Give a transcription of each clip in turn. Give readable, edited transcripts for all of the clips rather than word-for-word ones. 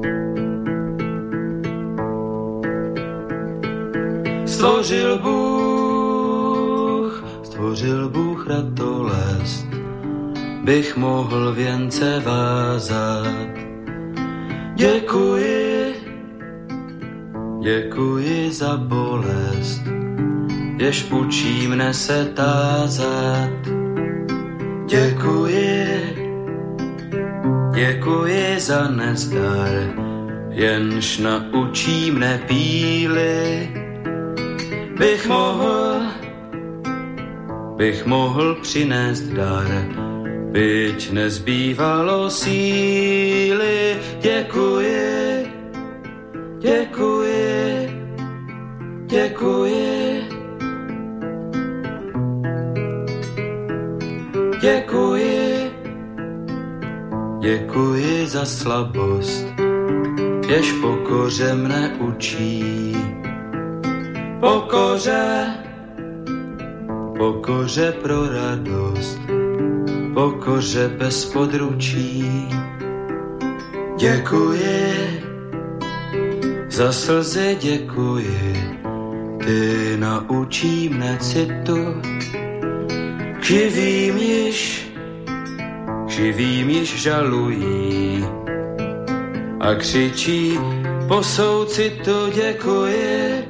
Stvořil Bůh ratolest, bych mohl věnce vázat. Děkuji za bolest, jež učí mne se tázat. Děkuji za nezdar, jenž naučí mne píly. Bych mohl přinést dar, byť nezbývalo síly. Děkuji za slabost, jež pokoře mne učí. Pokoře pro radost, pokoře bez područí. Děkuji za slzy, děkuji, ty naučí mne citu. Živým již žalují a křičí po soucitu. Děkuji.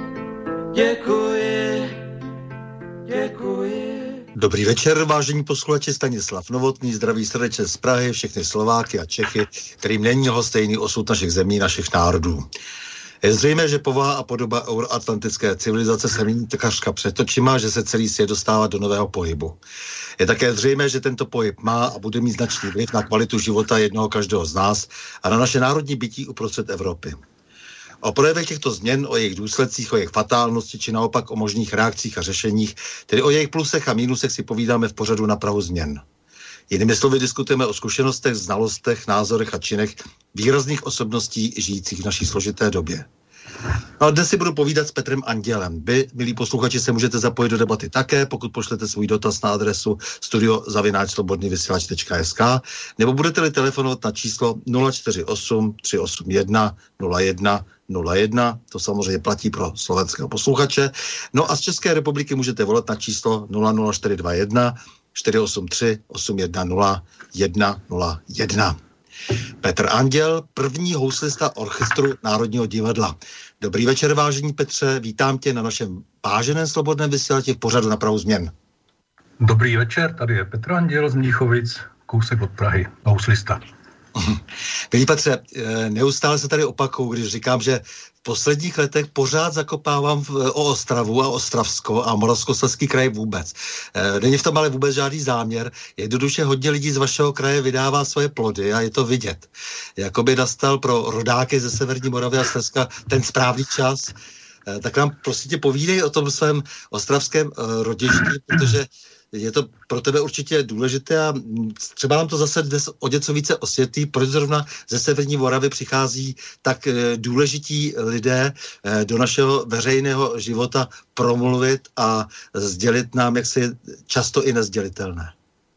Dobrý večer, vážení posluchači, Stanislav Novotný, zdraví srdečně z Prahy, všechny Slováky a Čechy, kterým není stejný osud našich zemí, našich národů. Je zřejmé, že povaha a podoba euroatlantické civilizace se mění takřka před očima, že se celý svět dostává do nového pohybu. Je také zřejmé, že tento pohyb má a bude mít značný vliv na kvalitu života jednoho každého z nás a na naše národní bytí uprostřed Evropy. O projevech těchto změn, o jejich důsledcích, o jejich fatálnosti, či naopak o možných reakcích a řešeních, tedy o jejich plusech a mínusech si povídáme v pořadu Na prahu změn. Jinými slovy diskutujeme o zkušenostech, znalostech, názorech a činech výrazných osobností žijících v naší složité době. No a dnes si budu povídat s Petrem Andělem. Vy, milí posluchači, se můžete zapojit do debaty také, pokud pošlete svůj dotaz na adresu studio@slobodnyvysílač.sk nebo budete-li telefonovat na číslo 048 381 01 01, to samozřejmě platí pro slovenského posluchače. No a z České republiky můžete volat na číslo 00421 483 810 101. Petr Anděl, první houslista orchestru Národního divadla. Dobrý večer, vážení Petře, vítám tě na našem váženém slobodném vysílači v pořadu Na prahu změn. Dobrý večer, tady je Petr Anděl z Mníchovic, kousek od Prahy, houslista. Milí Petře, neustále se tady opakuju, když říkám, že v posledních letech pořád zakopávám o Ostravu a Ostravsko a Moravskoslezský kraj vůbec. Není v tom ale vůbec žádný záměr. Jednoduše hodně lidí z vašeho kraje vydává svoje plody a je to vidět. Jakoby nastal pro rodáky ze Severní Moravy a Slezska ten správný čas. Tak nám prosím tě povídej o tom svém ostravském rodišti, protože je to pro tebe určitě důležité a třeba nám to zase dnes o něco více osvětlí, proč zrovna ze Severní Moravy přichází tak důležití lidé do našeho veřejného života promluvit a sdělit nám, jak se je často i nezdělitelné.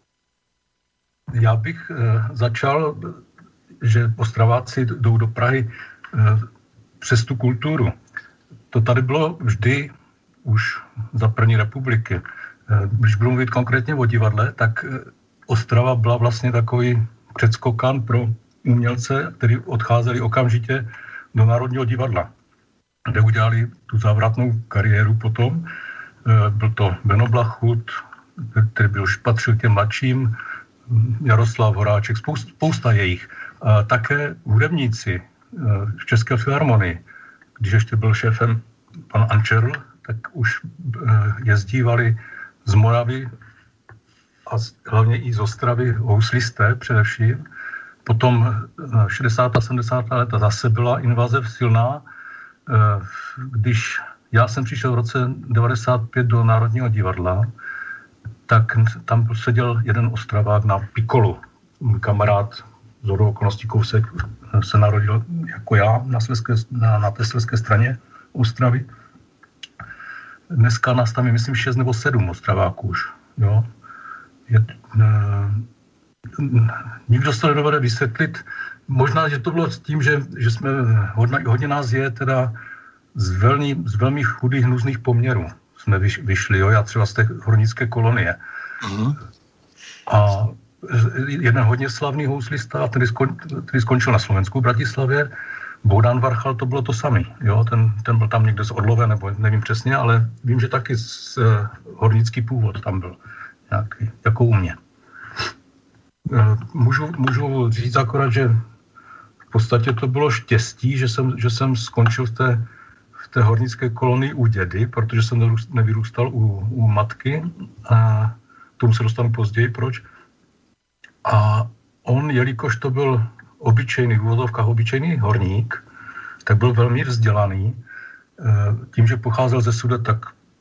Já bych začal, že Ostraváci jdou do Prahy přes tu kulturu. To tady bylo vždy už za první republiky. Když budu mluvit konkrétně o divadle, tak Ostrava byla vlastně takový předskokan pro umělce, kteří odcházeli okamžitě do Národního divadla, kde udělali tu závratnou kariéru potom. Byl to Beno Blachut, který patřil těm mladším, Jaroslav Horáček, spousta jejich. A také hudebníci v České filharmonii, když ještě byl šéfem pan Ančerl, tak už jezdívali z Moravy a hlavně i z Ostravy houslisté především. Potom 60. a 70. léta zase byla invaze silná. Když já jsem přišel v roce 95 do Národního divadla, tak tam seděl jeden Ostravák na pikolu. Můj kamarád z hodou okolností kousek se narodil jako já na té slezské straně Ostravy. Dneska nás tam je, myslím, 6 nebo 7 Ostraváků už. Jo. Nikdo se nedovede vysvětlit, Možná, že to bylo s tím, že jsme, hodně nás je teda z velmi chudých, hnusných poměrů jsme vyšli, jo, já třeba z té hornické kolonie. A jeden hodně slavný houslista, který skončil na Slovensku v Bratislavě, Bohdan Varchal, to bylo to samý. Jo? Ten byl tam někde z Orlové, nebo nevím přesně, ale vím, že taky z hornický původ tam byl nějaký, jako u mě. Můžu říct akorát, že v podstatě to bylo štěstí, že jsem skončil v té hornické kolonii u dědy, protože jsem nevyrůstal u matky a k tomu se dostanu později, proč. A on, jelikož to byl v úvodovkách obyčejný horník, tak byl velmi vzdělaný. Tím, že pocházel ze Sudet, tak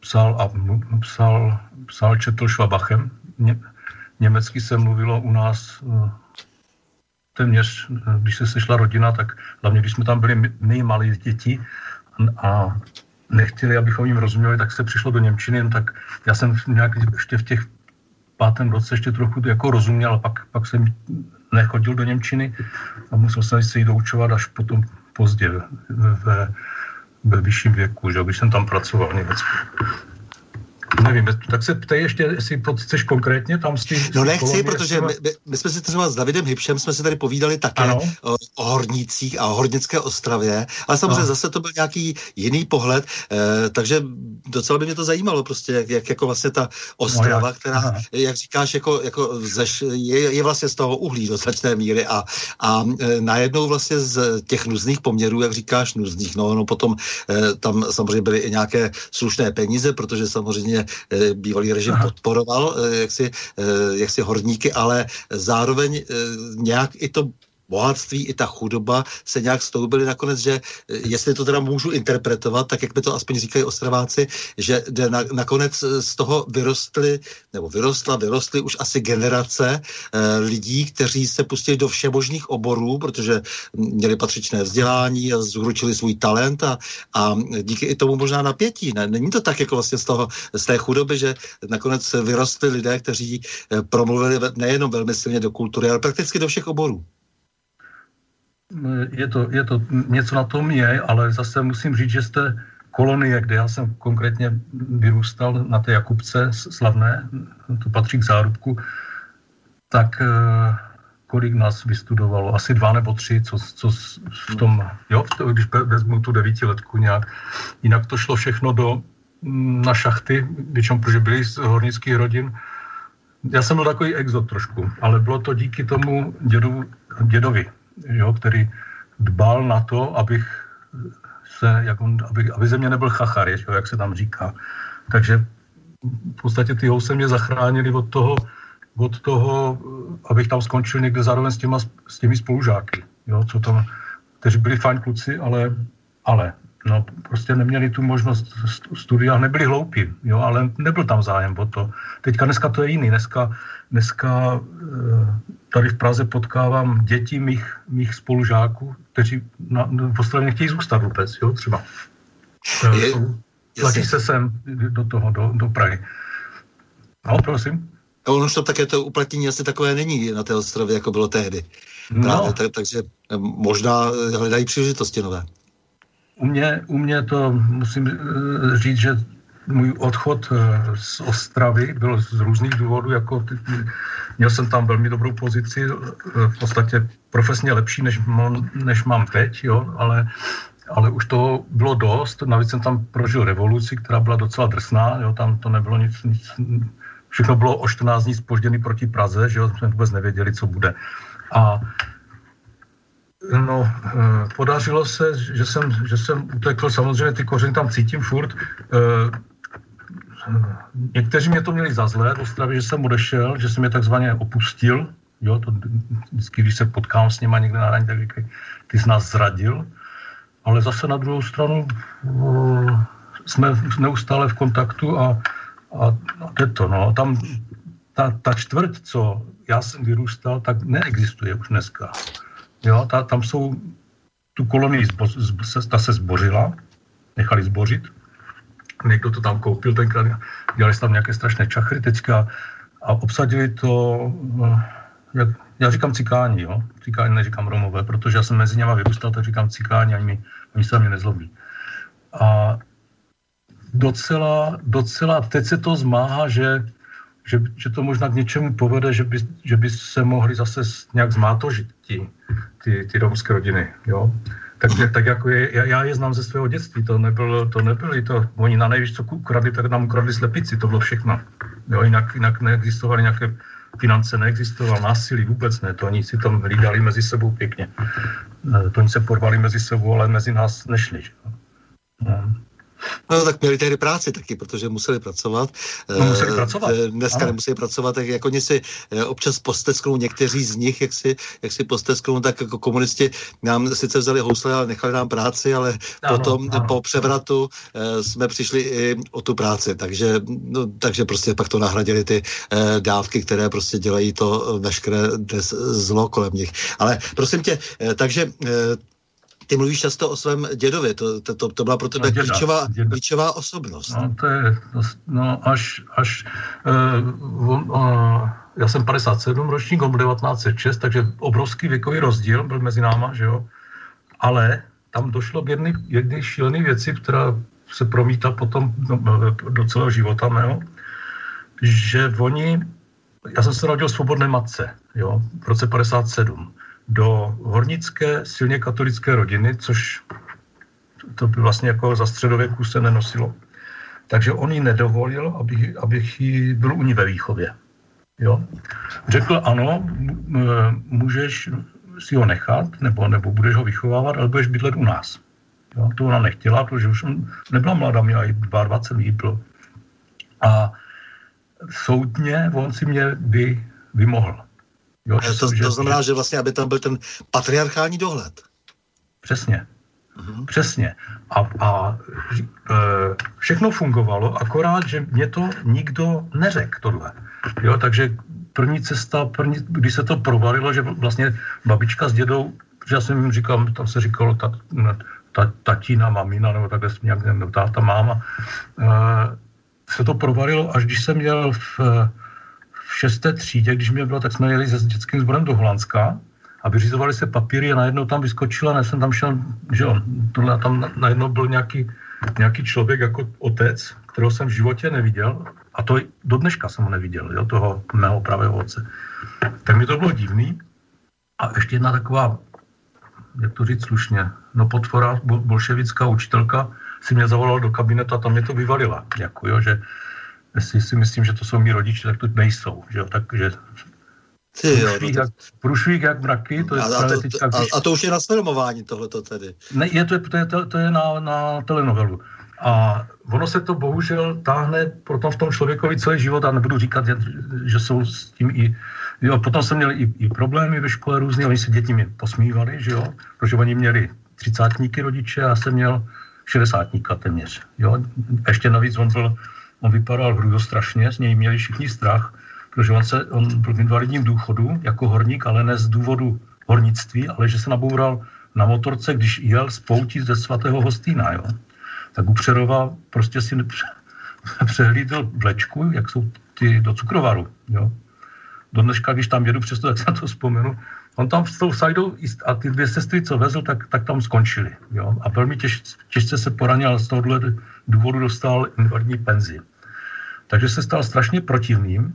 psal četl Schwabachem. Německy se mluvilo u nás téměř, když se sešla rodina, tak hlavně, když jsme tam byli my malí děti a nechtěli, abychom jim rozuměli, tak se přišlo do němčiny, tak já jsem nějak ještě v těch 5. roce ještě trochu jako rozuměl, a pak jsem nechodil do němčiny a musel jsem se jí doučovat až potom pozdě ve vyšším věku, že, když jsem tam pracoval v Německu. Nevím, tak se ptej ještě, jestli chceš konkrétně tam s tím... No nechci, protože my jsme si třeba s Davidem Hybšem jsme si tady povídali také o hornících a o hornické Ostravě, ale samozřejmě zase to byl nějaký jiný pohled, takže docela by mě to zajímalo prostě, jak jako vlastně ta Ostrava, která, jak říkáš, jako je vlastně z toho uhlí do značné míry a najednou vlastně z těch nuzných poměrů, jak říkáš, nuzných, no potom tam samozřejmě byly i nějaké slušné peníze, protože samozřejmě bývalý režim podporoval jaksi horníky, ale zároveň nějak i to bohatství, i ta chudoba se nějak stoupily nakonec, že jestli to teda můžu interpretovat, tak jak by to aspoň říkají Ostraváci, že nakonec z toho vyrostly už asi generace lidí, kteří se pustili do všemožných oborů, protože měli patřičné vzdělání a zhručili svůj talent a díky i tomu možná napětí. Není to tak jako vlastně z té chudoby, že nakonec vyrostli lidé, kteří promluvili nejenom velmi silně do kultury, ale prakticky do všech oborů. Je to něco na tom je, ale zase musím říct, že z té kolonie, kde já jsem konkrétně vyrůstal na té Jakubce slavné, to patří k Zárubku, tak kolik nás vystudovalo? Asi 2 nebo 3, co v tom, když vezmu tu 9letku nějak. Jinak to šlo všechno na šachty, většinou, protože byli z hornických rodin. Já jsem byl takový exot trošku, ale bylo to díky tomu dědovi, který dbal na to, aby ze mě nebyl chachar, jak se tam říká. Takže v podstatě ty house mě zachránili od toho, abych tam skončil někde zároveň s těmi spolužáky, kteří byli fajn kluci, ale prostě neměli tu možnost studia, nebyli hloupí, ale nebyl tam zájem o to. Dneska to je jiný. Dneska tady v Praze potkávám děti mých spolužáků, kteří v Ostravě nechtějí zůstat vůbec, třeba. Tlačí se sem do Prahy. No, prosím. Ono už to také to uplatnění asi takové není na té Ostravě, jako bylo tehdy. Takže možná hledají příležitosti nové. U mě to musím říct, že můj odchod z Ostravy byl z různých důvodů, měl jsem tam velmi dobrou pozici, v podstatě profesně lepší, než mám teď, ale už toho bylo dost, navíc jsem tam prožil revoluci, která byla docela drsná, tam to nebylo nic, všechno bylo o 14 dní zpožděný proti Praze, jsme vůbec nevěděli, co bude. A podařilo se, že jsem utekl, samozřejmě ty kořeny tam cítím furt. Někteří mě to měli za zlé v Ostravě, že jsem odešel, že jsem je takzvaně opustil. To vždycky, když se potkám s nima někde na hraní, tak říkají, ty jsi nás zradil. Ale zase na druhou stranu jsme neustále v kontaktu a je to. Tam ta čtvrť, co já jsem vyrůstal, tak neexistuje už dneska. Tam jsou, tu kolonii ta se zbořila, nechali zbořit. Někdo to tam koupil tenkrát, dělali tam nějaké strašné čachry teďka a obsadili to, Já říkám cikáni, jo. Cikáni neříkám Romové, protože já jsem mezi něma vyrůstal, tak říkám cikáni, ani se mě nezlobí. A docela teď se to zmáhá, že to možná k něčemu povede, že by se mohli zase nějak zmátožit ty romské rodiny, jo. Tak jako já je znám ze svého dětství, to nebyly to, oni na nejvíc, co ukradli, tak nám ukradli slepici, to bylo všechno. Jo, jinak neexistovaly nějaké finance, neexistoval násilí, vůbec ne, to oni si tam hlídali mezi sebou pěkně. To oni se porvali mezi sebou, ale mezi nás nešli. No tak měli tehdy práci taky, protože museli pracovat. Museli pracovat. Dneska nemuseli pracovat, tak jako oni si občas postesknou, někteří z nich, jak si postesknou, tak jako komunisti nám sice vzali housle, ale nechali nám práci, ale potom po převratu jsme přišli i o tu práci, takže prostě pak to nahradili ty dávky, které prostě dělají to veškeré zlo kolem nich. Ale prosím tě, takže ty mluvíš často o svém dědovi, to byla pro tebe klíčová osobnost. No, to je, já jsem 57 ročník, on byl 1906, takže obrovský věkový rozdíl byl mezi náma, že jo. Ale tam došlo k jedné šílené věci, která se promítá potom do celého života mého, že já jsem se narodil v svobodné matce, jo, v roce 57. do hornické, silně katolické rodiny, což to by vlastně jako za středověku se nenosilo. Takže on jí nedovolil, abych jí byl u ní ve výchově. Jo? Řekl, ano, můžeš si ho nechat, nebo budeš ho vychovávat, ale budeš bydlet u nás. Jo? To ona nechtěla, protože už nebyla mladá, měla i 22 výpl. A soudně on si mě vymohl. Jo, to znamená, že vlastně, aby tam byl ten patriarchální dohled. Přesně. Přesně. A všechno fungovalo, akorát, že mě to nikdo neřekl tohle. Jo, takže první cesta, když se to provalilo, že vlastně babička s dědou, že já jsem jim říkal, tam se říkalo tatína, mamina, nebo takhle nějak, nebo táta, máma, se to provalilo, až když jsem měl v 6. třídě, když mě bylo, tak jsme jeli se dětským sborem do Holandska a vyřizovali se papíry a najednou tam vyskočila, než jsem tam šel, že jo, tam najednou byl nějaký člověk jako otec, kterého jsem v životě neviděl a to do dneška jsem ho neviděl, jo, toho mého pravého otce. Tak mi to bylo divný a ještě jedna taková, jak to říct slušně, potvora, bolševická učitelka si mě zavolala do kabinetu a tam mě to vyvalila, jako jo, že jestli si myslím, že to jsou mý rodiče, tak to nejsou, že jo, takže průšvík jak mraky, to je právě teďka... A to už je na sfilmování tohleto tedy. Ne, to je na telenovelu. A ono se to bohužel táhne potom v tom člověkovi celý život a nebudu říkat, že jsou s tím i... Jo, potom jsem měl i problémy ve škole různý, oni se děti mě posmívali, že jo, protože oni měli 30átníky rodiče a já jsem měl 60átníka téměř, jo. Ještě navíc on vypadal hrůzostrašně, z něj měli všichni strach, protože on byl v invalidním důchodu jako horník, ale ne z důvodu hornictví, ale že se naboural na motorce, když jel z pouti ze svatého Hostýna, jo. Tak u Přerova prostě si přehlídl vlečku, jak jsou ty do cukrovaru, jo. Do dneška, když tam jedu přesto, tak se na to vzpomenu. On tam s tou sajdou a ty 2 sestry, co vezl, tak tam skončili, jo. A velmi těžce se poranil, ale z tohohle důvodu dostal invalidní penzi. Takže se stal strašně protivným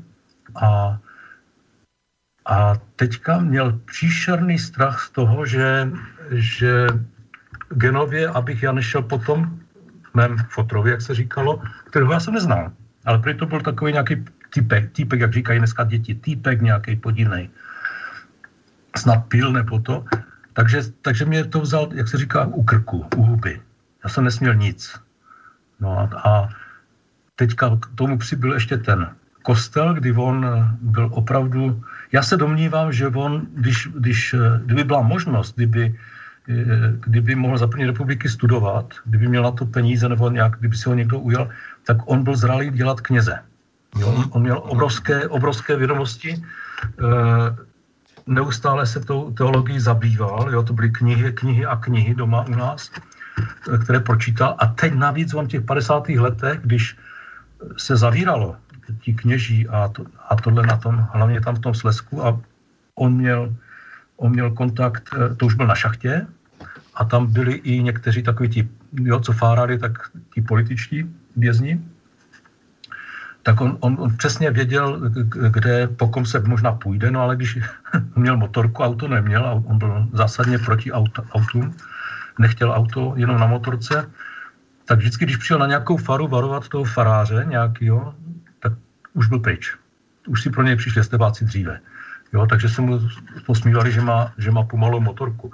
a teďka měl příšerný strach z toho, že genově, abych já nešel potom v mém fotrovi, jak se říkalo, kterého já jsem neznal. Ale prý to byl takový nějaký týpek, jak říkají dneska děti, týpek nějaký podivnej. Snad pil nebo to. Takže mě to vzal, jak se říká, u krku, u huby. Já jsem nesměl nic. No a teďka k tomu přibyl ještě ten kostel, kdy on byl opravdu... Já se domnívám, že on, kdyby byla možnost, kdyby mohl za první republiky studovat, kdyby měl na to peníze nebo nějak, kdyby si ho někdo ujal, tak on byl zralý dělat kněze. Jo? On měl obrovské vědomosti, neustále se tou teologií zabýval, jo? To byly knihy doma u nás, které pročítal. A teď navíc on v těch 50. letech, když se zavíralo ti kněží a tohle na tom, hlavně tam v tom Slezsku a on měl kontakt, to už byl na šachtě, a tam byli i někteří takoví ti, co fárali, tak ti političtí vězni. Tak on přesně věděl, kde, po kom se možná půjde, no ale když měl motorku, auto neměl a on byl zásadně proti autům, nechtěl auto jenom na motorce, tak vždycky, když přijel na nějakou faru varovat toho faráře nějakýho, tak už byl pryč. Už si pro něj přišli estebáci dříve. Jo, takže se mu posmívali, že má pomalou motorku.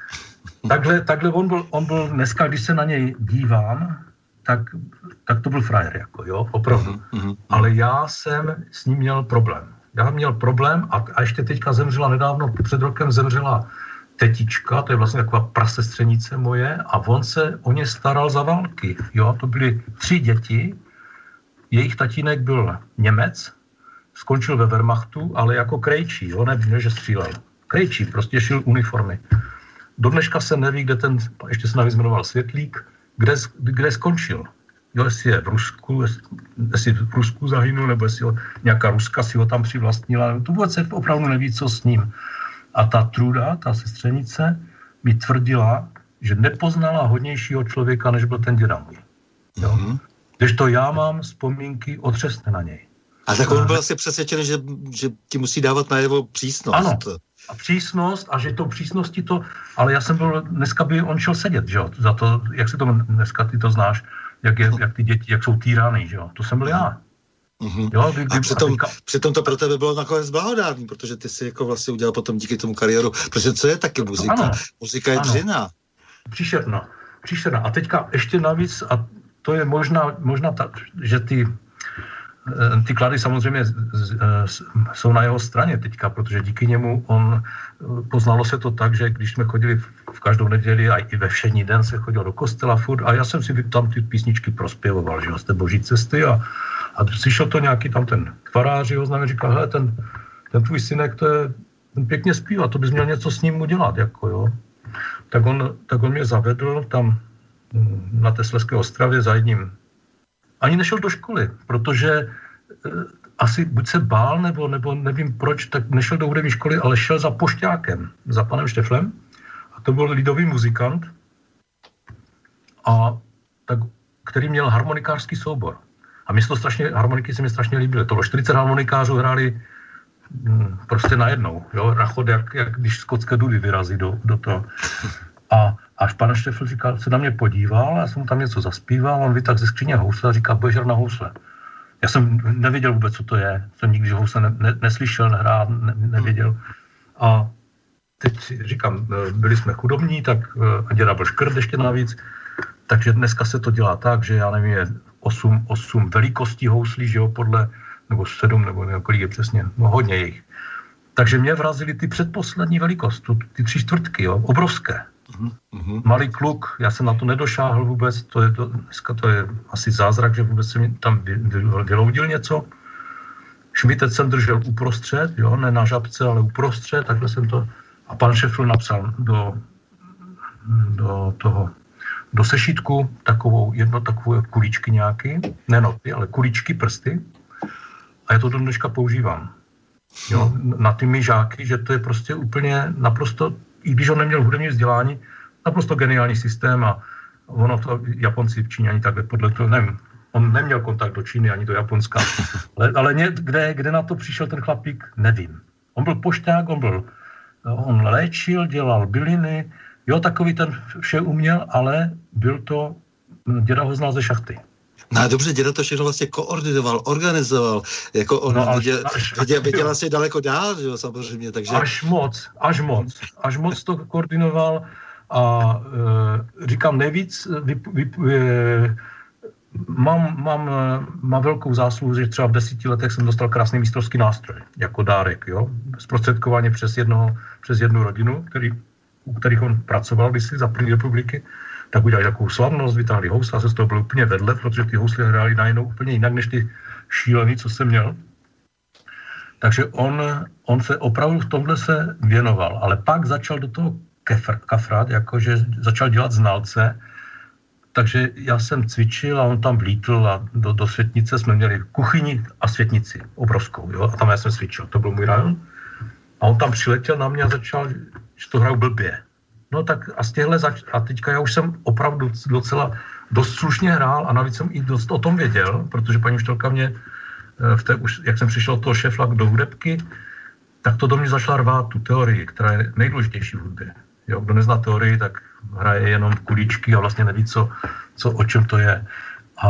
Takhle on byl dneska, když se na něj dívám, tak to byl frajer, jako, jo, opravdu. Ale já jsem s ním měl problém. Já měl problém a ještě teďka zemřela nedávno, před rokem zemřela tetička, to je vlastně taková prasestřenice moje, a on se o ně staral za války. Jo, to byly 3 děti, jejich tatínek byl Němec, skončil ve Wehrmachtu, ale jako krejčí, jo, ne, že střílel. Krejčí, prostě šil uniformy. Do dneška se neví, kde ještě se navíc jmenoval Světlík, kde skončil. Jo, jestli je v Rusku, jestli v Rusku zahynul, nebo jestli nějaká Ruska si ho tam přivlastnila. To vůbec se opravdu neví, co s ním. A ta Truda, ta sestřenice, mi tvrdila, že nepoznala hodnějšího člověka, než byl ten děda můj. Kdežto já mám vzpomínky otřesné na něj. A tak on byl asi přesvědčený, že ti musí dávat najevo přísnost. Ano, a přísnost, a že to přísnosti to, ale já jsem byl, dneska by on šel sedět, že jo, za to, jak se to dneska ty to znáš, jak ty děti, jak jsou týrány, že jo, to jsem byl já. Jo, a přitom to pro tebe bylo nakonec blahodárný, protože ty si jako vlastně udělal potom díky tomu kariéru, protože co je taky muzika? Ano, muzika je dřina. Příšerná. A teďka ještě navíc, a to je možná tak, že ty klady samozřejmě jsou na jeho straně teďka, protože díky němu poznalo se to tak, že když jsme chodili v každou neděli a i ve všední den se chodil do kostela furt a já jsem si tam ty písničky prospěvoval, že z té boží cesty a slyšel to nějaký tam ten farář, ho znamená, říkal, hele, ten tvůj synek, ten pěkně zpívá, to bys měl něco s ním udělat, jako jo. Tak on mě zavedl tam na té Slezské Ostravě za jedním. Ani nešel do školy, protože asi buď se bál, nebo nevím proč, tak nešel do hudební školy, ale šel za pošťákem, za panem Šteflem. A to byl lidový muzikant, který měl harmonikářský soubor. A harmoniky se mi strašně líbily. To bylo 40 harmonikářů, hráli prostě najednou. Jo? Rachod, jak když skotské dudy vyrazí do toho. A až pan Štefl říkal, se na mě podíval, já jsem mu tam něco zaspíval, on vytáhl ze skříně housle a říkal, budeš hrát na housle. Já jsem nevěděl vůbec, co to je. Jsem nikdy housle neslyšel, nehrál, nevěděl. A teď říkám, byli jsme chudobní, tak a děda byl škrt ještě navíc, takže dneska se to dělá tak, že já nevím, je 8 velikostí houslí, že jo, podle, nebo 7, nebo kolik je přesně, no hodně jich. Takže mě vrazili ty předposlední velikost, ty 3/4, jo, obrovské. Malý kluk, já jsem na to nedošáhl vůbec, dneska to je asi zázrak, že vůbec jsem tam vyloudil něco. Šmitec jsem držel uprostřed, jo, ne na žabce, ale uprostřed, takhle jsem to, a pan Šefl napsal do sešitku takovou kuličky nějaký, ne noty, ale kuličky, prsty, a já to do dneška používám. Jo, na ty mý žáky, že to je prostě úplně naprosto, i když on neměl hudební vzdělání, naprosto geniální systém a ono to, Japonci v Číně ani takhle podle toho, nevím, on neměl kontakt do Číny ani do Japonska, ale kde na to přišel ten chlapík, nevím. On byl pošťák, on léčil, dělal byliny, jo, takový ten vše uměl, ale byl to, děda ho znal ze šachty. No dobře, děda to všechno vlastně koordinoval, organizoval, jako on viděl asi daleko dál, jo, samozřejmě, takže... Až moc to koordinoval a říkám nejvíc, mám velkou zásluhu, že třeba v 10 letech jsem dostal krásný mistrovský nástroj, jako dárek, jo, zprostředkovaně přes jednu rodinu, u kterých on pracoval kdysi za první republiky, tak udělali takovou slavnost, vytáhli housle, a se z toho byl úplně vedle, protože ty housle hráli najednou úplně jinak, než ty šílený, co jsem měl. Takže on se opravdu v tomhle se věnoval, ale pak začal do toho kafrat, jakože začal dělat znalce, takže já jsem cvičil a on tam vlítl a do světnice jsme měli kuchyni a světnici obrovskou, jo, a tam já jsem cvičil, to byl můj rajon. A on tam přiletěl na mě a začal, že to hraju blbě. No tak a z těchhle a teďka já už jsem opravdu docela dost slušně hrál a navíc jsem i dost o tom věděl, protože paní učitelka mě, jak jsem přišel od toho šéfla do hudebky, tak to do mě začala rvát tu teorii, která je nejdůležitější v hudbě. Jo, kdo nezná teorii, tak hraje jenom kulíčky a vlastně neví, o čem to je. A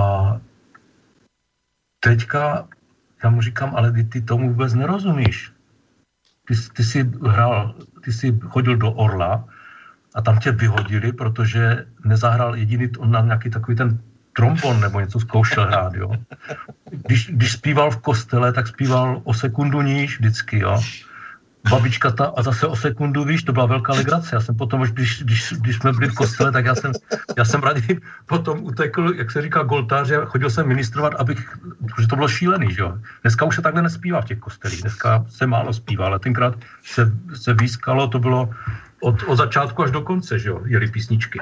teďka já mu říkám, ale ty tomu vůbec nerozumíš. Ty jsi chodil do Orla a tam tě vyhodili, protože nezahrál jediný na nějaký takový ten trombon nebo něco zkoušel hrát, jo. Když zpíval v kostele, tak zpíval o sekundu níž vždycky, jo. Babička a zase o sekundu výš, to byla velká legrace. Já jsem potom, když jsme byli v kostele, tak já jsem raději potom utekl, jak se říká, goltáře, chodil jsem ministrovat, protože to bylo šílený, že jo. Dneska už se takhle nespívá v těch kostelích, dneska se málo zpívá, ale tenkrát se výskalo, to bylo od začátku až do konce, že jo, jeli písničky.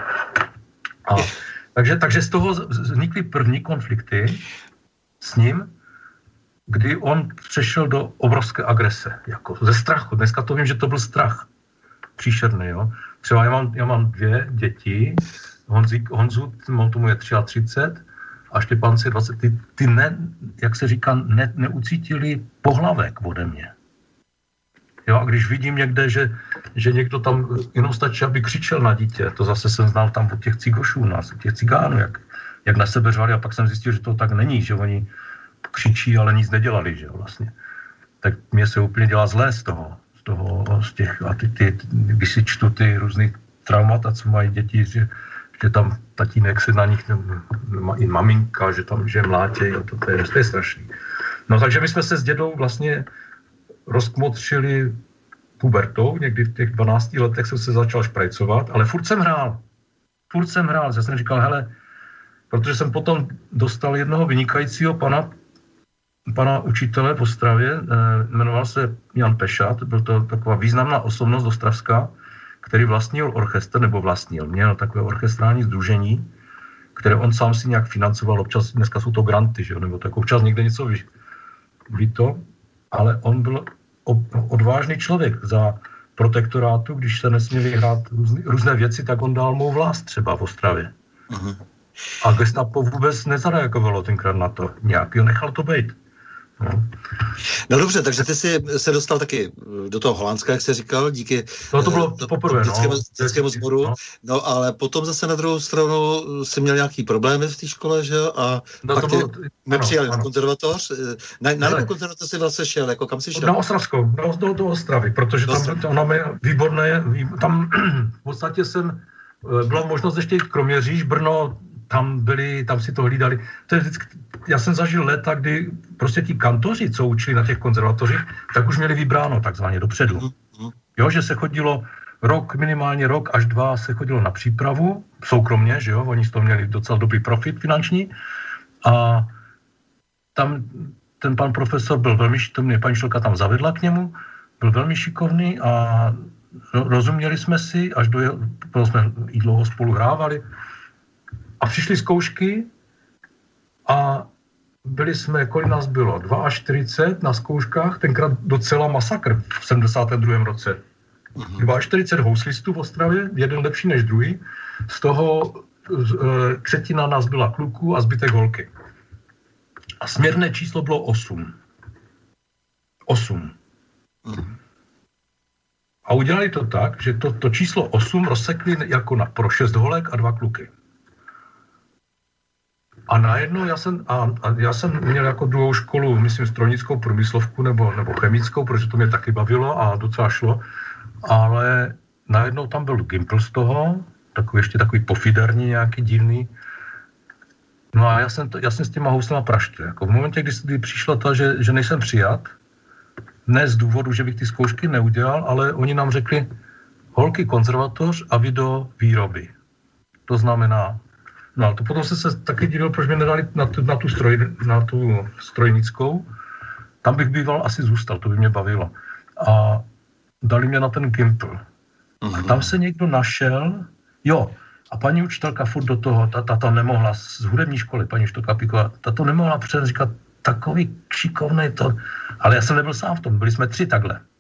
Takže z toho vznikly první konflikty s ním, kdy on přešel do obrovské agrese, jako ze strachu. Dneska to vím, že to byl strach příšerný, jo. Třeba já mám 2 děti, Honzu, tomu je 33 a Štěpánce je 20. Ty jak se říká, neucítili pohlavek ode mě. Jo, a když vidím někde, že někdo tam jenom stačí, aby křičel na dítě, to zase jsem znal tam od těch cigošů nás, od těch cigánů, jak na sebe řvali, a pak jsem zjistil, že to tak není, že oni křičí, ale nic nedělali, že jo, vlastně. Tak mě se úplně dělá zlé z těch, a když si čtu ty různý traumata, co mají děti, že tam tatínek se na nich, i maminka, že je mlátěj, a to je strašný. No takže my jsme se s dědou vlastně rozkmotřili pubertou, někdy v těch 12 letech jsem se začal šprajcovat, ale furt jsem hrál. Já jsem říkal, hele, protože jsem potom dostal jednoho vynikajícího pana učitele v Ostravě, jmenoval se Jan Pešat, byl to taková významná osobnost ostravská, který vlastnil orchestr, měl takové orchestrální sdružení, které on sám si nějak financoval, občas, dneska jsou to granty, že jo, nebo tak občas někde něco ví to, ale on byl odvážný člověk za protektorátu, když se nesměli hrát různé věci, tak on dal mou vlast třeba v Ostravě. Uh-huh. A gestapo vůbec nezareagovalo tenkrát na to. Nějaký nechal to být. No dobře, takže ty jsi se dostal taky do toho Holandska, jak jsi říkal, díky to bylo poprvé, dětskému sboru. No ale potom zase na druhou stranu jsi měl nějaký problémy v té škole, že jo? A pak tě nepřijali na konzervatoř. Na jakou konzervatoř jsi vlastně šel? Jako kam jsi šel? Na Ostravskou, do Ostravy, protože tam ona je výborné. Tam v podstatě byla možnost ještě jít Kroměříž, Brno, tam si to hlídali. To je vždycky, já jsem zažil léta, kdy prostě ti kantoři, co učili na těch konzervatořích, tak už měli vybráno takzvaně dopředu. Jo, že se chodilo minimálně rok až 2 se chodilo na přípravu, soukromně, že jo, oni z toho měli docela dobrý profit finanční a tam ten pan profesor byl velmi šikovný, paní Šelka tam zavedla k němu, byl velmi šikovný a rozuměli jsme si, protože jsme i dlouho spolu hrávali. A přišly zkoušky a kolik nás bylo? 42 na zkouškách, tenkrát docela masakr v 72. roce. 42 houslistů v Ostravě, jeden lepší než druhý. Z toho 1/3 nás byla kluků a zbytek holky. A směrné číslo bylo 8. 8. A udělali to tak, že to číslo 8 rozsekli jako pro 6 holek a 2 kluky. A najednou já jsem měl jako druhou školu, myslím, strojnickou průmyslovku nebo chemickou, protože to mě taky bavilo a docela šlo. Ale najednou tam byl Gimpl z toho, takový pofiderní, nějaký divný. No a já jsem s těma houslema praštil. Jako v momentě, kdy přišlo to, že nejsem přijat, ne z důvodu, že bych ty zkoušky neudělal, ale oni nám řekli, holky konzervatoř a vy do výroby. To znamená, no a to potom jsem se taky divil, proč mě nedali na tu strojnickou. Tam bych býval asi zůstal, to by mě bavilo. A dali mě na ten Gimpl. A tam se někdo našel, a paní učitelka furt do toho, ta nemohla, z hudební školy, paní učitelka Píková, ta to nemohla říkat, takový šikovnej to, ale já jsem nebyl sám v tom, byli jsme 3 takhle.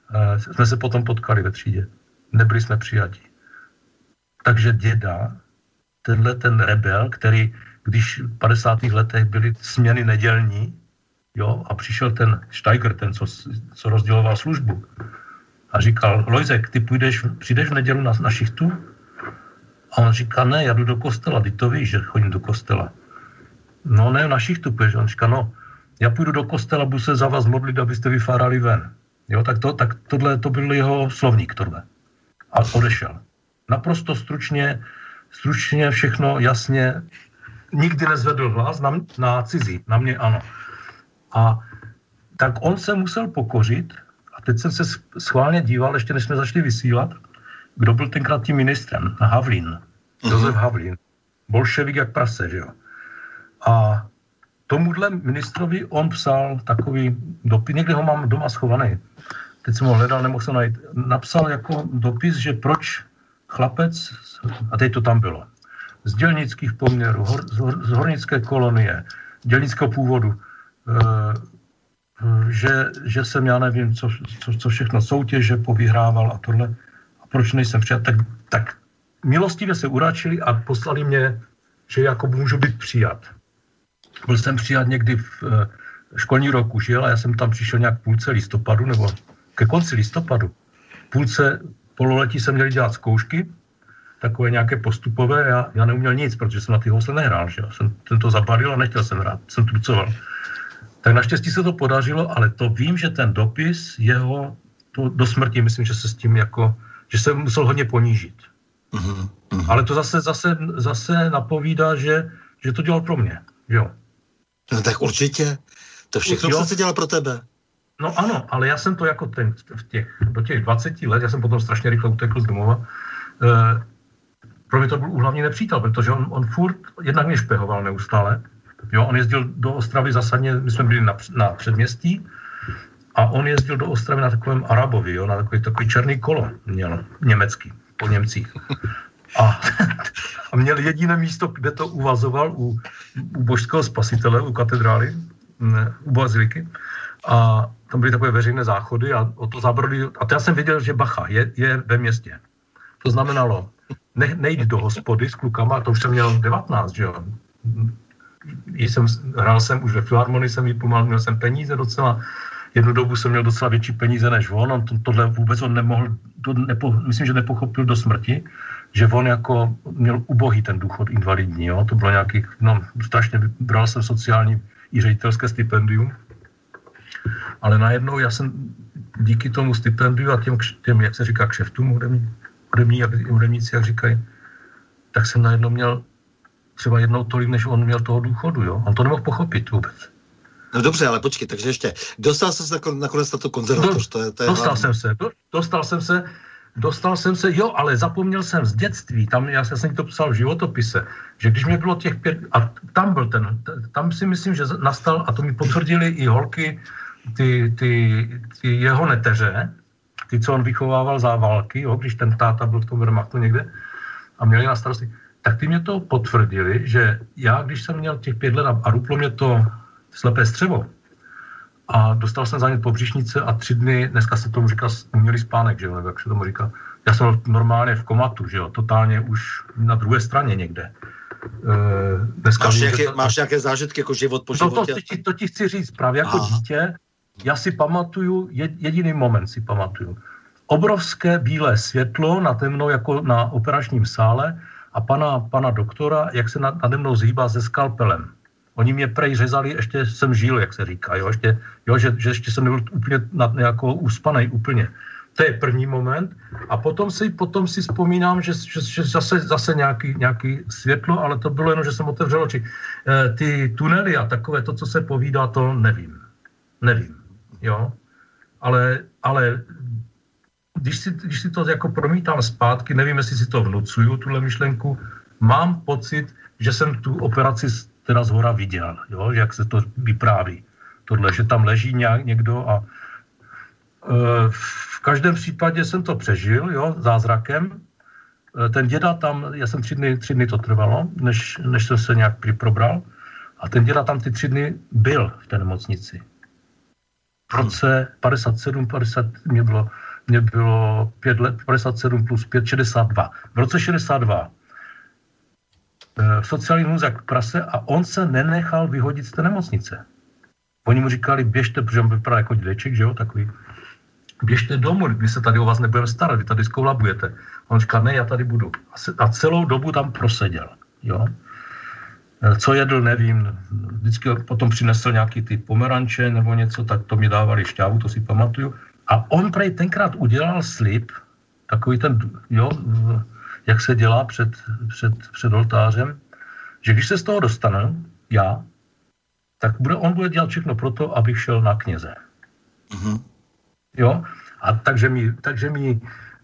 jsme se potom potkali ve třídě. Nebyli jsme přijati. Takže děda, ten rebel, který, když v 50. letech byly směny nedělní, jo, a přišel ten Steiger, ten, co rozděloval službu, a říkal, Lojzek, ty přijdeš v nedělu na šichtu? A on říká, ne, já jdu do kostela, ty to víš, že chodím do kostela. No ne, na šichtu půjdeš. On říká, no, já půjdu do kostela, budu se za vás modlit, abyste vyfárali ven. Jo, tak tohle to byl jeho slovník, tohle. A odešel. Naprosto stručně všechno jasně, nikdy nezvedl hlas na cizí, na mě ano. A tak on se musel pokořit, a teď jsem se schválně díval, ještě než jsme začali vysílat, kdo byl tenkrát tím ministrem, Havlín, Josef Havlín, bolševik jak prase, že jo. A tomuhle ministrovi on psal takový dopis, někdy ho mám doma schovaný, teď jsem ho hledal, nemohl jsem najít, napsal jako dopis, že proč chlapec, a teď to tam bylo, z dělnických poměrů, z hornické kolonie, dělnického původu, že jsem, já nevím, co všechno soutěže povyhrával a tohle, a proč nejsem přijat, tak milostivě se uračili a poslali mě, že jako můžu být přijat. Byl jsem přijat někdy v školní roku, žil, a já jsem tam přišel nějak v půlce listopadu, nebo ke konci listopadu. V půlce pololetí jsem měl dělat zkoušky, takové nějaké postupové, já neuměl nic, protože jsem na ty housle nehrál, že? Jsem to zabalil a nechtěl jsem hrát, jsem trucoval. Tak naštěstí se to podařilo, ale to vím, že ten dopis jeho to do smrti, myslím, že se s tím jako, že se musel hodně ponížit. Mm-hmm. Ale to zase napovídá, že to dělal pro mě, jo. No tak určitě. To všechno přece dělal pro tebe. No ano, ale já jsem to jako do těch 20 let, já jsem potom strašně rychle utekl z domova, pro mě to byl hlavní nepřítel, protože on furt jednak mě špehoval neustále. Jo, on jezdil do Ostravy zásadně, my jsme byli na předměstí, a on jezdil do Ostravy na takovém Arabovi, jo, na takový černý kolo měl, německý, po Němcích. A měl jediné místo, kde to uvazoval u božského spasitele, u katedrály, u baziliky. A tam byly takové veřejné záchody a o to zabrodili. A to já jsem věděl, že bacha je ve městě. To znamenalo, nejít do hospody s klukama, to už jsem měl 19, že jo. Hrál jsem už ve filharmonii, jsem vypomal, měl jsem peníze docela. Jednu dobu jsem měl docela větší peníze než on tohle vůbec on nemohl, myslím, že nepochopil do smrti, že on jako měl ubohý ten důchod invalidní, jo. To bylo nějaký, strašně, bral jsem sociální i ředitelské stipendium, ale najednou já jsem díky tomu stipendiu a těm jak se říká, kšeftům hudebníci, jak říkají, tak jsem najednou měl třeba jednou tolik, než on měl toho důchodu, jo. On to nemohl pochopit vůbec. No dobře, ale počkej, takže ještě. Dostal jsem se nakonec na to konzervatoř, to je Dostal jsem se, jo, ale zapomněl jsem z dětství, tam já jsem to psal v životopise, že když mě bylo těch 5, a tam si myslím, že nastal, a to mi potvrdili i holky, ty jeho neteře, ty, co on vychovával za války, jo, když ten táta byl v tom Wehrmachtu někde a měli na starosti, tak ty mě to potvrdili, že já, když jsem měl těch 5 let a ruplo mě to slepé střevo a dostal jsem za ně pobřišnice a 3 dny, dneska se tomu říká umělý spánek, že jo, nebo jak se tomu říká. Já jsem byl normálně v komatu, že jo, totálně už na druhé straně někde. Máš nějaké zážitky jako život po životě? To ti chci říct, právě jako dítě, já si pamatuju, jediný moment si pamatuju. Obrovské bílé světlo nade mnou jako na operačním sále a pana doktora, jak se nade mnou zhýbá se skalpelem. Oni mě prej řezali, ještě jsem žil, jak se říká, jo, že ještě jsem nebyl úplně jako uspanej úplně. To je první moment. A potom si vzpomínám, že zase nějaký světlo, ale to bylo jenom, že jsem otevřel oči. Ty tunely a takové to, co se povídá, to nevím. Jo. Ale když si to jako promítám zpátky, nevím, jestli si to vnucuju, tuhle myšlenku, mám pocit, že jsem tu operaci teda zhora viděl, jo, jak se to vypráví. Tohle, že tam leží někdo a v každém případě jsem to přežil, jo, zázrakem. Ten děda tam, já jsem 3 dny to trvalo, než jsem se nějak probral, a ten děda tam ty 3 dny byl v té nemocnici. v roce 57, mě bylo 5 let, 57 plus 5, 62. V roce 62 sociální núzak prase a on se nenechal vyhodit z té nemocnice. Oni mu říkali, běžte, protože on vypadá jako dědeček, že jo, takový. Běžte domů, my se tady o vás nebudeme starat, vy tady zkoulabujete. On říkal, ne, já tady budu. A celou dobu tam proseděl, jo. Co jedl, nevím, vždycky potom přinesl nějaký ty pomeranče nebo něco, tak to mi dávali šťávu, to si pamatuju. A on prej tenkrát udělal slib, takový ten, jo, jak se dělá před oltářem, že když se z toho dostanu, já, tak on bude dělat všechno pro to, abych šel na kněze. Mm-hmm. Jo? A takže mi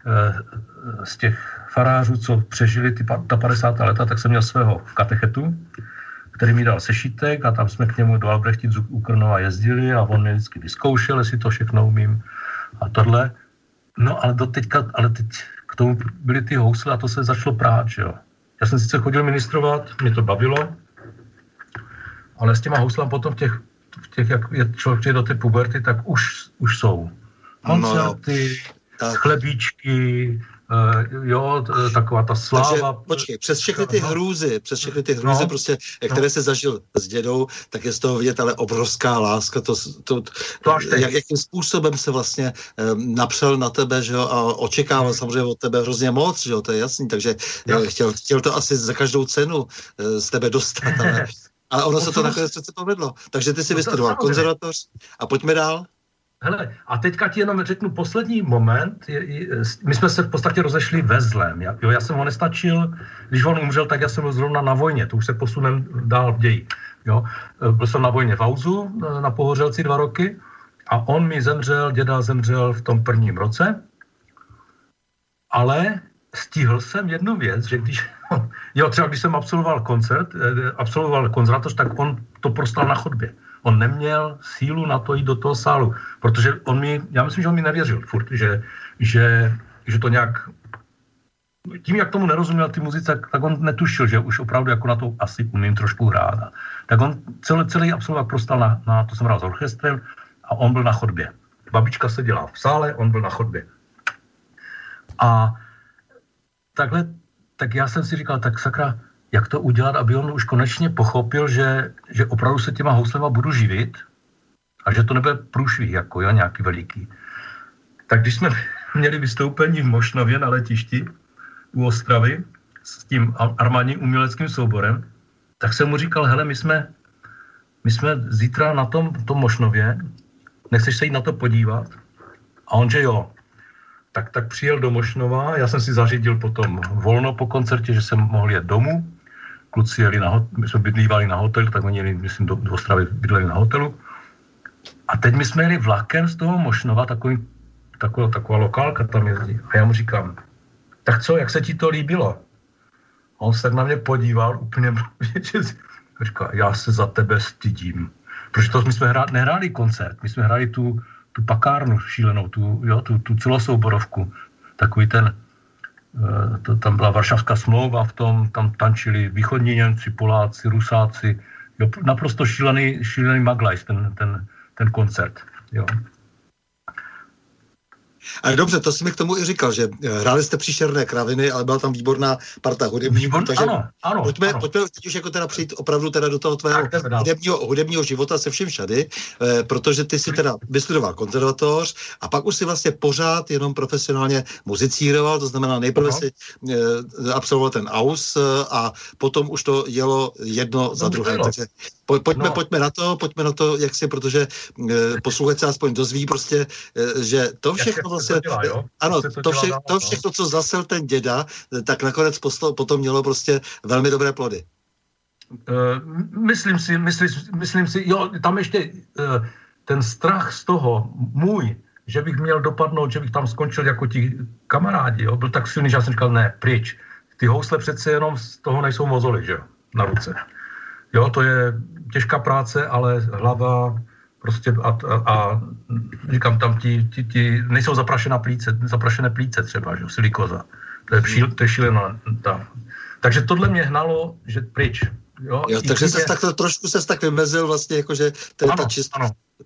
z těch farářů, co přežili ta 50. leta, tak jsem měl svého katechetu, který mi dal sešítek a tam jsme k němu do Albrechtic u Krnova jezdili a on mě vždycky vyzkoušel, jestli to všechno umím a tohle. No ale teď k tomu byly ty housle a to se začalo prát, že jo. Já jsem sice chodil ministrovat, mě to bavilo, ale s těma houslami potom v těch jak člověk přijde do té puberty, tak už jsou koncerty, chlebíčky, jo, taková ta sláva. Takže počkej, přes všechny ty hrůzy prostě, které se zažil s dědou, tak je z toho vidět ale obrovská láska, jakým způsobem se vlastně napřel na tebe, že jo, a očekával samozřejmě od tebe hrozně moc, že jo, to je jasný, takže chtěl to asi za každou cenu z tebe dostat, ale ono se to nakonec přece povedlo. Takže ty si vystudoval konzervatoř a pojďme dál. Hele, a teďka ti jenom řeknu poslední moment. My jsme se v podstatě rozešli ve zlém. Já jsem ho nestačil, když on umřel, tak já jsem byl zrovna na vojně. To už se posunem dál v ději. Jo? Byl jsem na vojně v Auzu, na Pohořelci 2 roky a on mi děda zemřel v tom prvním roce, ale stihl jsem jednu věc, že třeba když jsem absolvoval konzervatoř, tak on to prostal na chodbě. On neměl sílu na to jít do toho sálu, protože já myslím, že on mi nevěřil furt, že to nějak, tím, jak tomu nerozuměl ty muzice, tak on netušil, že už opravdu jako na to asi umím trošku hrát. Tak on celý absolvovat prostal na to jsem hrál s orchestrem a on byl na chodbě. Babička seděla v sále, on byl na chodbě. A takhle, tak já jsem si říkal, tak sakra, jak to udělat, aby on už konečně pochopil, že opravdu se těma houslema budu živit a že to nebude průšvih, jako nějaký veliký. Tak když jsme měli vystoupení v Mošnově na letišti u Ostravy s tím armádním uměleckým souborem, tak jsem mu říkal, hele, my jsme zítra na tom Mošnově, nechceš se jít na to podívat? A on, že jo. Tak přijel do Mošnova, já jsem si zařídil potom volno po koncertě, že jsem mohl jet domů. Kluci jeli my jsme bydlívali na hotel, tak oni jeli, myslím, do Ostravy bydleli na hotelu. A teď my jsme jeli vlakem z toho Mošnova, taková lokálka tam jezdí. A já mu říkám, tak co, jak se ti to líbilo? A on se na mě podíval úplně, říká, já se za tebe stydím. Protože my jsme nehráli koncert, my jsme hráli tu pakárnu šílenou, tu celosouborovku. Takový tam byla Varšavská smlouva v tom, tam tančili východní Němci, Poláci, Rusáci. Jo, naprosto šílený maglajs, ten koncert. Jo. Ale dobře, to jsi mi k tomu i říkal, že hráli jste Příšerné kraviny, ale byla tam výborná parta hudebníků, takže ano, pojďme teď už jako teda přijít opravdu teda do toho tvého hudebního života se vším všady, protože ty si teda vystudoval konzervatoř a pak už si vlastně pořád jenom profesionálně muzicíroval, to znamená nejprve si absolvoval ten AUS a potom už to jelo jedno za druhé, takže pojďme na to, jak si, protože posluchač se aspoň dozví prostě, že to všechno vlastně, to všechno, co zasel ten děda, tak nakonec potom mělo prostě velmi dobré plody. Myslím si, jo, tam ještě ten strach z toho můj, že bych měl dopadnout, že bych tam skončil jako ti kamarádi, jo, byl tak silný, že já jsem říkal, ne, pryč. Ty housle přece jenom z toho nejsou mozoly, že jo, na ruce. Jo, to je těžká práce, ale hlava prostě a říkám, tam ti nejsou zaprašené plíce třeba, že silikoza. To je šílená. Takže tohle mě hnalo, že pryč. Jo, takže takže tak trošku ses tak vymezil vlastně, jakože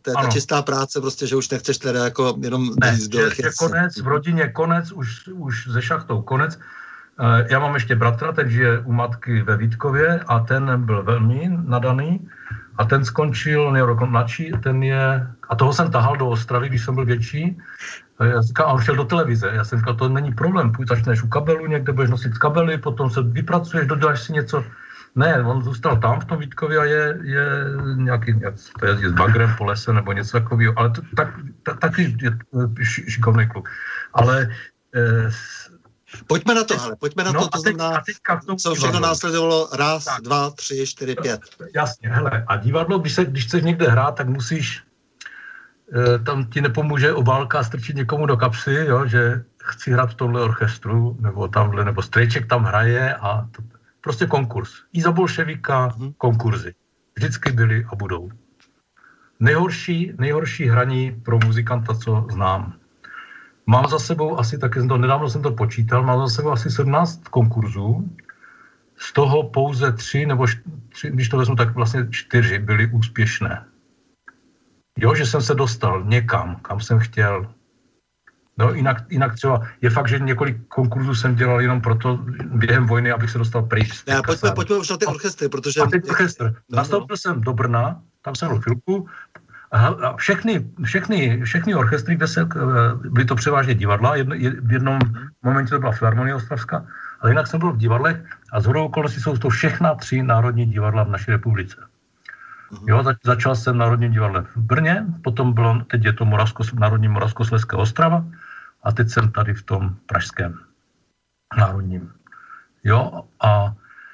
To je ta čistá práce, prostě, že už nechceš teda jako jenom říct do že konec, v rodině konec, už ze šachtou konec. Já mám ještě bratra, ten žije u matky ve Vítkově a ten byl velmi nadaný a ten skončil, on je rok mladší, a toho jsem tahal do Ostravy, když jsem byl větší. Já říkal, a on šel do televize. Já jsem říkal, to není problém, začneš u kabelu, někde budeš nosit kabely, potom se vypracuješ, doděláš si něco. Ne, on zůstal tam v tom Vítkově a je nějaký, to jezdí s bagrem po lese nebo něco takového, ale taky je šikovný kluk. Ale pojďme na to, to znamená, co všechno následovalo, 1, 2, 3, 4, 5. Jasně, hele, a divadlo, když chceš někde hrát, tak musíš, tam ti nepomůže obálka strčit někomu do kapsy, jo, že chci hrát v tomhle orchestru, nebo tamhle, nebo Strejček tam hraje a prostě konkurs. I za bolševika konkurzy. Vždycky byly a budou. Nejhorší hraní pro muzikanta, co znám. Mám za sebou asi, taky nedávno jsem to počítal, mám za sebou asi 17 konkurzů, z toho pouze 3, když to vezmu, tak vlastně 4 byly úspěšné. Jo, že jsem se dostal někam, kam jsem chtěl. No, jinak třeba je fakt, že několik konkurzů jsem dělal jenom proto během vojny, abych se dostal pryč. Ne, pojďme už na ty orchestry, protože... A teď orchestr. Nastoupil jsem do Brna, tam jsem byl chvilku, a všechny orchestry, kde byly to převážně divadla, v jednom momentě to byla Filharmonie ostravská, ale jinak jsem byl v divadlech a shodou okolností jsou to všechna 3 národní divadla v naší republice. Jo, začal jsem v Národním divadle v Brně, potom teď je to Národní Moravskoslezské Ostrava a teď jsem tady v tom pražském národním. Jo, a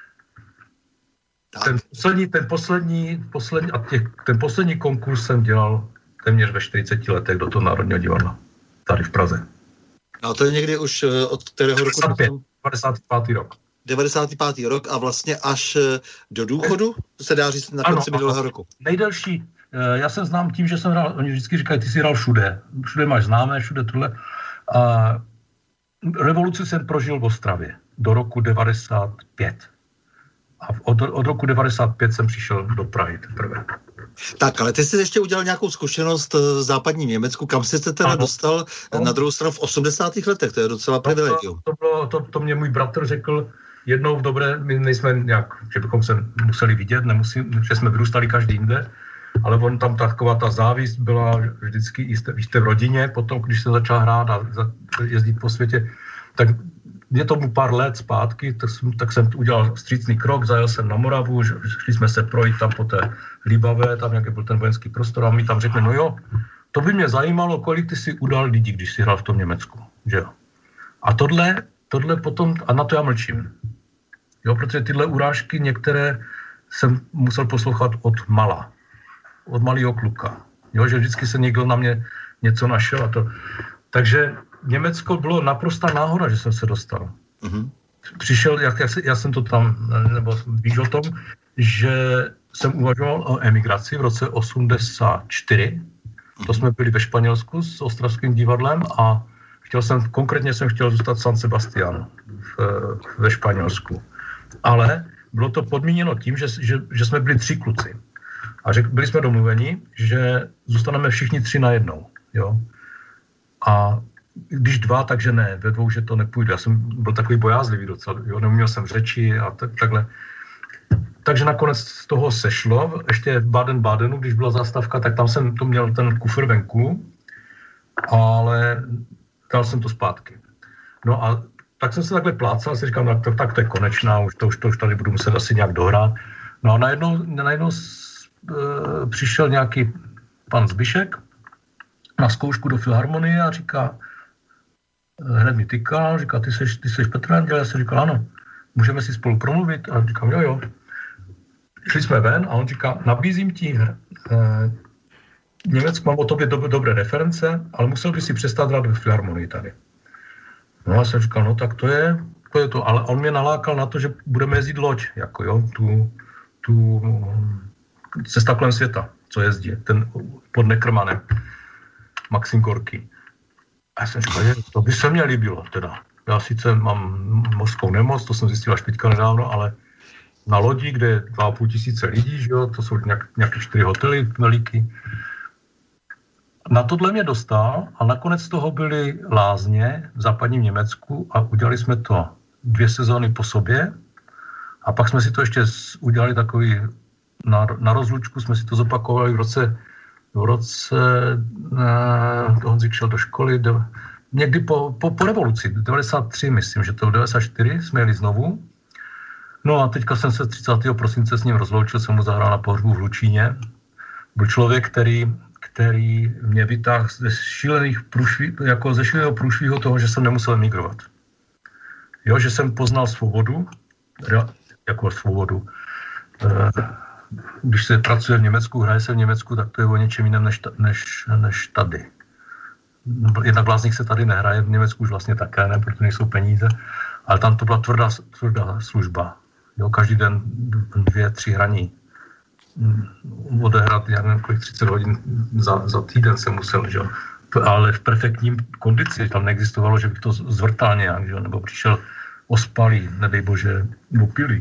ten poslední konkurs jsem dělal téměř ve 40 letech do toho Národního divadla, tady v Praze. A to je někdy už od kterého roku? 95. rok. 95. rok a vlastně až do důchodu, se dá říct na konci minulého roku. Nejdelší, já jsem znám tím, že jsem hrál, oni vždycky říkají, ty jsi hrál všude máš známé, všude tohle. A revoluci jsem prožil v Ostravě do roku 95. A od roku 95 jsem přišel do Prahy teprve. Tak, ale ty jsi ještě udělal nějakou zkušenost v západním Německu, kam jsi se teda dostal na druhou stranu v 80. letech, to je docela privilegium. To mě můj bratr řekl jednou v dobré, my nejsme nějak, že bychom se museli vidět, že jsme vyrůstali každý jinde, ale on tam taková ta závist byla vždycky jste v rodině, potom, když se začal hrát a jezdit po světě, tak je tomu pár let zpátky, tak jsem udělal vstřícný krok, zajel jsem na Moravu, šli jsme se projít tam po té Líbavé, tam jak byl ten vojenský prostor a mi tam řekli, no jo, to by mě zajímalo, kolik ty si udal lidí, když jsi hrál v tom Německu, že jo. A tohle potom, a na to já mlčím, jo, protože tyhle urážky některé jsem musel poslouchat od malého kluka, jo, že vždycky se někdo na mě něco našel a to, takže Německo bylo naprostá náhoda, že jsem se dostal. Mm-hmm. Přišel, já jsem to tam, nebo víš o tom, že jsem uvažoval o emigraci v roce 84. To jsme byli ve Španělsku s ostravským divadlem a konkrétně jsem chtěl zůstat v San Sebastianu ve Španělsku. Ale bylo to podmíněno tím, že jsme byli 3 kluci. A byli jsme domluveni, že zůstaneme všichni 3 najednou. Jo? A když 2, takže ne, ve 2, že to nepůjde. Já jsem byl takový bojázlivý docela, jo, neuměl jsem řeči a takhle. Takže nakonec z toho sešlo, ještě v Baden-Badenu, když byla zástavka, tak tam jsem to měl ten kufr venku, ale dal jsem to zpátky. No a tak jsem se takhle plácal, si říkám, tak to je konečná, už tady budu muset asi nějak dohrát. No a najednou přišel nějaký pan Zbyšek na zkoušku do Filharmonie a říká, hned mi tykal, říká, ty seš Petr Anděl, já jsem říkal, ano, můžeme si spolu promluvit a říkám, jo. Šli jsme ven a on říká, nabízím ti Německu, mám o tobě dobré reference, ale musel by si přestat hrát ve Filharmonii tady. No a jsem říkal, no tak to je to, ale on mě nalákal na to, že budeme jezdit loď, jako jo, tu cesta kolem světa, co jezdí, ten pod Neckermanem, Maxim Gorky. A já jsem říkal, to by se mě líbilo teda. Já sice mám mořskou nemoc, to jsem zjistil až teďka nedávno, ale na lodi, kde je 2,5 tisíce lidí, že jo, to jsou nějaké 4 hotely veliký. Na tohle mě dostal a nakonec z toho byly lázně v západním Německu a udělali jsme to 2 sezóny po sobě a pak jsme si to ještě udělali takový, na rozlučku jsme si to zopakovali v roce Honzik šel do školy, někdy po revoluci, 93 myslím, že to v 94 jsme jeli znovu. No a teďka jsem se 30. prosince s ním rozloučil, jsem mu zahrál na pohřbu v Lučíně. Byl člověk, který mě vytáhl ze šílených jako ze šíleného průšvihu toho, že jsem nemusel emigrovat. Jo, že jsem poznal svobodu, jako svobodu. Když se pracuje v Německu, hraje se v Německu, tak to je o něčem jiném než tady. Jednak v Lázních se tady nehraje, v Německu už vlastně také ne, protože nejsou peníze, ale tam to byla tvrdá služba. Jo, každý den 2-3 hraní. Odehrát, já nevím, kolik 30 hodin za týden jsem musel, že? Ale v perfektním kondici, tam neexistovalo, že bych to zvrtal nějak, že? Nebo přišel ospalý, nedej bože, opilý.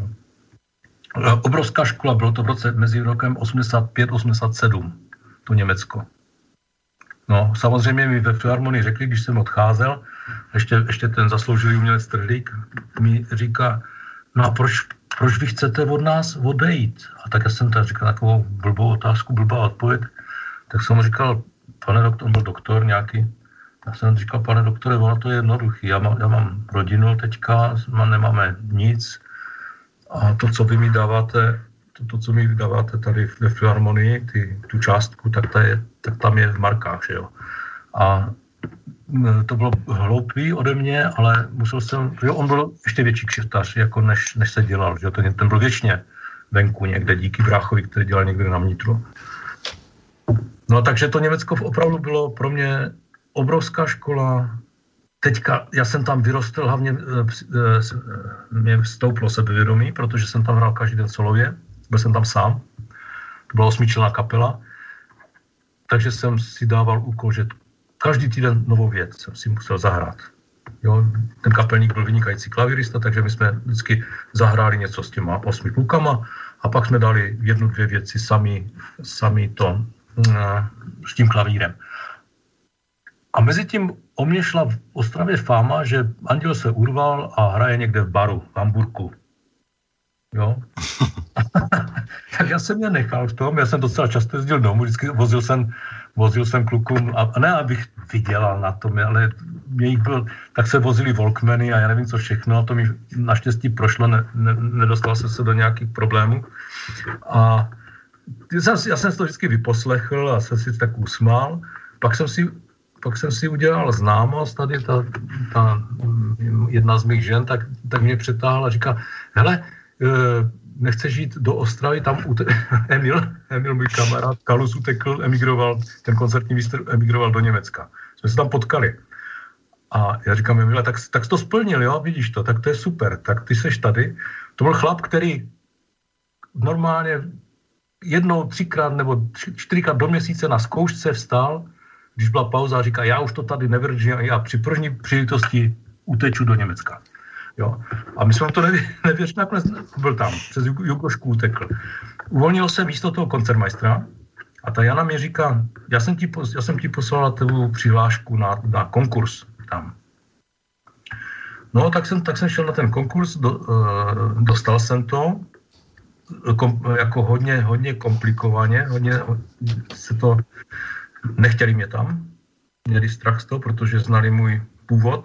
Obrovská škola, bylo to mezi rokem 85-87, to Německo. No, samozřejmě mi ve Filharmonii řekli, když jsem odcházel, ještě ten zasloužilý umělec Trhlík mi říká, no a proč vy chcete od nás odejít? A tak já jsem tak říkal takovou blbou otázku, blbá odpověď. Tak jsem mu říkal, pane doktor, on byl doktor nějaký, já jsem říkal, pane doktore, ono to je jednoduchý, já mám rodinu teďka, nemáme nic a to, co vy mi dáváte, co mi dáváte tady ve Filharmonii, tu částku, tak tam je v markách, že jo. A to bylo hloupý ode mě, ale musel jsem, jo, on byl ještě větší kšeftař, jako než se dělal, že ten byl věčně venku někde, díky bráchovi, který dělal někde na vnitru. No takže to Německo opravdu bylo pro mě obrovská škola. Teďka, já jsem tam vyrostl, hlavně mě stouplo sebevědomí, protože jsem tam hrál každý den solově, byl jsem tam sám, to byla 8členná kapela, takže jsem si dával úkol, že každý týden novou věc jsem si musel zahrát. Jo, ten kapelník byl vynikající klavírista, takže my jsme vždycky zahráli něco s těma 8 klukama a pak jsme dali 1-2 věci sami to s tím klavírem. A mezi tím o mě šla v Ostravě fáma, že Anděl se urval a hraje někde v baru, v Hamburku. Jo? Tak já jsem je nechal v tom, já jsem docela často jezdil domů, vždycky vozil jsem klukům, a ne abych vydělal na tom, ale mě jich byl, tak se vozili Walkmany a já nevím co všechno, a to mi naštěstí prošlo, nedostal jsem se do nějakých problémů. A já jsem si to vždycky vyposlechl a jsem si tak usmál, pak jsem si udělal známost, tady ta jedna z mých žen, tak mě přetáhla a říká, hele, nechceš jít do Ostravy, tam Emil, můj kamarád, Kalus utekl, emigroval, ten koncertní mistr emigroval do Německa. Jsme se tam potkali. A já říkám, Emile, tak jsi to splnil, jo, vidíš to, tak to je super, tak ty seš tady. To byl chlap, který normálně 1, 3krát nebo 4krát do měsíce na zkoušce vstal, když byla pauza a říká, já už to tady nevydržím, já při první příležitosti uteču do Německa. Jo. A my jsme to nevěřili, nakonec byl tam, přes Jugošku utekl. Uvolnil se místo toho koncertmeistra a ta Jana mi říká, já jsem ti poslala tvou přihlášku na konkurs tam. No, tak jsem šel na ten konkurs, dostal jsem to, jako hodně komplikovaně, hodně se to, nechtěli mě tam, měli strach z toho, protože znali můj původ,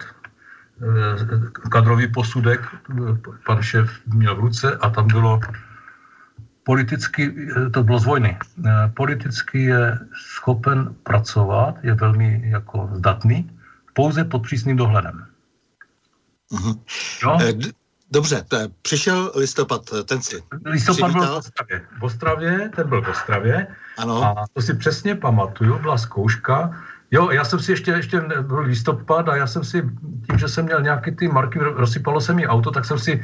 kadrový posudek, pan šéf měl v ruce a tam bylo politicky, to bylo z vojny, politicky je schopen pracovat, je velmi jako zdatný, pouze pod přísným dohledem. Mm-hmm. No? Dobře, přišel listopad, ten si listopad byl v Ostravě, ten byl v Ostravě. Ano. A to si přesně pamatuju, byla zkouška. Jo, já jsem si ještě byl listopad a já jsem si, tím, že jsem měl nějaké ty marky, rozsypalo se mi auto, tak jsem si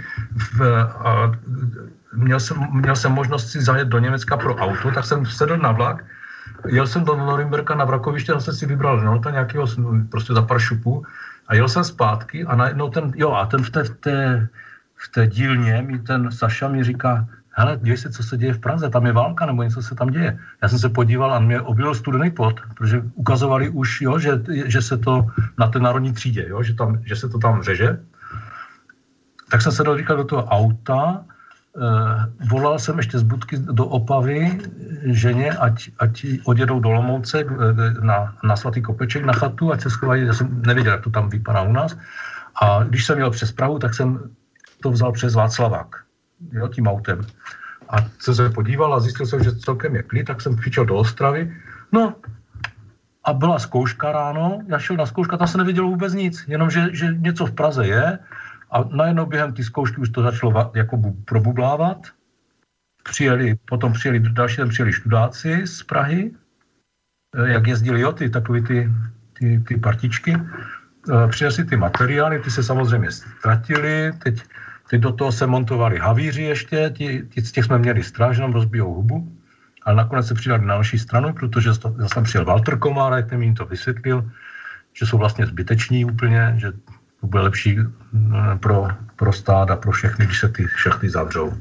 měl jsem možnost si zajet do Německa pro auto, tak jsem sedl na vlak, jel jsem do Norimberka na vrakoviště, tam jsem si vybral Renaulta nějakého, prostě za pár šupů a jel jsem zpátky a najednou ten v té dílně mi ten Saša mi říká, hele, dívej se, co se děje v Praze, tam je válka, nebo něco se tam děje. Já jsem se podíval a mě objevil studený pot, protože ukazovali už, jo, že se to na té národní třídě, jo, že se to tam řeže. Tak jsem se dal rychle do toho auta, volal jsem ještě z budky do Opavy ženě, ať odjedou do Olomouce na Svatý Kopeček na chatu, ať se schovají, já jsem nevěděl, jak to tam vypadá u nás. A když jsem jel přes Prahu, tak jsem to vzal přes Václavák, jo, tím autem. A jsem se podíval a zjistil jsem, že celkem je klid, tak jsem přišel do Ostravy. No a byla zkouška ráno, já šel na zkoušku, tam se nevědělo vůbec nic, jenom že něco v Praze je. A najednou během ty zkoušky už to začalo jako probublávat. Potom přijeli další den přijeli študáci z Prahy, jak jezdili, jo, ty partičky. Přinesli ty materiály, ty se samozřejmě ztratili, teď do toho se montovali havíři ještě, z těch jsme měli stráž, jenom rozbijou hubu, ale nakonec se přidali na naší stranu, protože zase tam přijel Walter Komárek, ten mi jim to vysvětlil, že jsou vlastně zbyteční úplně, že to bude lepší pro stát a pro všechny, když se ty šachty zavřou.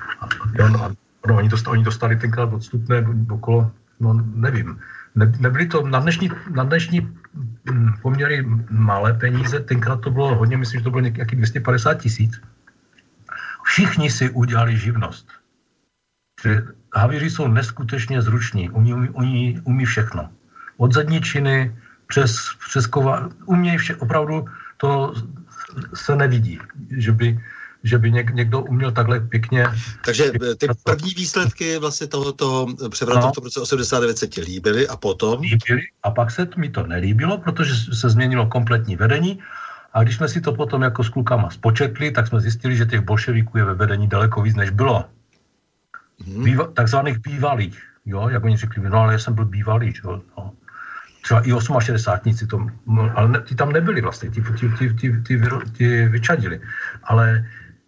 Oni dostali tenkrát odstupné okolo, no nevím, nebyly to na dnešní poměry malé peníze, tenkrát to bylo hodně, myslím, že to bylo nějaký 250 000. Všichni si udělali živnost. Havíři jsou neskutečně zruční, umí všechno. Od zadničiny přes kova, umějí opravdu to se nevidí, že by někdo uměl takhle pěkně... Takže ty první výsledky vlastně tohoto převratu v roce 89 se ti líbily a potom? Líbily a pak se mi to nelíbilo, protože se změnilo kompletní vedení a když jsme si to potom jako s klukama spočetli, tak jsme zjistili, že těch bolševiků je ve vedení daleko víc, než bylo. Takzvaných bývalých, jo, jak oni řekli, no ale já jsem byl bývalý, jo, no. Třeba i 68, ale ti tam nebyli vlastně, ti vyčadili. Ale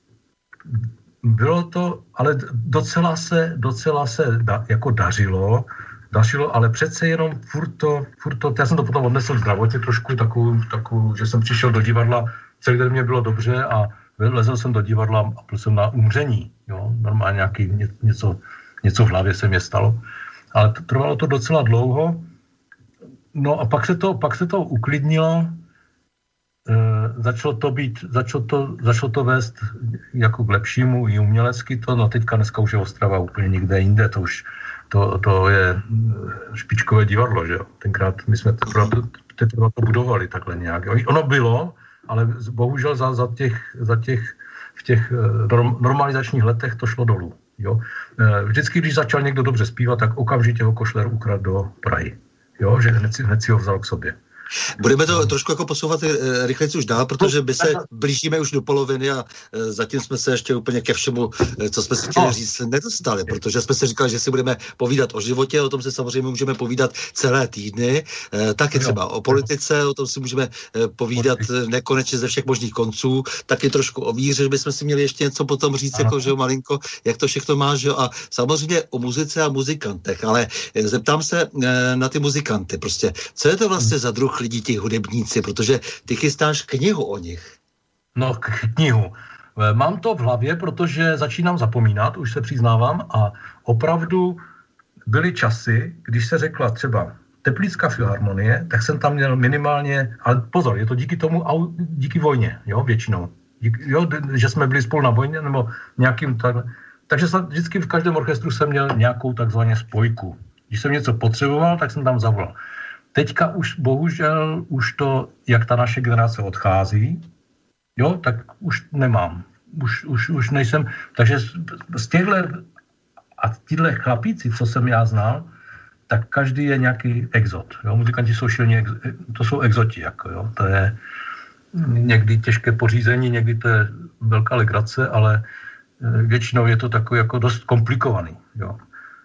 bylo to, ale docela se jako dařilo, ale přece jenom furt to, já jsem to potom odnesl zdravotně trošku, takovou, že jsem přišel do divadla, celý den mě bylo dobře a lezl jsem do divadla a byl jsem na umření, jo, normálně nějaký něco v hlavě se mě stalo. Ale trvalo to docela dlouho. No a pak se to uklidnilo, začalo to vést jako k lepšímu i umělecky no dneska už je Ostrava úplně někde jinde, to je špičkové divadlo, že jo. Tenkrát my jsme teprve to budovali takhle nějak. Ono bylo, ale bohužel v těch normalizačních letech to šlo dolů, jo. Vždycky, když začal někdo dobře zpívat, tak okamžitě ho Košler ukradl do Prahy. Jo, že hned si ho vzal k sobě. Budeme to trošku jako posouvat rychleji už dál, protože my se blížíme už do poloviny a zatím jsme se ještě úplně ke všemu, co jsme si chtěli říct, nedostali, protože jsme si říkali, že si budeme povídat o životě, o tom se samozřejmě můžeme povídat celé týdny, taky třeba o politice, o tom si můžeme povídat nekonečně ze všech možných konců, taky trošku o víře, že bychom si měli ještě něco potom říct, jako, že jo, malinko, jak to všechno má, že jo, a samozřejmě o muzice a muzikantech, ale zeptám se na ty muzikanty, prostě, co je to vlastně za druh lidí, ti hudebníci, protože ty chystáš knihu o nich. No, knihu. Mám to v hlavě, protože začínám zapomínat, už se přiznávám, a opravdu byly časy, když se řekla třeba Teplická filharmonie, tak jsem tam měl minimálně, ale pozor, je to díky vojně, jo, většinou. Že jsme byli spolu na vojně, nebo nějakým takhle. Takže vždycky v každém orchestru jsem měl nějakou takzvaně spojku. Když jsem něco potřeboval, tak jsem tam zavolal. Teďka už bohužel to, jak ta naše generace odchází, jo, tak už nemám. Už nejsem. Takže z těchto chlapíci, co jsem já znal, tak každý je nějaký exot. Jo? Muzikanti jsou to jsou exoti, jako, jo. To je někdy těžké pořízení, někdy to je velká legrace, ale většinou je to takový jako dost komplikovaný, jo.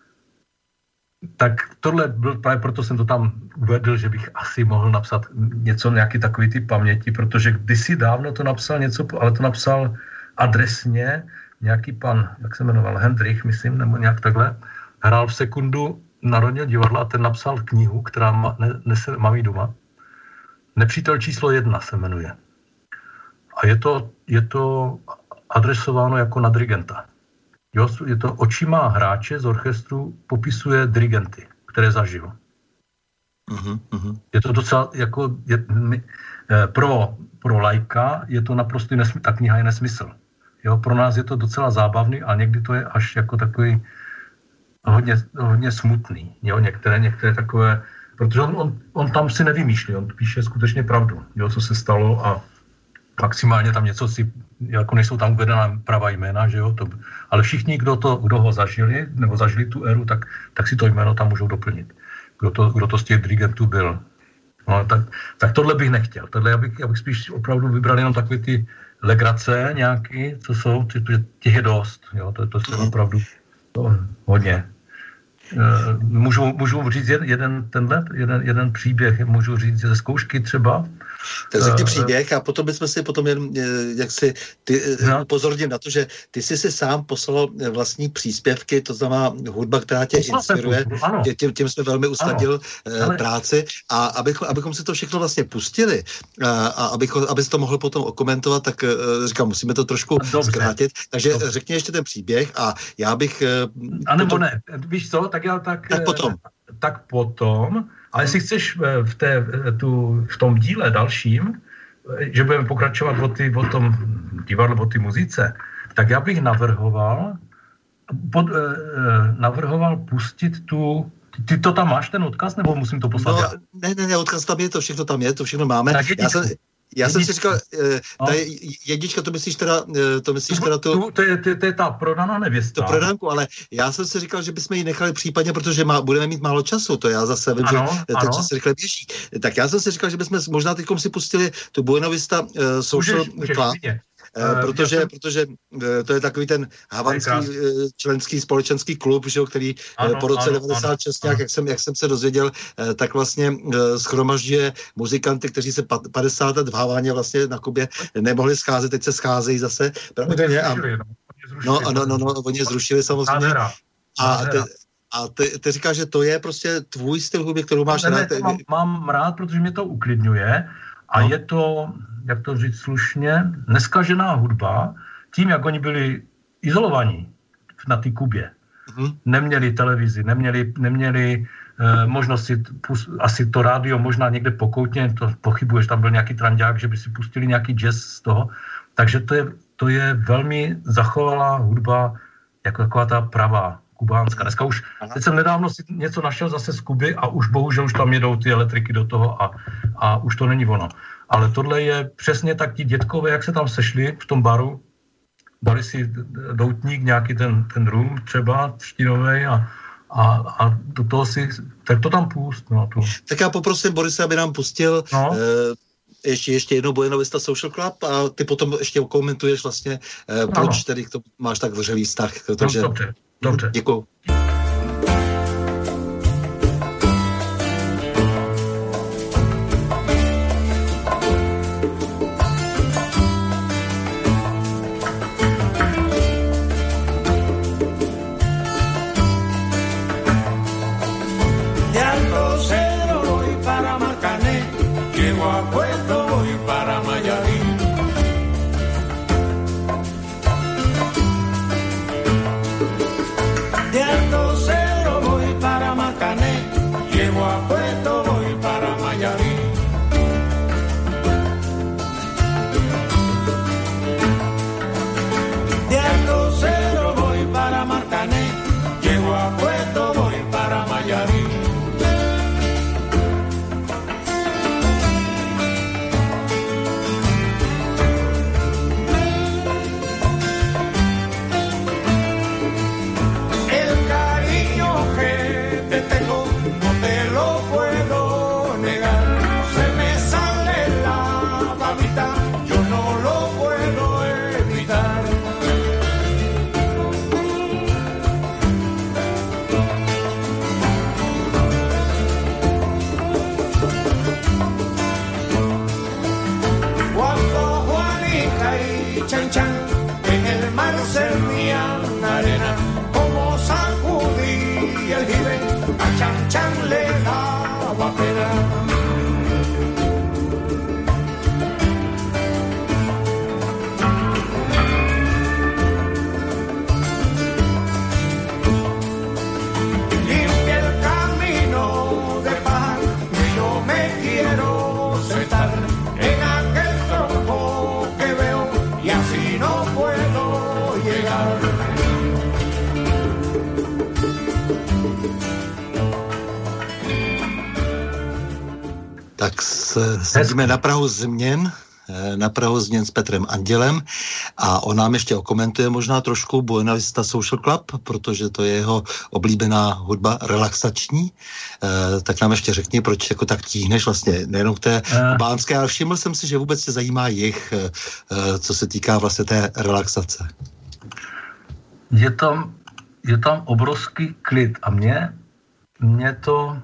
Tak tohle byl, právě proto jsem to tam uvedl, že bych asi mohl napsat nějaký takový typ paměti, protože kdysi dávno to napsal něco, ale to napsal adresně nějaký pan, jak se jmenoval, Hendrich, myslím, nebo nějak takhle, hrál v Sekundu Národního divadla a ten napsal knihu, která mám jí doma. Nepřítel číslo 1 se jmenuje. A je to adresováno jako na dirigenta. Jo, je to očima hráče z orchestru, popisuje dirigenty, které zažil. Je to docela jako pro laika je to naprosto ta kniha je nesmysl. Jo, pro nás je to docela zábavný, a někdy to je až jako takový hodně smutný. Jo, některé takové, protože on tam si nevymýšlí, on píše skutečně pravdu, jo, co se stalo, a maximálně tam něco si, jako nejsou tam uvedená pravá jména, že jo, ale všichni, kdo ho zažili, nebo zažili tu éru, tak si to jméno tam můžou doplnit. Kdo to z těch dirigentů byl. No, tak tohle bych nechtěl. Tohle já bych spíš opravdu vybral jenom takové ty legrace nějaký, co jsou, těch je dost. Jo, to je opravdu hodně. Můžu říct jeden příběh, můžu říct ze zkoušky třeba. Tak řekni příběh a potom bychom si upozornil na to, že ty jsi si sám poslal vlastní příspěvky, to znamená hudba, která tě inspiruje. Tím jsme velmi usnadnil práci, a abychom si to všechno vlastně pustili a abys to mohl potom okomentovat, tak říkám, musíme to trošku zkrátit. Takže řekni ještě ten příběh a já bych... A nebo ne, víš co, tak potom, ale jestli chceš v tom díle dalším, že budeme pokračovat o tom divadle, o té muzice, tak já bych navrhoval pustit ty to tam máš, ten odkaz, nebo musím to poslat? Ne, odkaz tam je, to všechno máme. Já jsem si říkal, ta jednička, to myslíš teda tu... To je ta prodaná nevěsta. To prodanku, ale já jsem si říkal, že bychom ji nechali případně, protože budeme mít málo času, to já zase vím, že ten čas se rychle běží. Tak já jsem si říkal, že bychom možná teďkom si pustili tu Buena Vista Social Club. Protože to je takový ten havanský členský společenský klub, že jo, který po roce 96, jak jsem se dozvěděl, tak vlastně shromažďuje muzikanty, kteří se 50 let v Havaně vlastně na Kubě nemohli scházet, teď se scházejí zase. Oni je zrušili samozřejmě. A ty říkáš, že to je prostě tvůj styl hudby, kterou máš rád? Mám rád, protože mě to uklidňuje a je to, jak to říct slušně, neskažená hudba, tím, jak oni byli izolovaní na té Kubě. Neměli televizi, neměli možnost si asi to rádio možná někde pokoutně, to pochybuješ, tam byl nějaký trandák, že by si pustili nějaký jazz z toho. Takže to je velmi zachovalá hudba, jako taková ta pravá kubánská. Dneska už, teď jsem nedávno si něco našel zase z Kuby a už bohužel už tam jedou ty elektriky do toho a už to není ono. Ale tohle je přesně tak, ti dětkové, jak se tam sešli v tom baru, dali si doutník, nějaký ten rum třeba třtinovej a do toho si, tak to tam pust. No, tak já poprosím Borise, aby nám pustil ještě jednou Buena Vista Social Club a ty potom ještě komentuješ vlastně, proč tedy k tomu máš tak vřelý vztah. Takže... Dobře. Děkuju. Tak sedíme na Prahu změn s Petrem Andělem a on nám ještě okomentuje možná trošku Buena Vista Social Club, protože to je jeho oblíbená hudba relaxační. Tak nám ještě řekni, proč jako tak tíhneš vlastně nejenom k té kubánské, ale všiml jsem si, že vůbec tě zajímá jich, co se týká vlastně té relaxace. Je tam obrovský klid a mě to...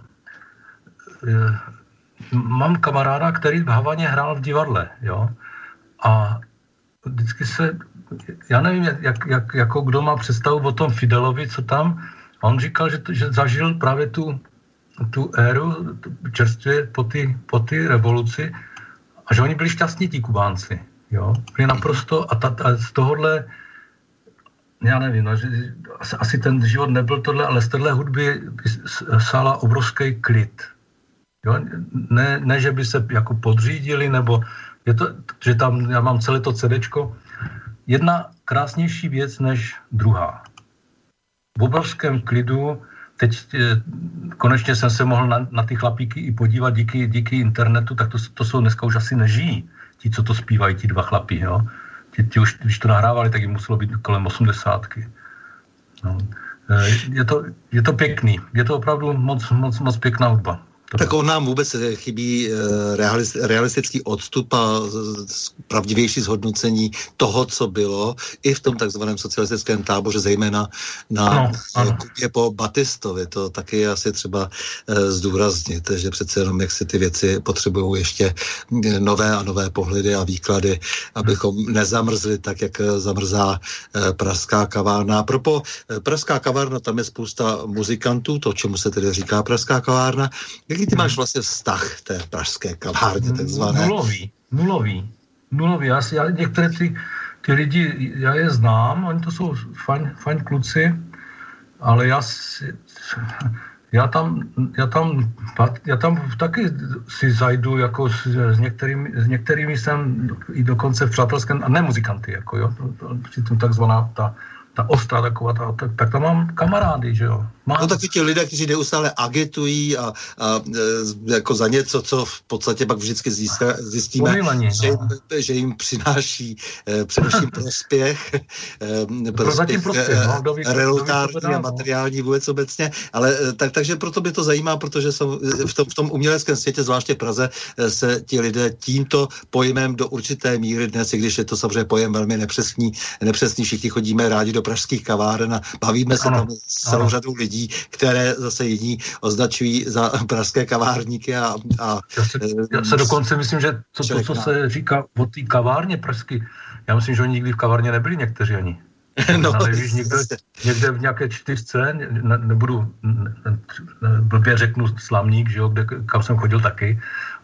Mám kamaráda, který v Havaně hrál v divadle, jo, a vždycky já nevím, jako kdo má představu o tom Fidelovi, co tam, a on říkal, že zažil právě tu éru čerstvě po ty revoluci a že oni byli šťastní, ti Kubánci, jo, byli naprosto a z tohohle, já nevím, no, že asi ten život nebyl tohle, ale z téhle hudby sála obrovský klid. Jo, ne, že by se jako podřídili, nebo je to, že tam já mám celé to CDčko. Jedna krásnější věc než druhá. V obrovském klidu, teď konečně jsem se mohl na ty chlapíky i podívat díky internetu, tak to jsou dneska už asi nežijí, ti, co to zpívají, ti dva chlapí, jo. Ti už, když to nahrávali, tak jim muselo být kolem 80. No. Je to pěkný, je to opravdu moc pěkná hudba. Tak on nám vůbec chybí realistický odstup a pravdivější zhodnocení toho, co bylo i v tom takzvaném socialistickém táboře, zejména na Kubě po Batistovi. To taky je asi třeba zdůraznit, že přece jenom jak si ty věci potřebují ještě nové a nové pohledy a výklady, abychom nezamrzli tak, jak zamrzá pražská kavárna. Apropo pražská kavárna, tam je spousta muzikantů, to, čemu se tedy říká pražská kavárna. Jaký ty máš vlastně vztah té pražské kavárně, takzvané? Nulový. Já některé ty lidi, já je znám, oni to jsou fajn kluci, ale já tam taky si zajdu, jako s některými jsem i dokonce v přátelském, a ne muzikanty, jako jo, to takzvaná ta ostrá taková, tak tam mám kamarády, že jo. No taky ti lidé, kteří neustále agitují a jako za něco, co v podstatě pak vždycky zjistíme, že jim přináší především prospěch relutární a materiální vůbec obecně, ale takže proto by to zajímá, protože v tom uměleckém světě, zvláště v Praze, se ti lidé tímto pojmem do určité míry dnes, i když je to samozřejmě pojem velmi nepřesný, všichni chodíme rádi do pražských kaváren a bavíme se tam s celou řadou lidí, které zase jiní označují za pražské kavárníky a já se dokonce myslím, že to, co se říká o té kavárně pražský, já myslím, že oni nikdy v kavárně nebyli někteří ani. No, víš, někde v nějaké 4, nebudu, blbě řeknu Slamník, že jo, kam jsem chodil taky,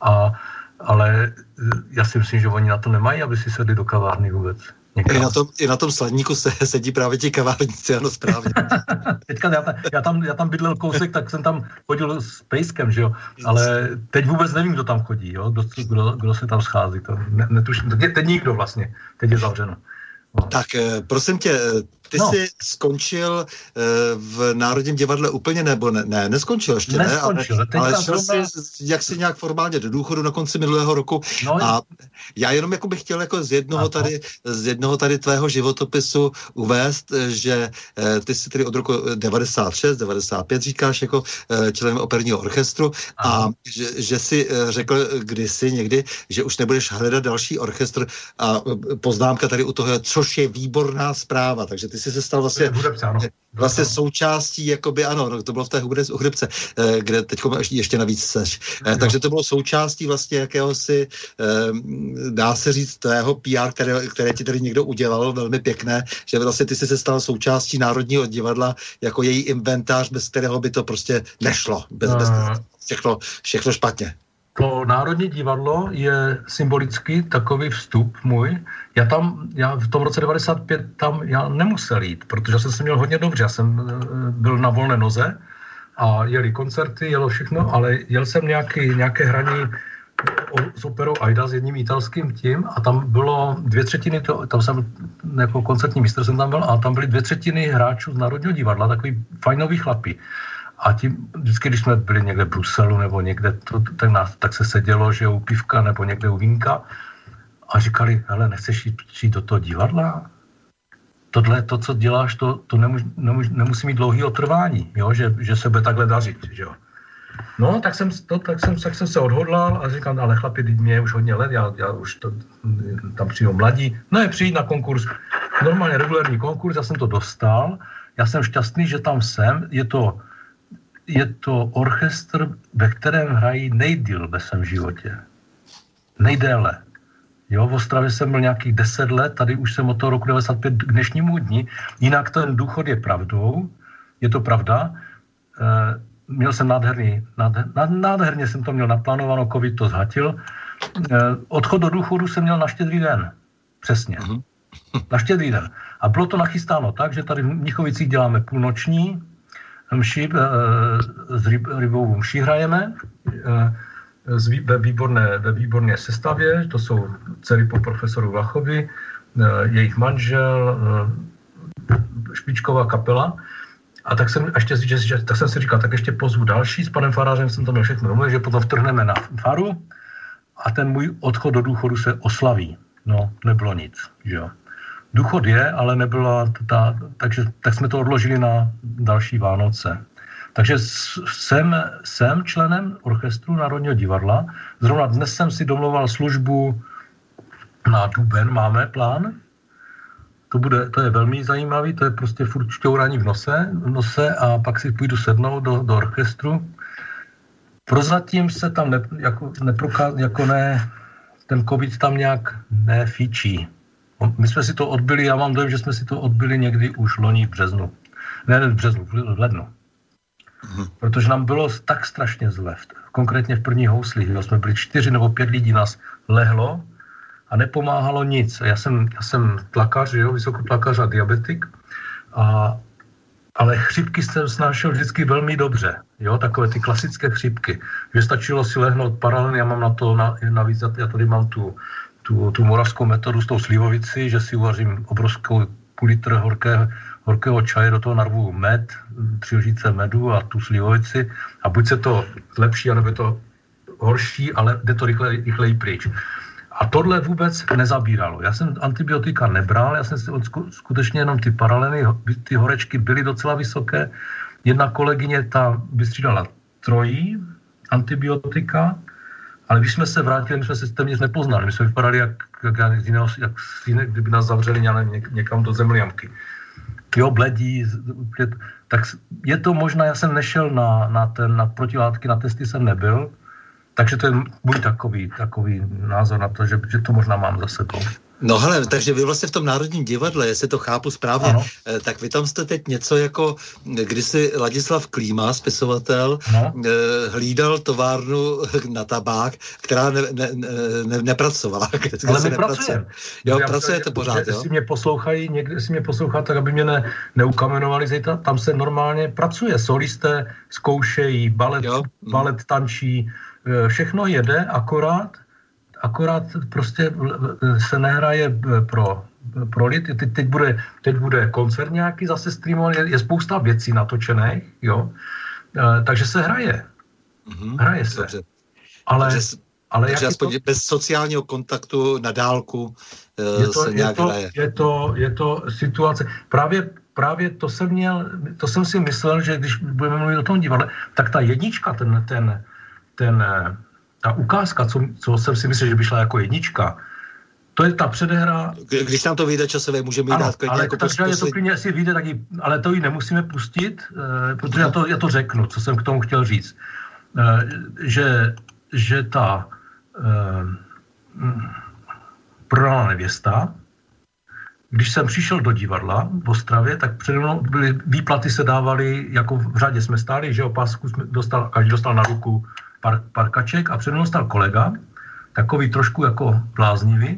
ale já si myslím, že oni na to nemají, aby si sedli do kavárny vůbec. I na tom Sladníku sedí právě ti kavárníci, ano, správně. Teďka já tam bydlel kousek, tak jsem tam chodil s pejskem, že jo, ale teď vůbec nevím, kdo tam chodí, jo, kdo se tam schází, to netuším, teď nikdo vlastně, teď je zavřeno. No. Tak prosím tě, ty jsi skončil v Národním divadle úplně, nebo ne? Neskončil ještě, neskončil, ne? Ale šel jsi jaksi nějak formálně do důchodu na konci minulého roku. No, a já jenom jako bych chtěl jako z jednoho tady tvého životopisu uvést, že ty jsi tedy od roku 96, 95 říkáš jako členem operního orchestru a že jsi řekl kdysi někdy, že už nebudeš hledat další orchestr a poznámka tady u toho, což je výborná zpráva, takže ty jsi se stal vlastně součástí, jakoby, ano, to bylo v té hudebce, kde teďko ještě navíc seš. Takže to bylo součástí vlastně jakéhosi, dá se říct, tvého PR, které ti tady někdo udělal, velmi pěkné, že vlastně ty jsi se stal součástí Národního divadla jako její inventář, bez kterého by to prostě nešlo. Bez všechno špatně. To Národní divadlo je symbolický takový vstup můj. Já v tom roce 95 tam já nemusel jít, protože jsem se měl hodně dobře. Já jsem byl na volné noze a jeli koncerty, jelo všechno, ale jel jsem nějaké hraní s operou Aida s jedním italským tím a tam bylo 2/3, tam jsem jako koncertní mistr jsem tam byl a tam byly 2/3 hráčů z Národního divadla, takový fajnový chlapi. A tím, vždycky, když jsme byli někde v Bruselu nebo někde, tak se sedělo, že u pivka nebo někde u vínka a říkali, hele, nechceš jít do toho divadla? Tohle, to, co děláš, to nemusí mít dlouhý trvání, jo? Že se bude takhle dařit. Že jo? No, tak jsem se odhodlal a říkám, ale chlapi, mě je už hodně let, já už tam přijdou mladí. Ne, přijít na konkurs, normálně regulární konkurs, já jsem to dostal, já jsem šťastný, že tam jsem, je to orchestr, ve kterém hrají nejdýl ve svém životě. Nejdéle. Jo, v Ostravě jsem byl nějakých 10 let, tady už jsem od toho roku 95 k dnešnímu dni. Jinak ten důchod je pravdou, je to pravda. Měl jsem nádherně jsem to měl naplánováno, covid to zhatil. Odchod do důchodu jsem měl na Štědrý den. Přesně. Na Štědrý den. A bylo to nachystáno tak, že tady v Mnichovicích děláme půlnoční mši, s rybovou mši hrajeme, ve výborné sestavě, to jsou dcery po profesoru Vlachovi, jejich manžel, špičková kapela. A tak jsem si říkal, tak ještě pozvu další, s panem farářem jsem to měl všechno domluvit, že potom vtrhneme na faru a ten můj odchod do důchodu se oslaví. No, nebylo nic, že jo. Důchod je, ale nebyla tak jsme to odložili na další Vánoce. Takže jsem členem orchestru Národního divadla. Zrovna dnes jsem si domlouval službu na duben, máme plán. To je velmi zajímavý, to je prostě furt šťourání v nose a pak si půjdu sednout do orchestru. Prozatím se tam ten covid tam nějak nefíčí. My jsme si to odbyli, já mám dojem, že jsme si to odbyli někdy už loni v březnu. Ne v březnu, v lednu. Protože nám bylo tak strašně zle. Konkrétně v první housli, jsme byli 4 nebo 5 lidí, nás lehlo a nepomáhalo nic. Já jsem tlakař, vysokotlakář a diabetik, ale chřipky jsem snášel vždycky velmi dobře. Jo, takové ty klasické chřipky. Že stačilo si lehnout paralelně, já mám na to navíc, já tady mám tu moravskou metodu s tou slivovici, že si uvařím obrovskou půl litr horkého čaje, do toho narvu med, 3 lžíce medu a tu slivovici a buď se to zlepší, anebo je to horší, ale jde to rychleji pryč. A tohle vůbec nezabíralo. Já jsem antibiotika nebral, já jsem si skutečně jenom ty paralely, ty horečky byly docela vysoké. Jedna kolegyně ta vystřídala 3 antibiotika, ale když jsme se vrátili, my jsme se téměř nepoznali. My jsme vypadali jak kdyby nás zavřeli někam do zemljamky. Jo, bledí, tak je to možná, já jsem nešel na protilátky, na testy jsem nebyl, takže to je můj takový názor na to, že to možná mám za sebou. No hele, takže vy vlastně v tom Národním divadle, jestli to chápu správně, ano. Tak vy tam jste teď něco jako, kdysi Ladislav Klíma, spisovatel, hlídal továrnu na tabák, která nepracovala. Ale my pracujeme. Jo, pracujete pořád, jo? Jestli mě poslouchají, někdy si mě poslouchá, tak aby mě neukamenovali zítra, tam se normálně pracuje. Solisté zkoušejí, balet tančí, všechno jede, akorát prostě se nehraje pro lid. Teď bude koncert nějaký zase streamovaný, je spousta věcí natočených, jo. Takže se hraje. Hraje se. Dobře. Ale takže aspoň bez sociálního kontaktu na dálku se nějak hraje. Je to situace. Právě to jsem si myslel, že když budeme mluvit o tom divadle, tak ta jednička, ta ukázka, co jsem si myslel, že by šla jako jednička, to je ta předehra. Když nám to vyjde časové, můžeme jí dát klidně jako poslední. To klidně si vyjde taky, ale to ji nemusíme pustit, protože já to řeknu, co jsem k tomu chtěl říct. Že ta prodaná nevěsta, když jsem přišel do divadla v Ostravě, tak přede mnou výplaty se dávaly, jako v řadě jsme stáli, že opásku každý dostal na ruku pár kaček a před mnou stal kolega, takový trošku jako bláznivý,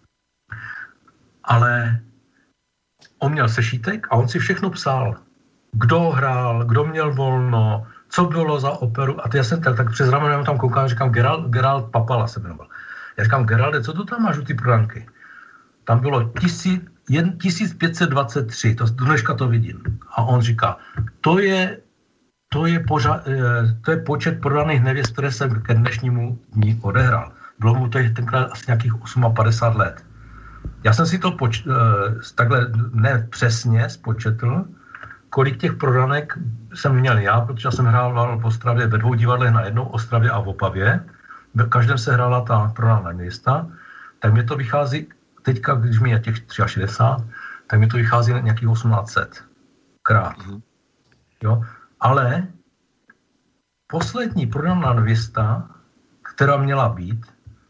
ale on měl sešítek a on si všechno psal. Kdo hrál, kdo měl volno, co bylo za operu. A já jsem tak přes rameno tam koukal a říkám, Gerald Papala se jmenoval. Já říkám, Geralde, co tu tam máš u ty prodanky? Tam bylo 1523, dneška to vidím. A on říká, to je to je počet prodaných nevěst, které jsem ke dnešnímu dní odehrál. Bylo mu to tenkrát asi nějakých 58 let. Já jsem si to takhle nepřesně spočetl, kolik těch prodanek jsem měl já, protože jsem hrál v Ostravě ve 2 divadlech na jednou, Ostravě a v Opavě. V každém se hrála ta prodaná nevěsta. Tak mi to vychází, teďka, když mi je těch 63, tak mi to vychází na nějakých 1800 krát. Jo? Ale poslední prodaná nevěsta, která měla být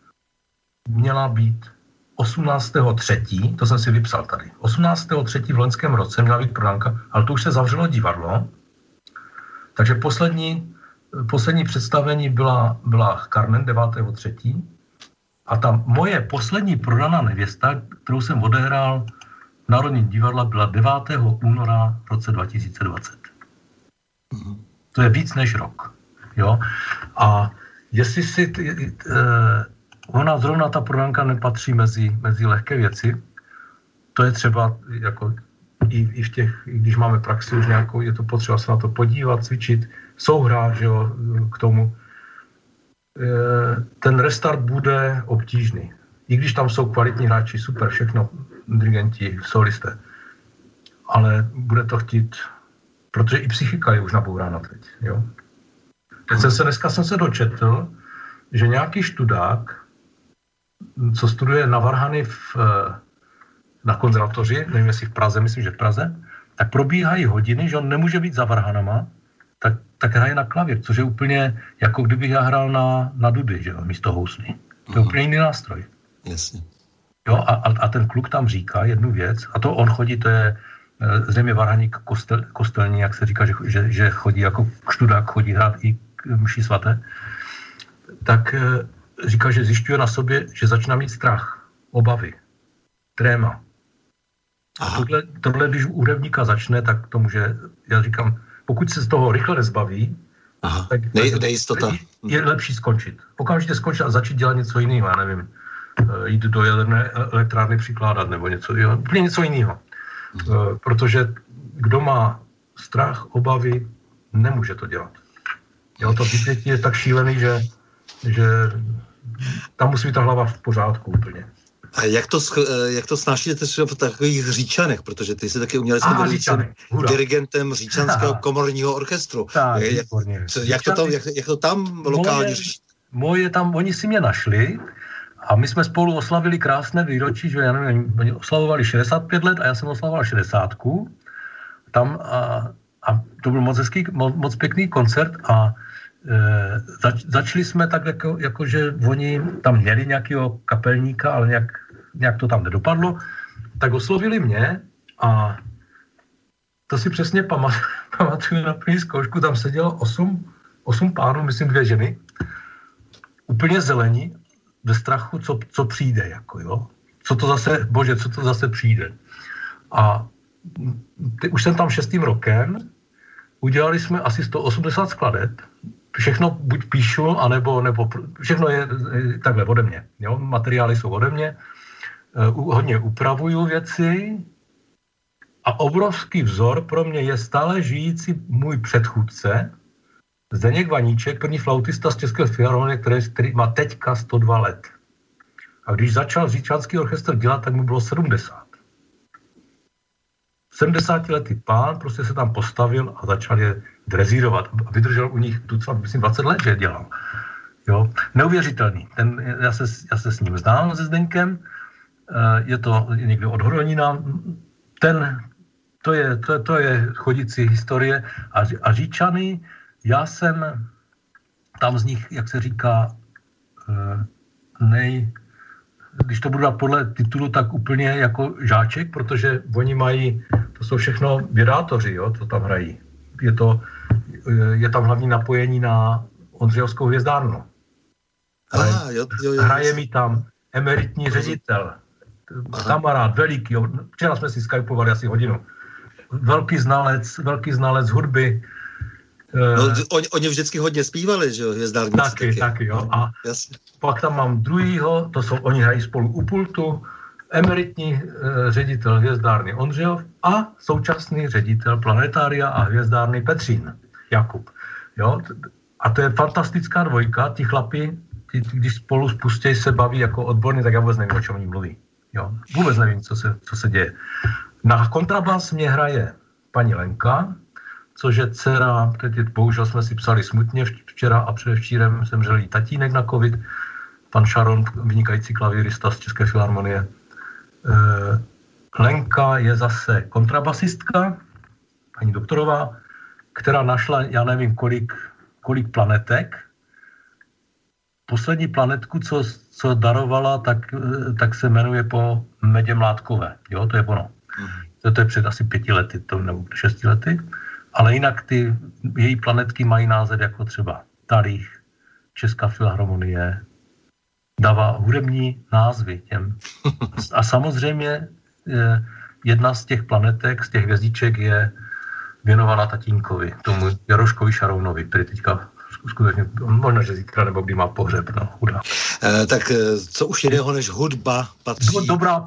18.3., to jsem si vypsal tady. 18.3. v loňském roce měla být prodanka, ale to už se zavřelo divadlo. Takže poslední představení byla Carmen 9.3. A ta moje poslední prodaná nevěsta, kterou jsem odehrál v Národním divadle, byla 9. února v roce 2020. To je víc než rok. Jo? A jestli si ona zrovna ta prodanka nepatří mezi lehké věci, to je třeba jako i v těch, když máme praxi už nějakou, je to potřeba se na to podívat, cvičit, souhrát, že jo, k tomu. Ten restart bude obtížný. I když tam jsou kvalitní hráči, super, všechno, dirigenti, solisté. Ale bude to chtít, protože i psychika je už nabourána teď, jo. Dneska jsem se dočetl, že nějaký študák, co studuje na varhany na konzervatoři, nevím jestli v Praze, myslím, že v Praze, tak probíhají hodiny, že on nemůže být za varhanama, tak hraje na klavír, což je úplně jako kdybych já hrál na dudy, že jo, místo housny. To je úplně jiný nástroj. Jasně. Jo, a ten kluk tam říká jednu věc, a to on chodí, to je zřejmě varhaník kostelní, jak se říká, že chodí jako študák, chodí hrát i k mši svaté, tak říká, že zjišťuje na sobě, že začíná mít strach, obavy, tréma. A tohle, když u hudebníka začne, tak to může, já říkám, pokud se z toho rychle nezbaví, tak je lepší skončit. Okamžitě skončit a začít dělat něco jiného, já nevím, jít do jaderné elektrárny přikládat nebo něco, úplně něco jiného. Protože kdo má strach, obavy, nemůže to dělat. Jo, to vypětí je tak šílený, že tam musí být ta hlava v pořádku úplně. A jak to snášíte třeba v takových Říčanech, protože ty jsi taky uměleckým dirigentem Říčanského komorního orchestru. Tak, jak to tam lokálně řeší? Oni si mě našli a my jsme spolu oslavili krásné výročí, že já nevím, oni oslavovali 65 let a já jsem oslavoval 60. Tam a to byl moc pěkný koncert a začali jsme tak, jako že oni tam měli nějakého kapelníka, ale nějak to tam nedopadlo, tak oslovili mě a to si přesně pamatuju na první zkoušku, tam sedělo 8 pánů, myslím 2 ženy, úplně zelení, ve strachu, co přijde, jako jo. Co to zase přijde. A už jsem tam 6. rokem, udělali jsme asi 180 skladeb, všechno buď píšu, anebo všechno je takhle ode mě. Jo? Materiály jsou ode mě, hodně upravuju věci a obrovský vzor pro mě je stále žijící můj předchůdce, Zdeněk Vaníček, první flautista z České filharmonie, který má teďka 102 let. A když začal Říčanský orchestr dělat, tak mu bylo 70. 70letý pán prostě se tam postavil a začal je drezírovat. A vydržel u nich myslím 20 let, že dělal. Jo? Neuvěřitelný. Já se s ním znám, se Zdeňkem. Je to někde od Hronína. To je chodící historie. A Říčany, já jsem tam z nich, jak se říká, když to budu dát podle titulu, tak úplně jako žáček, protože oni mají, to jsou všechno vědátoři, jo, co tam hrají. Je tam hlavní napojení na Ondřejovskou hvězdárnu. Hraje mi tam emeritní ředitel, kamarád, veliký, včera jsme si skypovali asi hodinu. Velký znalec hudby. Oni vždycky hodně zpívali, že jo, hvězdárníci. Taky, jo. A pak tam mám druhýho, oni hrají spolu u pultu, emeritní ředitel hvězdárny Ondřejov a současný ředitel planetária a hvězdárny Petřín. Jakub. Jo? A to je fantastická dvojka, ti chlapi, když spolu spustějí se baví jako odborní, tak já vůbec nevím, o čem oni mluví. Jo? Vůbec nevím, co se děje. Na kontrabas mě hraje paní Lenka, což je dcera, teď bohužel jsme si psali smutně, včera a předevčírem zemřel jí tatínek na covid, pan Sharon, vynikající klavírista z České filharmonie. Lenka je zase kontrabasistka, paní doktorová, která našla, já nevím, kolik planetek. Poslední planetku, co darovala, tak se jmenuje po Medě Mládkové. Jo, to je ono. To je před asi 5 lety, nebo 6 lety. Ale jinak ty její planetky mají název jako třeba Talích, Česká filharmonie, dává hudební názvy těm. A samozřejmě jedna z těch planetek, z těch hvězdiček je věnovaná tatínkovi, tomu Jaroškovi Šarounovi, který teďka skutečně, možná, že zítra nebo kdy má pohřeb, no, chudá. Tak co už jiného než hudba patří, dobrá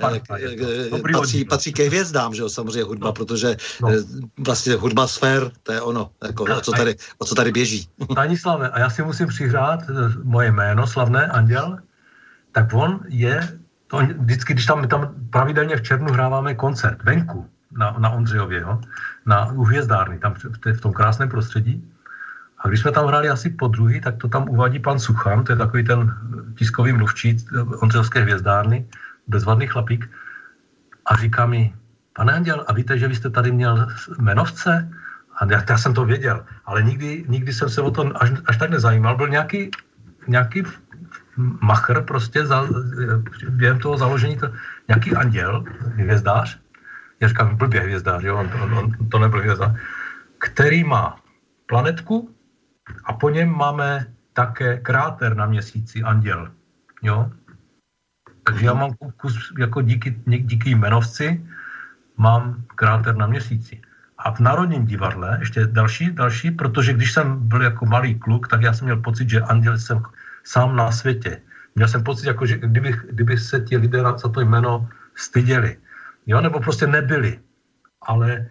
patří ke hvězdám, že jo, samozřejmě hudba, protože vlastně hudba sfér, to je ono, jako, o co tady běží. Stanislave, a já si musím přihrát moje jméno, slavné Anděl, tak on je, to vždycky, když tam pravidelně v červnu hráváme koncert venku na Ondřejově, jo, u hvězdárny, tam v tom krásném prostředí. A když jsme tam hráli asi po druhý, tak to tam uvádí pan Suchan, to je takový ten tiskový mluvčí Ondřejovské hvězdárny, bezvadný chlapík. A říká mi, pane Anděl, a víte, že vy jste tady měl jmenovce? A já jsem to věděl, ale nikdy jsem se o to až tak nezajímal. Byl nějaký machr prostě během toho založení, nějaký anděl, hvězdář, já říkám blbě hvězdář, jo, on to nebyl hvězdář, který má planetku a po něm máme také kráter na Měsíci, anděl, jo. Takže já mám kus, jako díky jmenovci, mám kráter na Měsíci. A v Národním divadle, ještě další, protože když jsem byl jako malý kluk, tak já jsem měl pocit, že anděl jsem sám na světě. Měl jsem pocit, jako, že kdyby se ti lidé za to jméno styděli. Jo, nebo prostě nebyli. Ale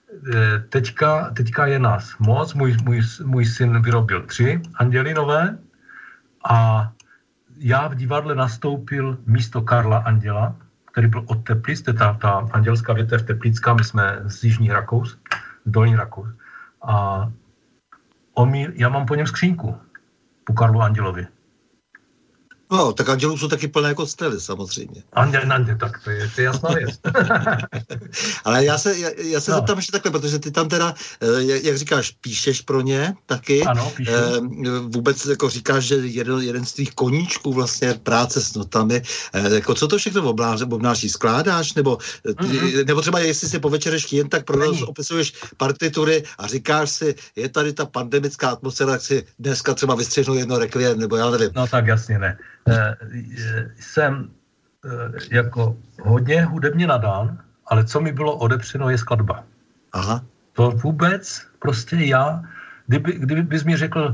teďka je nás moc. Můj syn vyrobil 3 anděly nové a já v divadle nastoupil místo Karla Anděla, který byl od Teplic, to je ta andělská větev Teplická, my jsme z Jižních Rakous, z Dolních Rakous. A já mám po něm skřínku, po Karlu Andělovi. No, tak andělů jsou taky plné kostely, samozřejmě. Anděl, tak to je jasná věc. Ale já se zeptám ještě takhle, protože ty tam teda, jak říkáš, píšeš pro ně taky. Ano, píšu. Vůbec jako říkáš, že jeden z tvých koníčků vlastně práce s notami. Jako co to všechno obnáší? Skládáš? Nebo třeba jestli si po večereš jen tak pro nás opisuješ partitury a říkáš si, je tady ta pandemická atmosféra, tak si dneska třeba vystřihnu jedno rekviem, nebo já nevím. No tak jasně ne. Jsem jako hodně hudebně nadán, ale co mi bylo odepřeno je skladba. Aha. To vůbec prostě já, kdybys mi řekl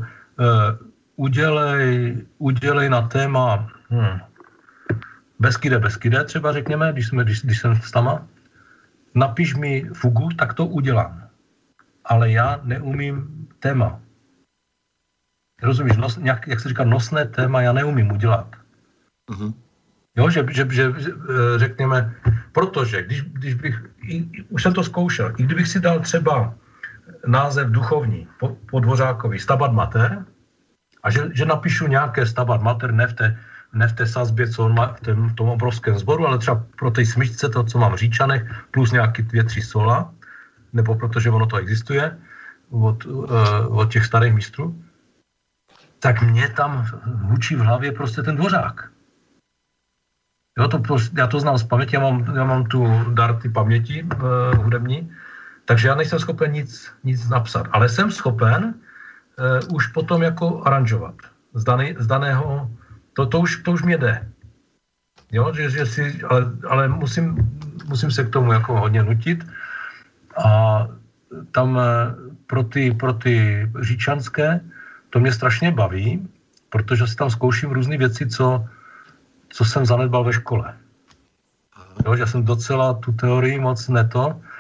udělej na téma Beskide, třeba řekněme, když jsem s tama, napiš mi fugu, tak to udělám. Ale já neumím téma. Rozumíš, jak se říká, nosné téma já neumím udělat. Uh-huh. Jo, že řekněme, protože když bych, už jsem to zkoušel, i kdybych si dal třeba název duchovní po Dvořákovi, Stabat Mater, a že napíšu nějaké Stabat Mater, ne v té sazbě, co on má v tom obrovském sboru, ale třeba pro té smyčce, to, co mám v Říčanech, plus nějaký 2-3 sola, nebo protože ono to existuje od těch starých mistrů, tak mě tam hučí v hlavě prostě ten Dvořák. Jo, já to znám z paměti, já mám tu dar ty paměti hudební, takže já nejsem schopen nic napsat, ale jsem schopen už potom jako aranžovat. Z daného, to už mě jde. Jo, ale musím se k tomu jako hodně nutit a tam pro ty říčanské to mě strašně baví, protože si tam zkouším různé věci, co jsem zanedbal ve škole. Jo, že jsem docela tu teorii moc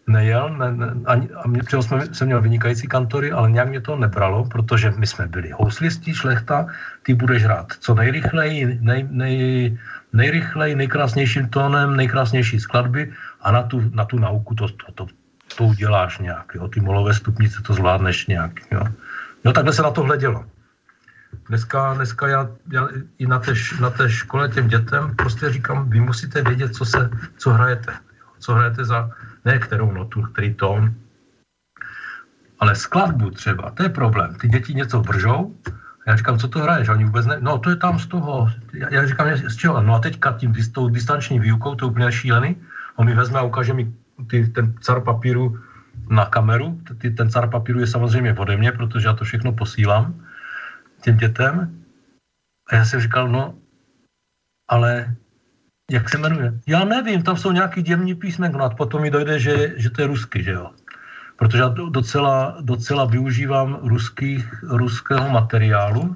nejel, třeba jsem měl vynikající kantory, ale nějak mě to nebralo, protože my jsme byli houslistí, šlechta, ty budeš hrát co nejrychleji, nejrychleji, nejkrásnějším tónem, nejkrásnější skladby a na tu nauku to uděláš nějak, jo? Ty molové stupnice to zvládneš nějak, jo? No takhle se na to hledělo. Dneska já i na té škole těm dětem prostě říkám, vy musíte vědět, co hrajete. Co hrajete za, ne kterou notu, který tón, ale skladbu třeba, to je problém. Ty děti něco vržou, já říkám, co to hraješ? A oni vůbec ne, no to je tam z toho. Já říkám, z čeho? No a teďka s tou distanční výukou, to je úplně šílený, on mi vezme a ukáže mi ten car papíru na kameru, ten car papíru je samozřejmě ode mě, protože já to všechno posílám těm dětem. A já jsem říkal, no, ale jak se jmenuje? Já nevím, tam jsou nějaký děmní písmenka, no a potom mi dojde, že to je rusky, že jo. Protože já docela využívám ruského materiálu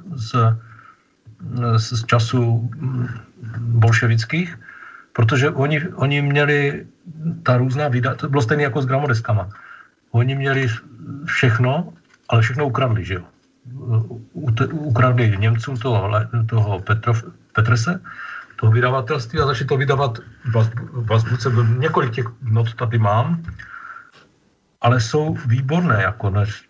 z času bolševických, protože oni měli ta různá vydání, to bylo stejné jako s gramodeskama. Oni měli všechno, ale všechno ukradli, že jo. Ukradli Němcům toho Petrese, toho vydavatelství a začali to vydávat v azbuce. Několik těch not tady mám, ale jsou výborné, jako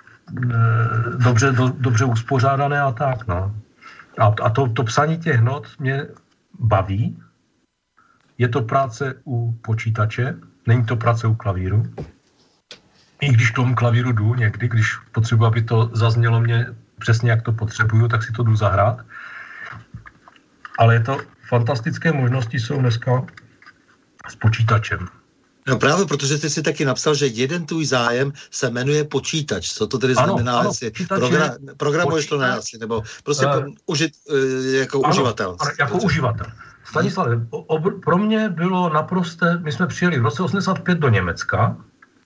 dobře uspořádané a tak, no. A to psaní těch not mě baví. Je to práce u počítače, není to práce u klavíru. I když k tomu klavíru jdu někdy, když potřebuji, aby to zaznělo mě přesně, jak to potřebuju, tak si to jdu zahrát. Ale je to fantastické možnosti jsou dneska s počítačem. No právě, protože ty si taky napsal, že jeden tvůj zájem se jmenuje počítač. Co to tedy znamená? Ano, programuješ to na asi, nebo prostě jako uživatel. Jako uživatel. Stanislav, pro mě bylo naprosté, my jsme přijeli v roce 85 do Německa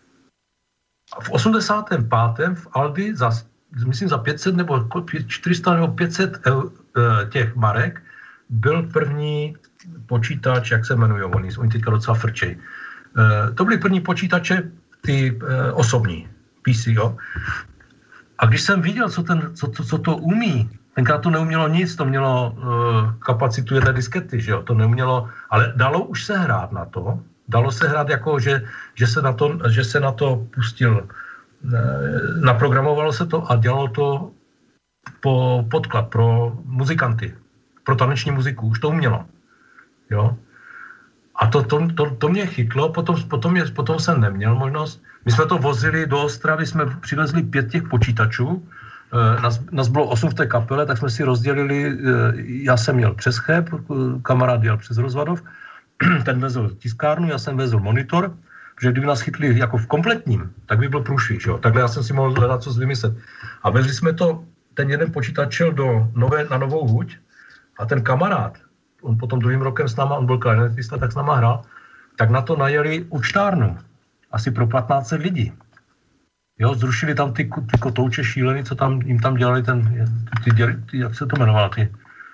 a v 85. v Aldi myslím za 500 nebo 400 nebo 500 těch marek byl první počítač, jak se jmenují, oni teďka docela frčej. To byly první počítače, ty osobní, PC, jo. A když jsem viděl, co to umí, tenkrát to neumělo nic, to mělo kapacitu jedné diskety, že jo, to neumělo, ale dalo už se hrát na to, dalo se hrát jako, že se na to pustil, naprogramovalo se to a dělalo to po podklad pro muzikanty, pro taneční muziku, už to umělo, jo. A to mě chytlo, potom jsem neměl možnost. My jsme to vozili do Ostravy, jsme přivezli 5 těch počítačů, nás bylo 8 v té kapele, tak jsme si rozdělili, já jsem měl přes Cheb, kamarád jel přes Rozvadov, ten vezl tiskárnu, já jsem vezl monitor, protože kdyby nás chytli jako v kompletním, tak by byl průšvih, jo. Takhle já jsem si mohl hledat, co vymyslet. A vezli jsme ten jeden počítač šel na Novou Huť a ten kamarád, on potom druhým rokem s náma, on byl klarinetista, tak s náma hrál, tak na to najeli účtárnu. Asi pro 15 lidí. Jo, zrušili tam ty kotouče šílený, co jim tam dělali jak se to jmenovalo, ty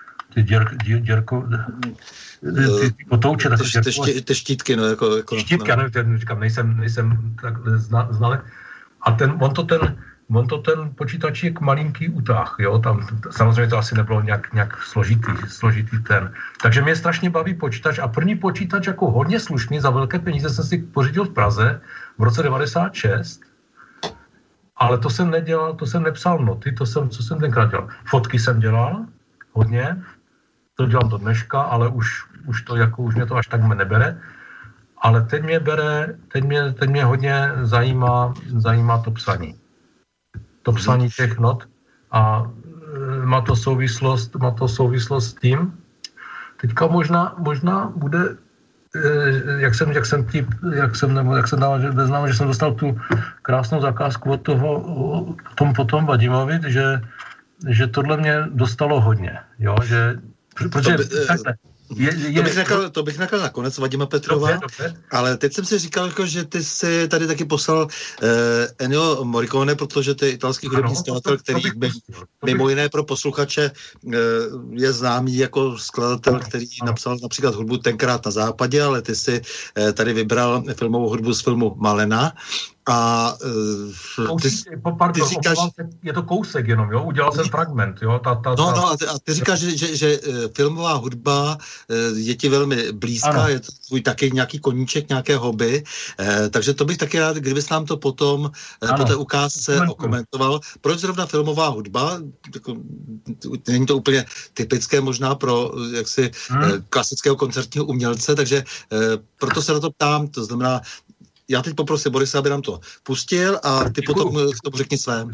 kotouče. Ty štítky, no, jako štítky, já nevím, říkám, nejsem tak znalý. A on to ten počítačík malinký utáh, jo, tam samozřejmě to asi nebylo nějak složitý ten. Takže mě strašně baví počítač a první počítač jako hodně slušný, za velké peníze jsem si pořídil v Praze v roce 96, ale to jsem nedělal, to jsem nepsal noty, co jsem tenkrát dělal. Fotky jsem dělal hodně, to dělám do dneška, ale už mě to až tak nebere. Ale teď mě hodně zajímá to psaní. To psaní těch not a má to souvislost s tím. Teďka možná bude, jak jsem dal, že jsem dostal tu krásnou zakázku od toho potom Vadimovi, že tohle mě dostalo hodně, jo, že protože To bych nechal nakonec Vadima Petrova, dobře. Ale teď jsem si říkal, jako, že ty jsi tady taky poslal Ennio Morricone, protože to je italský hudební skladatel, který mimo jiné pro posluchače je známý jako skladatel, který napsal například hudbu Tenkrát na západě, ale ty jsi tady vybral filmovou hudbu z filmu Malena. A ty říkáš... Je to kousek jenom, jo? Udělal jsem fragment, jo? A ty říkáš, že filmová hudba je ti velmi blízká, ano. Je to tvůj taky nějaký koníček, nějaké hobby, takže to bych taky rád, kdybys nám to potom po té ukázce okomentoval. Proč zrovna filmová hudba? Není to úplně typické možná pro jaksi klasického koncertního umělce, takže proto se na to ptám, to znamená, já teď poprosím Borisa, aby nám to pustil a ty potom k tomu řekni své.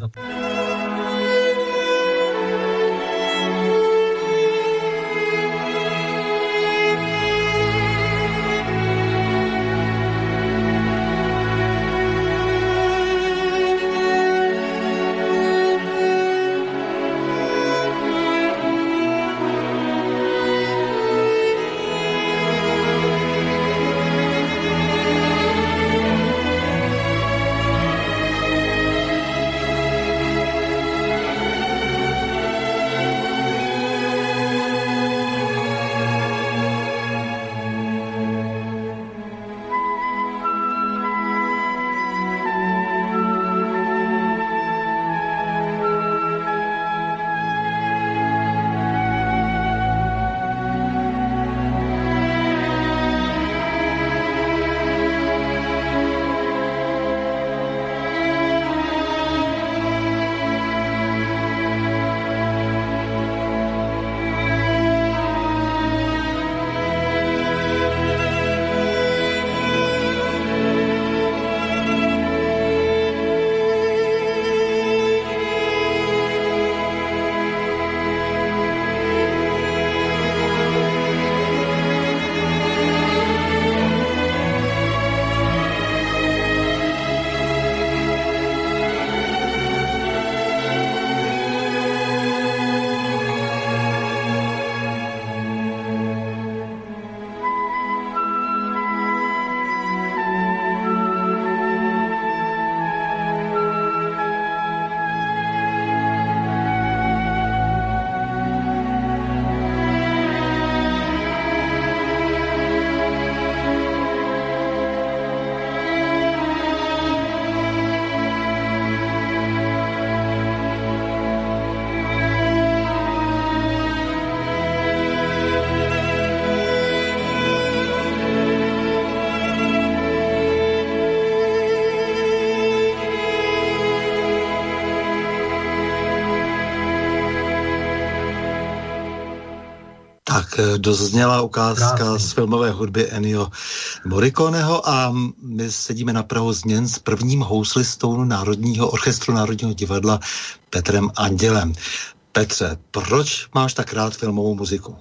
Dozněla ukázka z filmové hudby Ennio Morriconeho a my sedíme na prahu změn s prvním houslistou Národního orchestru Národního divadla Petrem Andělem. Petře, proč máš tak rád filmovou muziku?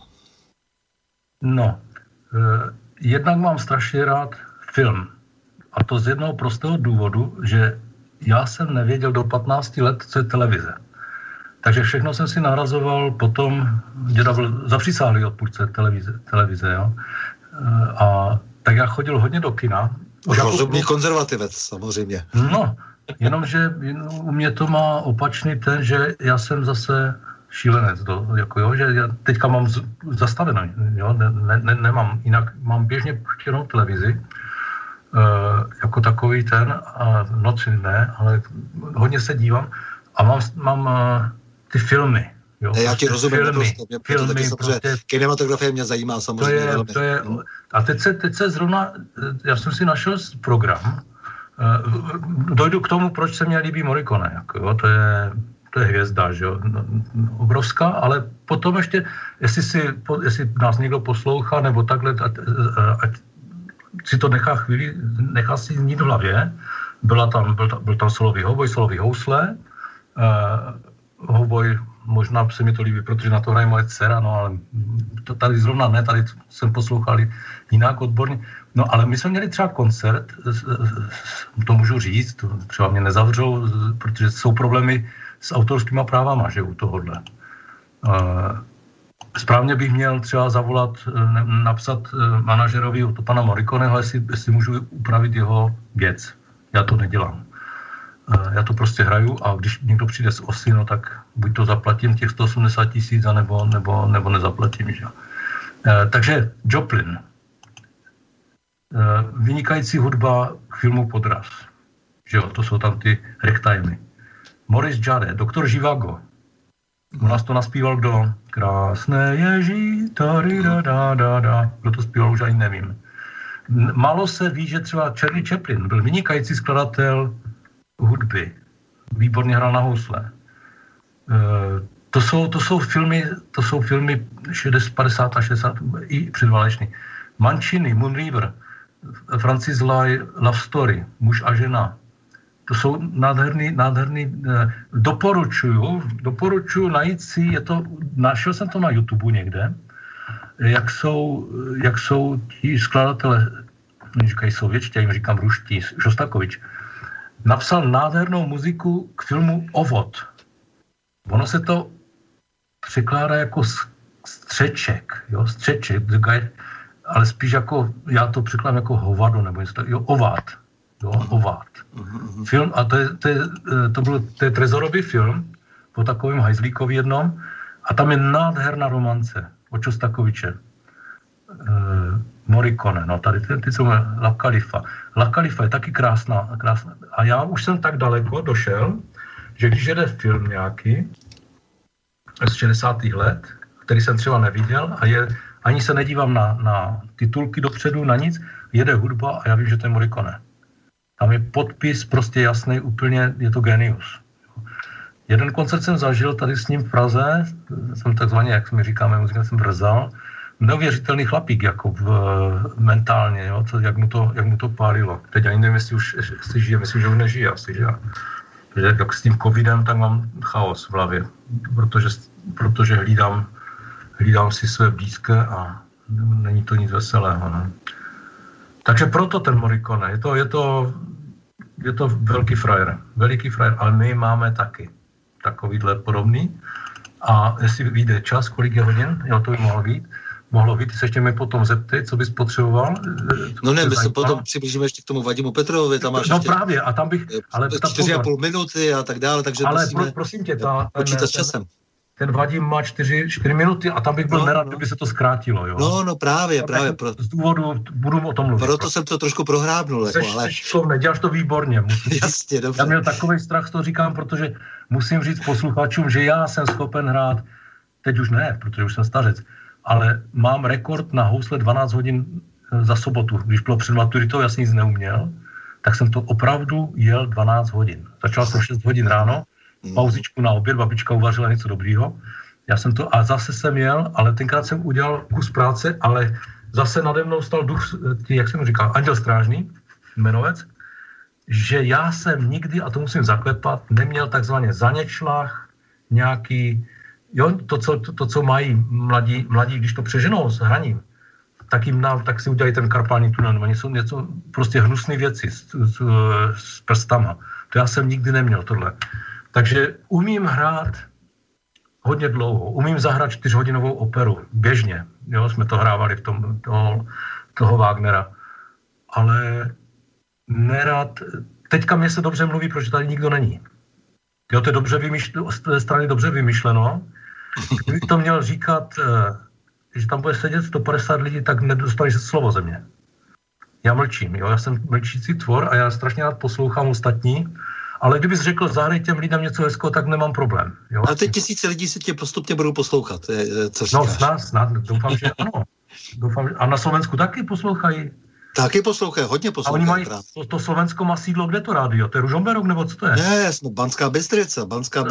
No, jednak mám strašně rád film. A to z jednoho prostého důvodu, že já jsem nevěděl do 15 let, co je televize. Takže všechno jsem si nahrazoval potom, děda byl zapřísáhlý odpůrce televize, jo. A tak já chodil hodně do kina. Rozumný konzervativec, samozřejmě. No, jenomže u mě to má opačný ten, že já jsem zase šílenec, že já teďka mám zastavenou, jo, nemám, jinak mám běžně puštěnou televizi, jako takový ten, a noci ne, ale hodně se dívám a mám ty filmy. Jo, já ti rozumím, filmy, kinematografie mě zajímá samozřejmě. A teď se zrovna, já jsem si našel program, dojdu k tomu, proč se mě líbí Morricone, jako, jo, to je hvězda, že jo, obrovská, ale potom ještě, jestli nás někdo poslouchá, nebo takhle, ať si to nechá si znít v hlavě, byl tam solový houboj, solový housle, houboj, možná se mi to líbí, protože na to hraje moje dcera, no ale to tady zrovna ne, tady jsem poslouchal jinak odborně. No ale my jsme měli třeba koncert, to můžu říct, to třeba mě nezavřou, protože jsou problémy s autorskýma právama, že u tohohle. Správně bych měl třeba zavolat, napsat manažerovi od pana Morriconeho, jestli můžu upravit jeho věc. Já to nedělám. Já to prostě hraju a když někdo přijde z osy, no tak buď to zaplatím těch 180 000, nebo nezaplatím. Že? Takže Joplin. Vynikající hudba k filmu Podraz. Že jo, to jsou tam ty ragtimey. Maurice Jarre, Doktor Živago. U nás to naspíval kdo? Krásné ježí, da. Kdo to zpíval, už ani nevím. Málo se ví, že třeba Charlie Chaplin byl vynikající skladatel hudby. Výborně hrál na housle. To jsou filmy 50 a 60 i předválečný. Mancini, Moon River, Francis Lai, Love Story, Muž a žena. To jsou nádherný, doporučuju najít si, našel jsem to na YouTube někde, jak jsou ti skladatelé, neříkají sovětští, jim říkám ruští, Šostakovič, napsal nádhernou muziku k filmu Ovod. Ono se to překládá jako střeček, ale spíš jako, já to překládám jako hovado, nebo něco takového, Ovád. Film, a to je trezorový film, po takovém hajzlíkovi jednom, a tam je nádherná romance od Šostakoviče. Morricone, no tady ty jsou La Califa. La Califa je taky krásná. A já už jsem tak daleko došel, že když jede film nějaký z 60. let, který jsem třeba neviděl a ani se nedívám na titulky dopředu, na nic, jede hudba a já vím, že to je Morricone. Tam je podpis prostě jasný, úplně je to genius. Jeden koncert jsem zažil tady s ním v Praze, jsem takzvaně, jak my říkáme, muzika jsem vrzal, neuvěřitelný chlapík, jako mentálně, jo, jak mu to pálilo. Teď ani nevím, jestli žije, myslím, že už nežije asi, že? Protože jak s tím covidem, tak mám chaos v hlavě, protože hlídám si své blízké a není to nic veselého, ne? Takže proto ten Morricone, je to veliký frajer, ale my máme taky takovýhle podobný. A jestli vyjde čas, kolik je hodin, jo, to by mohlo být, ty se ještě mi potom zeptej, co bys potřeboval. No ne, my se potom přiblížíme ještě k tomu Vadimu Petrovovi, tam máš ještě právě, a tam bych, ale 4,5 minuty a tak dále, takže ale prosím tě, počítat s časem. Ten Vadim má 4 minuty a tam bych byl nerad, kdyby se to zkrátilo, jo? No právě. Z důvodu budu o tom mluvit. Proto jsem to trošku prohrábnul. Děláš to výborně. Jasně, dobře. Já měl takovej strach, to říkám, protože musím říct posluchačům, že já jsem schopen hrát, teď už ne, protože už jsem stařec, ale mám rekord na housle 12 hodin za sobotu. Když bylo před maturitou, já jsem nic neuměl, tak jsem to opravdu jel 12 hodin. Začal jsem 6 hodin ráno, pauzičku na oběd, babička uvařila něco dobrýho. A zase jsem jel, ale tenkrát jsem udělal kus práce, ale zase nade mnou stal duch, jak jsem říkal, anděl strážný, jmenovec, že já jsem nikdy, a to musím zaklepat, neměl takzvaně zaněčlách, nějaký, jo, to, co mají mladí, když to přeženou s hraním, tak si udělají ten karpální tunel, nebo něco prostě hnusné věci s prstama. To já jsem nikdy neměl tohle. Takže umím hrát hodně dlouho. Umím zahrát 4hodinovou operu. Běžně. Jo, jsme to hrávali v toho Wagnera. Ale nerad. Teďka mě se dobře mluví, protože tady nikdo není. Jo, to je z té strany dobře vymyšleno. Kdybych to měl říkat, že tam bude sedět 150 lidí, tak nedostaneš slovo ze mě. Já mlčím. Jo? Já jsem mlčící tvor a já strašně rád poslouchám ostatní. Ale kdybys řekl, zahraj těm lidem něco hezkého, tak nemám problém. Jo? A teď tisíce lidí si tě postupně budou poslouchat, co říkáš. No snad, doufám, že ano. A na Slovensku taky poslouchají. Taky poslouchají, hodně poslouchají. A oni mají, to Slovensko má sídlo, kde to rádio? To je Ružomberok, nebo co to je? Ne, Banská Bystrica,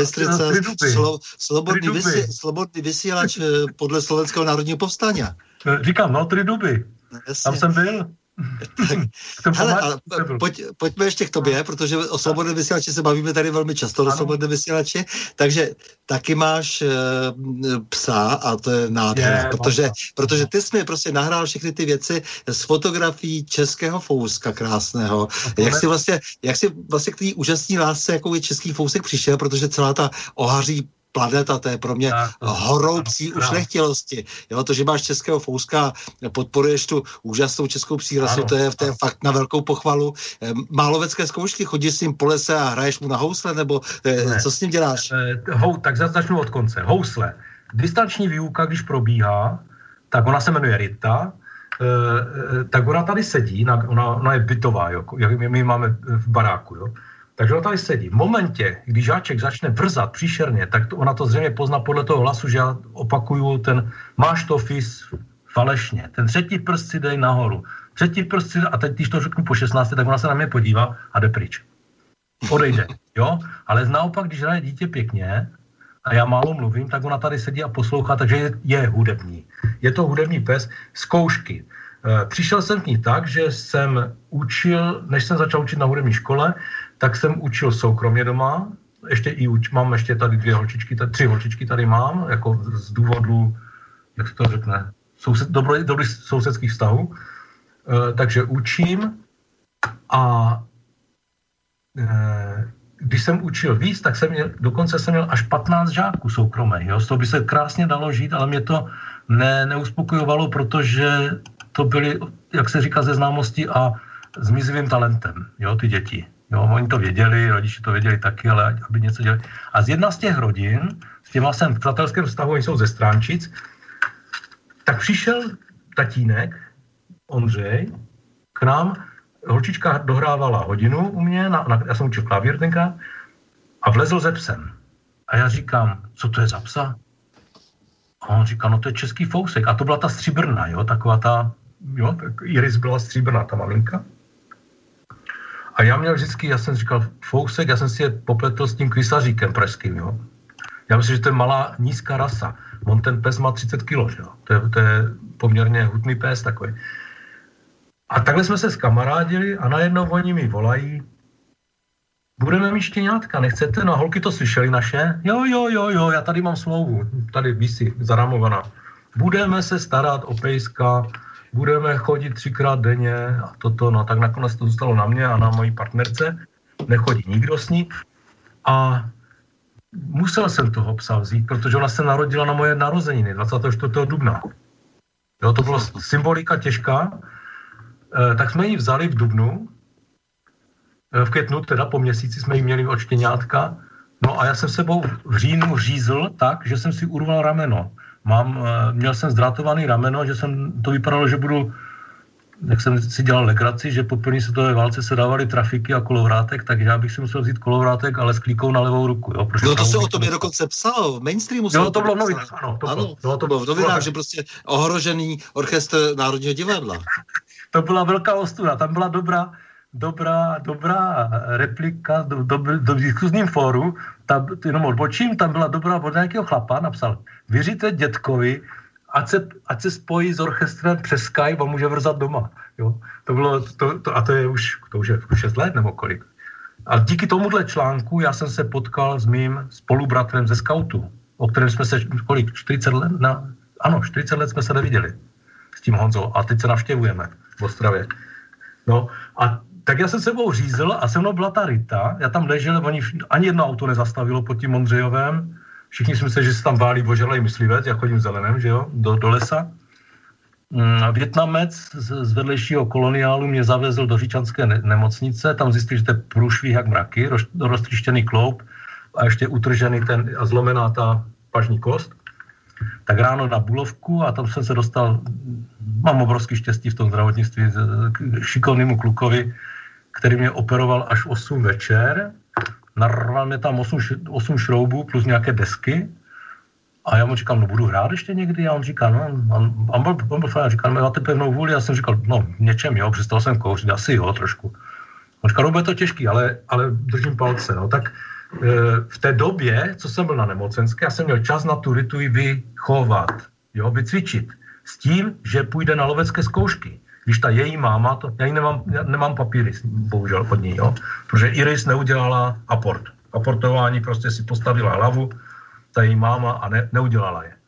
slobodný vysílač podle Slovenského národního povstání. Říkám, 3 duby. Tam jsem byl. Hele, pojďme ještě k tobě, protože o svobodném vysílači se bavíme tady velmi často, o svobodném vysílači, takže taky máš psa a to je nádherné, protože ty jsi mi prostě nahrál všechny ty věci z fotografií českého fouska krásného. Jak jsi vlastně k té úžasné lásce, jakou je český fousek přišel, protože celá ta ohaří planeta, to je pro mě horoucí ušlechtilosti. Jo, to, že máš českého Fouska, podporuješ tu úžasnou českou přírasu, to je fakt na velkou pochvalu. Má lovecké zkoušky, chodíš s ním po lese a hraješ mu na housle, nebo co s ním děláš? Tak začnu od konce. Housle. Distanční výuka, když probíhá, tak ona se jmenuje Rita, tak ona tady sedí, ona je bytová, jak my máme v baráku, jo. Takže ona tady sedí. V momentě, když žáček začne vrzat příšerně, tak ona to zřejmě pozná podle toho hlasu, že já opakuju ten máš to fis falešně. Ten třetí prst si dej nahoru. Třetí prst si, a teď když to řeknu po 16, tak ona se na mě podívá a jde pryč. Odejde, jo? Ale naopak, když hraje dítě pěkně a já málo mluvím, tak ona tady sedí a poslouchá, takže je hudební. Je to hudební pes. Zkoušky. Přišel jsem k ní tak, že jsem učil, než jsem začal učit na hudební škole, tak jsem učil soukromně doma, mám ještě tady 3 holčičky tady mám, jako z důvodu, jak se to řekne, dobrých sousedských vztahů, takže učím a když jsem učil víc, tak dokonce jsem měl až 15 žáků soukromých, jo, z toho by se krásně dalo žít, ale mě to neuspokojovalo, protože to byly, jak se říká, ze známosti a zmizivým talentem, jo, ty děti. Jo, oni to věděli, rodiče to věděli taky, ale aby něco dělali. A z jedna z těch rodin, s těma jsem v přátelském vztahu, oni jsou ze Stránčic, tak přišel tatínek, Ondřej, k nám, holčička dohrávala hodinu u mě, já jsem učil klavír tenkrát, a vlezl ze psem. A já říkám, co to je za psa? A on říká, no to je český Fousek. A to byla ta stříbrná, jo, taková ta, jo, Iris byla stříbrná, ta maminka. A já jsem říkal, Fousek, já jsem si je popletl s tím krysaříkem pražským, jo. Já myslím, že to je malá, nízká rasa. On ten pes má 30 kilo, jo. To je poměrně hutný pes takový. A takhle jsme se zkamarádili a najednou oni mi volají, budeme mít štěňátka, nechcete? No a holky to slyšeli naše. Jo, já tady mám smlouvu, tady visí, zarámovaná. Budeme se starat o pejska, budeme chodit 3krát denně a toto, no tak nakonec to zůstalo na mě a na mojí partnerce. Nechodí nikdo s ní. A musel jsem toho psa vzít, protože ona se narodila na moje narozeniny 24. dubna. Jo, to byla symbolika těžká. Tak jsme ji vzali v dubnu, v květnu, teda po měsíci jsme ji měli od štěňátka. No a já jsem sebou v říjnu řízl tak, že jsem si urval rameno. Měl jsem zdrátovaný rameno, že to vypadalo, že budu, jak jsem si dělal legraci, že po první světové válce se dávaly trafiky a kolovrátek, takže já bych si musel vzít kolovrátek, ale s klíkou na levou ruku. Jo, no to se o tobě dokonce psalo, v mainstreamu se jo, to bylo v novinách, ano. To bylo v novinách, že prostě ohrožený orchestr Národního divadla. To byla velká ostuda, tam byla dobrá replika do diskuzním fóru, jenom odbočím, tam byla dobrá od nějakého chlapa, napsal, věříte dětkovi, ať se spojí s orchestrem přes Skype a může vrzat doma. Jo? To bylo, a to je už 6 let nebo kolik. A díky tomuhle článku já jsem se potkal s mým spolubratrem ze skautu, o kterém jsme se, 40 let? 40 let jsme se neviděli s tím Honzou a teď se navštěvujeme v Ostravě. No a tak já jsem sebou řízl a se mnou byla ta Rita, já tam ležel, ani jedno auto nezastavilo pod tím Ondřejovem, všichni si mysleli, že se tam válí ožralej myslivec, já chodím zeleném, že jo, do lesa. Vietnamec z vedlejšího koloniálu mě zavezl do říčanské nemocnice, tam zjistil, že to je průšvih jak mraky, roztříštěný kloup a ještě utržený a zlomená ta pažní kost. Tak ráno na Bulovku a tam jsem se dostal, mám obrovský štěstí v tom zdravotnictví, k šikovnému klukovi, který mě operoval až 8 večer, narval mě tam 8 šroubů plus nějaké desky a já mu říkám, no budu hrát ještě někdy a on říká, no, on byl fajn, říkal, máte pevnou vůli, já jsem říkal, no něčem jo, přestal jsem kouřit, asi jo, trošku. On říkal, no bude to těžký, ale držím palce, no, tak v té době, co jsem byl na nemocenské, já jsem měl čas na tu Ritu vychovat, jo, vycvičit, s tím, že půjde na lovecké zkoušky. Když ta její máma, nemám papíry, bohužel od ní, jo, protože Iris neudělala aport. Aportování prostě si postavila hlavu, ta její máma a neudělala je.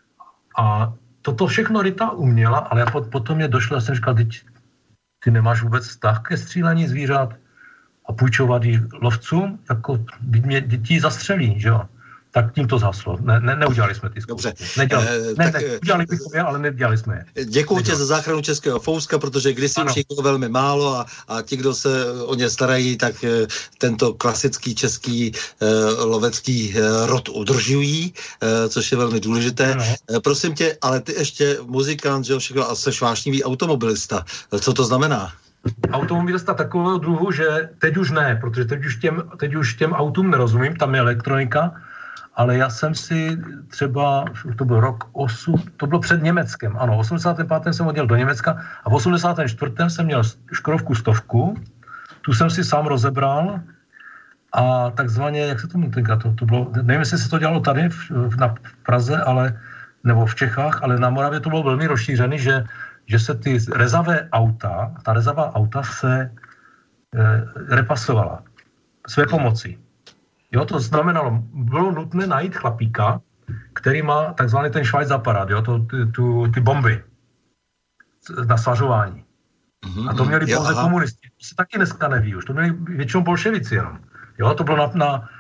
A toto všechno Rita uměla, ale já potom mě došlo, já jsem říkal, ty nemáš vůbec vztah ke střílení zvířat a půjčovat jí lovcům, jako mě děti zastřelí, že jo. Tak tím to zhaslo. Neudělali jsme ty zkoušky. Dobře. Udělali bychom je, ale nedělali jsme je. Děkuji tě za záchranu českého fouska, protože kdysi už jich bylo velmi málo a ti, kdo se o ně starají, tak tento klasický český lovecký rod udržují, což je velmi důležité. Prosím tě, ale ty ještě muzikant, že všechno, a seš vášnivý automobilista. Co to znamená? Automobilista takového druhu, že teď už ne, protože teď už těm autům nerozumím, tam je elektronika, ale já jsem si třeba, to byl rok 8, to bylo před Německem, ano, v 85. jsem odjel do Německa a v 84. jsem měl Škodovku 100, tu jsem si sám rozebral a takzvaně, jak se tomu týká, to bylo, nevím, jestli se to dělalo tady v Praze, nebo v Čechách, ale na Moravě to bylo velmi rozšířený, že se ty ta rezavá auta se repasovala své pomocí. Jo, to znamenalo, bylo nutné najít chlapíka, který má takzvaný ten Schweiz aparát, jo, ty bomby na svařování. A to měli pouze komunisti. To se taky dneska neví už. To měli většinou bolševici jenom. Jo, to bylo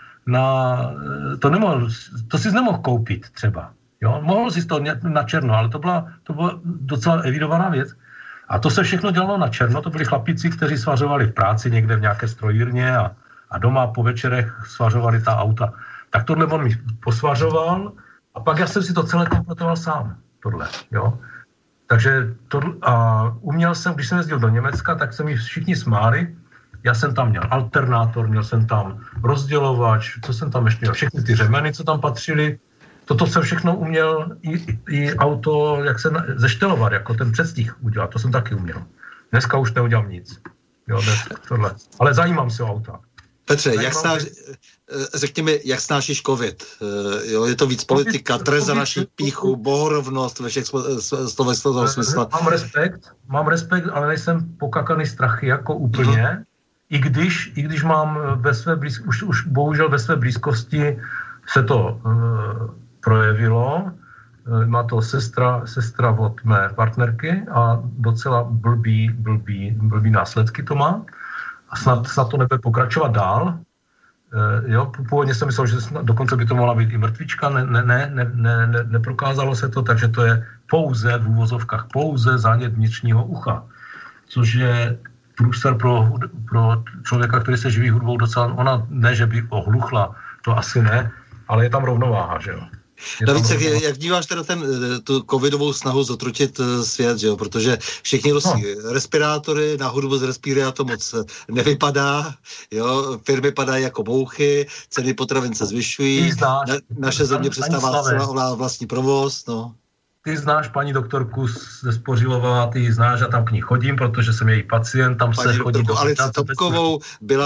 to si nemohl koupit třeba. Jo, mohl si to na černo, ale to byla docela evidovaná věc. A to se všechno dělalo na černo. To byli chlapíci, kteří svařovali v práci někde v nějaké strojírně a doma po večerech svařovali ta auta. Tak tohle on mi posvařoval a pak já jsem si to celé kompletoval sám. Tohle, jo. Takže uměl jsem, když jsem jezdil do Německa, tak se mi všichni smáli. Já jsem tam měl alternátor, měl jsem tam rozdělovač, co jsem tam ještě měl, všechny ty řemeny, co tam patřily. Toto jsem všechno uměl i auto, jak se zeštelovat, jako ten předstih udělat, to jsem taky uměl. Dneska už neudělám nic. Jo, tohle. Ale zajímám se o auta. Petře, řekni mi, jak snášíš covid? Jo, je to víc politika, treza naší píchu, bohorovnost ve všech slova smyslu. Mám respekt, ale nejsem pokakaný strachy jako úplně. I když mám už bohužel ve své blízkosti se to projevilo. Má to sestra od mé partnerky a docela blbý následky to má. A snad to nebude pokračovat dál. Jo, původně jsem myslel, že dokonce by to mohla být i mrtvička. Neprokázalo se to, takže to je pouze v úvozovkách zánět vnitřního ucha. Což je průser pro člověka, který se živí hudbou docela, ona ne, že by ohluchla, to asi ne, ale je tam rovnováha, že jo. Navíc, jak díváš teda tu covidovou snahu zotročit svět, že jo? Protože všichni nosí respirátory, na hudbu z respirátoru moc nevypadá, jo? Firmy padají jako mouchy, ceny potravin se zvyšují, naše země přestává vlastní provoz, no. Ty znáš paní doktorku ze Spořilova, ty ji znáš, a tam k ní chodím, protože jsem její pacient, tam paní se chodí do Alici Topkovou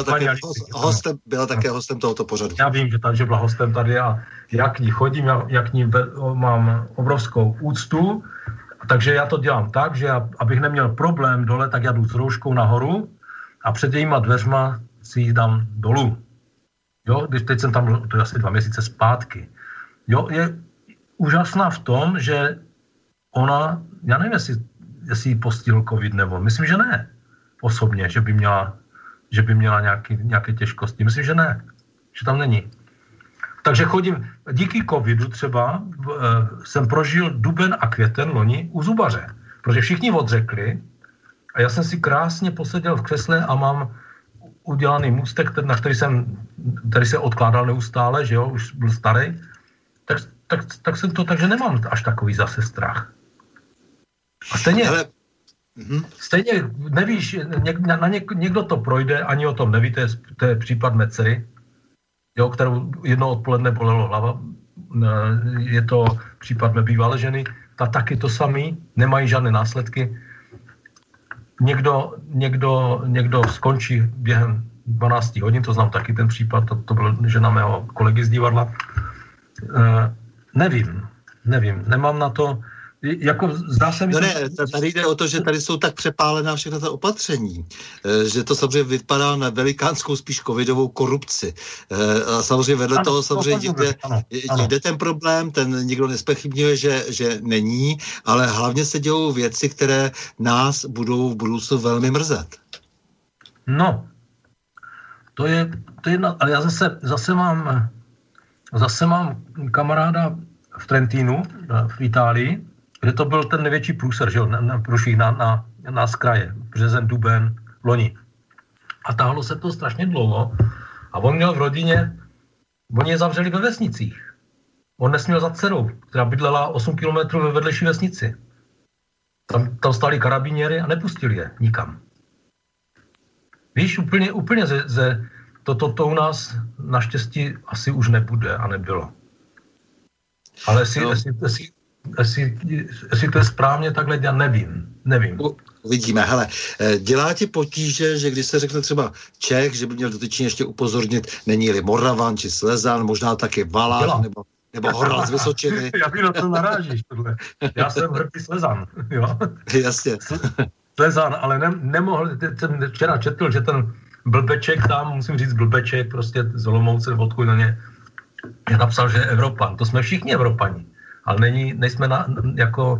byla také hostem tohoto pořadu. Já vím, že byla hostem tady a já k ní chodím, já k ní mám obrovskou úctu, takže já to dělám tak, že abych neměl problém dole, tak já jdu s rouškou nahoru a před jejíma dveřma si ji dám dolů. Jo, teď jsem tam, to je asi 2 měsíce zpátky. Jo, je úžasná v tom, že ona, já nevím, jestli jí postihl covid nebo, myslím, že ne osobně, že by měla nějaké těžkosti. Myslím, že ne, že tam není. Takže chodím, díky covidu třeba jsem prožil duben a květen loni u zubaře, protože všichni odřekli a já jsem si krásně poseděl v křesle a mám udělaný můstek, na který se odkládal neustále, že jo, už byl starý, takže nemám až takový zase strach. A stejně nevíš, někdo to projde, ani o tom neví, to je případ mé dcery, jo, kterou jedno odpoledne bolelo hlava, je to případ mé bývalé ženy, ta taky to samý, nemají žádné následky. Někdo skončí během 12 hodin, to znám taky ten případ, to byl žena mého kolegy z divadla. Nevím, nemám na to, jako zdá se mi... No ne, tady jde o to, že tady jsou tak přepálená všechna ta opatření, že to samozřejmě vypadá na velikánskou spíš covidovou korupci. A samozřejmě vedle toho samozřejmě jde ten problém, ten nikdo nezpochybňuje, že není, ale hlavně se dějou věci, které nás budou v budoucnu velmi mrzet. No, to je jedna, ale já zase mám... zase mám kamaráda v Trentínu, v Itálii, kde to byl ten největší průser, že jo, na kraje, březen, duben, loni. A táhlo se to strašně dlouho a on měl v rodině, oni je zavřeli ve vesnicích. On nesměl za dcerou, která bydlela 8 kilometrů ve vedlejší vesnici. Tam stáli karabíněry a nepustili je nikam. Víš, úplně to u nás naštěstí asi už nebude a nebylo. Ale jestli to je správně takhle, já nevím. Uvidíme. Hele, dělá ti potíže, že když se řekne třeba Čech, že by měl dotyčně ještě upozornit, není-li Moravan či Slezan, možná taky Valaš nebo Horla z Vysočiny. Já vím, na to narážíš. Tohle. Já jsem hrdý Slezan. Jo. Jasně. Slezan, ale nemohl, jsem včera četl, že ten Blbeček tam, musím říct Blbeček, prostě z Olomouce, odkud na ně, je napsal, že je Evropan. To jsme všichni Evropani. Ale nejsme jako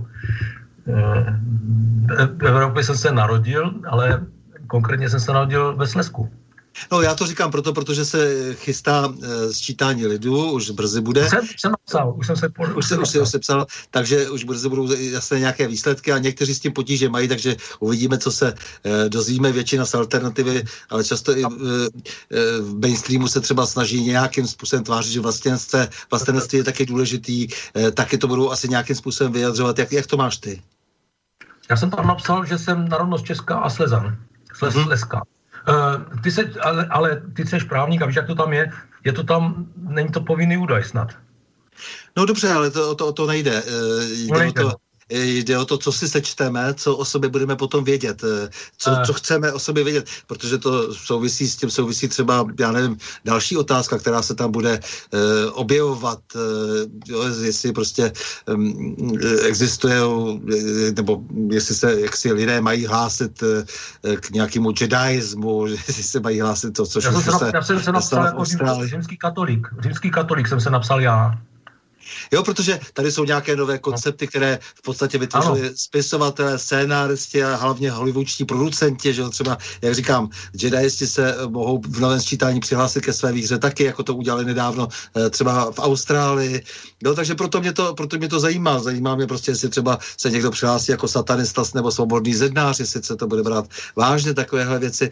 v Evropě jsem se narodil, ale konkrétně jsem se narodil ve Slezsku. No já to říkám protože se chystá sčítání lidu, už brzy bude. Už jsem psal, takže už brzy budou jasné nějaké výsledky a někteří s tím potíže mají, takže uvidíme, co se dozvíme, většina z alternativy, ale často i v mainstreamu se třeba snaží nějakým způsobem tvářit, že vlastenectví je taky důležitý, taky to budou asi nějakým způsobem vyjadřovat. Jak to máš ty? Já jsem tam napsal, že jsem národnost česká a Slezan. Slezská. Ale ty jsi právník a víš, jak to tam je? Je to tam, není to povinný údaj snad. No dobře, ale to nejde. Jde o to, co si sečteme, co o sobě budeme potom vědět, co chceme o sobě vědět, protože to souvisí třeba, já nevím, další otázka, která se tam bude objevovat, jestli prostě existuje, nebo jestli lidé mají hlásit k nějakému jediismu, jestli se mají hlásit to, což já jsem se napsal jako římský katolík jsem se napsal já. Jo, protože tady jsou nějaké nové koncepty, které v podstatě vytvořili spisovatelé, scénáristi a hlavně hollywoodští producenti, že jo, třeba, jak říkám, jedaisti se mohou v novém sčítání přihlásit ke své výhře taky, jako to udělali nedávno třeba v Austrálii. Jo, takže proto mě to zajímá. Zajímá mě prostě, jestli třeba se někdo přihlásí jako satanista nebo svobodný zednář, jestli se to bude brát vážně, takovéhle věci.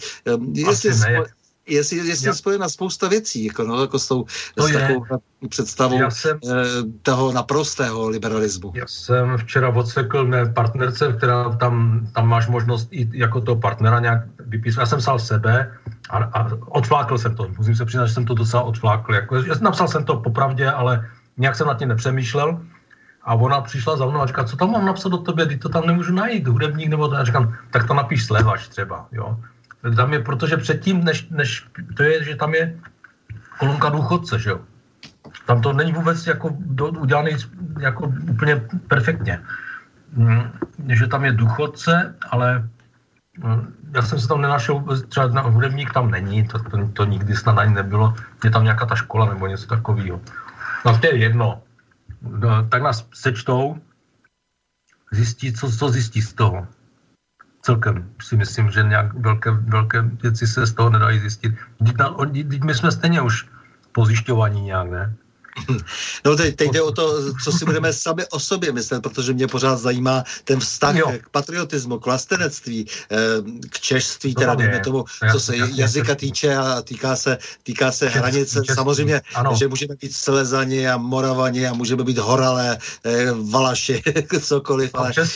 Je spojena spousta věcí, jako s takovou představou toho naprostého liberalismu. Já jsem včera odsekl mé partnerce, která tam máš možnost jít jako toho partnera nějak vypísat. Já jsem psal sebe a odflákl jsem to. Musím se přiznat, že jsem to docela odflákl. Napsal jsem to popravdě, ale nějak jsem nad tím nepřemýšlel. A ona přišla za mnou a říká, co tam mám napsat do tebe, ty to tam nemůžu najít, hudebník nebo to. A říkám, tak to napíš Slevač třeba, jo. Tam je, protože předtím, než to je, že tam je kolonka důchodce, že jo. Tam to není vůbec jako udělaný jako úplně perfektně. Že tam je důchodce, ale já jsem se tam nenašel, třeba na hudebník tam není, to nikdy snad ani nebylo, je tam nějaká ta škola nebo něco takového. No to je jedno. Tak nás sečtou, zjistí, co zjistí z toho. Celkem si myslím, že nějak velké věci se z toho nedají zjistit. My jsme stejně už pozjišťovaní nějak, ne? No teď jde o to, co si budeme sami o sobě myslet, protože mě pořád zajímá ten vztah k patriotismu, k vlastenectví, k češství, teda dejme tomu, co se jazyka týče a týká se hranice. Samozřejmě, že můžeme být Slezani a Moravani a můžeme být Horalé, Valaši, cokoliv,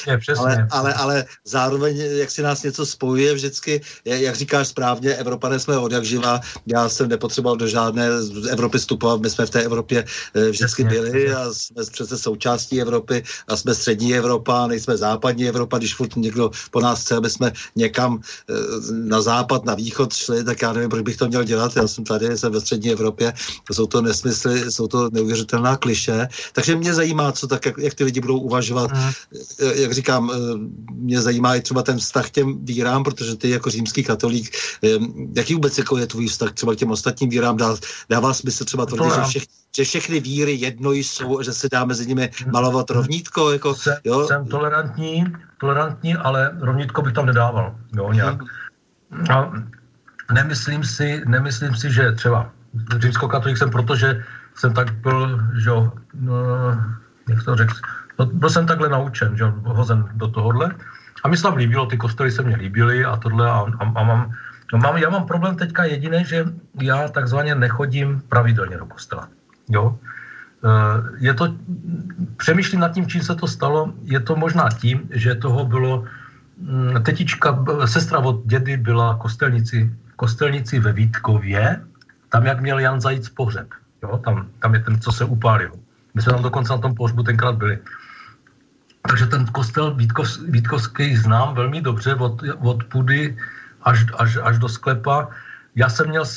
ale zároveň, jak si nás něco spojuje vždycky, jak říkáš správně, Evropané jsme odjakživa, já jsem nepotřeboval do žádné Evropy vstupovat, my jsme v té Evropě vždycky byli a jsme přece součástí Evropy a jsme střední Evropa, nejsme západní Evropa, když furt někdo po nás chce, aby jsme někam na západ, na východ šli, tak já nevím, proč bych to měl dělat, já jsem tady, jsem ve střední Evropě, jsou to nesmysly, jsou to neuvěřitelná klišé, takže mě zajímá, co tak, jak ty lidi budou uvažovat, jak říkám, mě zajímá i třeba ten vztah k těm vírám, protože ty jako římský katolík, jaký vůbec jako je tvůj vztah třeba k těm ostatním vírám, dává smysl třeba tvrdit, že všechny víry jedno jsou, že se dá mezi nimi malovat rovnítko. Jako, jsem tolerantní, ale rovnítko bych tam nedával. Jo, nějak. A nemyslím si, že třeba římskokatolík jsem, protože jsem tak byl, že jo, jak to řekl, byl jsem takhle naučen, že hozen do tohohle. A mi se tam líbilo, ty kostely se mně líbily a tohle já mám problém teďka jediný, že já takzvaně nechodím pravidelně do kostela. Jo? Je to, přemýšlím nad tím, čím se to stalo, je to možná tím, že toho bylo, tetička, sestra od dědy byla kostelnici ve Vítkově, tam jak měl Jan Zajíc pohřeb. Jo? Tam je ten, co se upálil. My jsme tam dokonce na tom pohřbu tenkrát byli. Takže ten kostel Vítkovský znám velmi dobře od půdy až do sklepa. Já jsem měl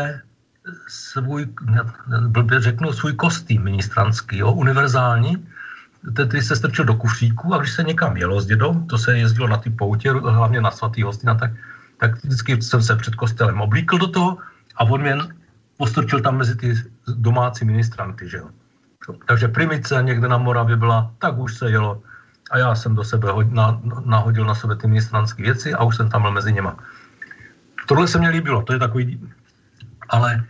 svůj kostým ministranský, jo, univerzální. Tedy se strčil do kufříku a když se někam jelo s dědou, to se jezdilo na ty poutě, hlavně na svatý Hostina, tak vždycky jsem se před kostelem oblíkl do toho a on mě postrčil tam mezi ty domácí ministranty, že jo. Takže primice někde na Moravě byla, tak už se jelo. A já jsem do sebe nahodil na sebe ty ministranské věci a už jsem tam byl mezi něma. Tohle se mně líbilo, to je takový... Ale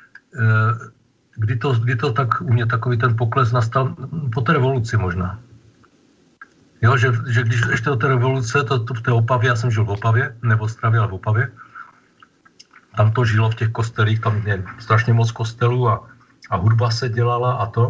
kdy to tak u mě takový ten pokles nastal? Po té revoluci možná. Jo, že když ještě do té revoluce, to v té Opavě, já jsem žil v Opavě, ne v Ostravě, ale v Opavě. Tam to žilo v těch kostelích, tam je strašně moc kostelů a hudba se dělala a to.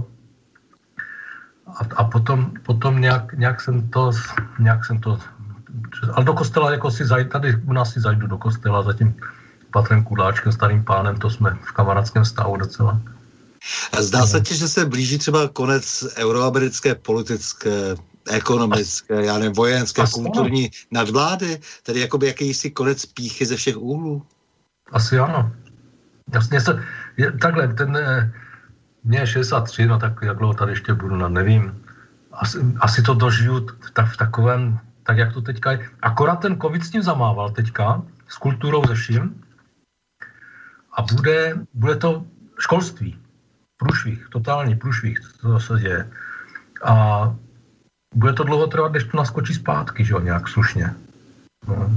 A potom nějak jsem to, ale do kostela jako si zajdu, tady u nás si zajdu do kostela za tím Patrem Kudláčkem, starým pánem, to jsme v kamarádském stavu docela. A zdá se ti, že se blíží třeba konec euroamerické politické, ekonomické, já nevím, vojenské, kulturní nadvlády, tedy jakoby jakýsi konec pýchy ze všech úhlů? Asi ano. Jasně takhle, mě je 63, no tak jak dlouho tady ještě budu, no nevím. Asi to dožiju v takovém, tak jak to teďka je. Akorát ten covid s tím zamával teďka, s kulturou ze vším. A bude to školství. Průšvih, totální průšvih, to se děje. A bude to dlouho trvat, než to naskočí zpátky, že jo, nějak slušně. No.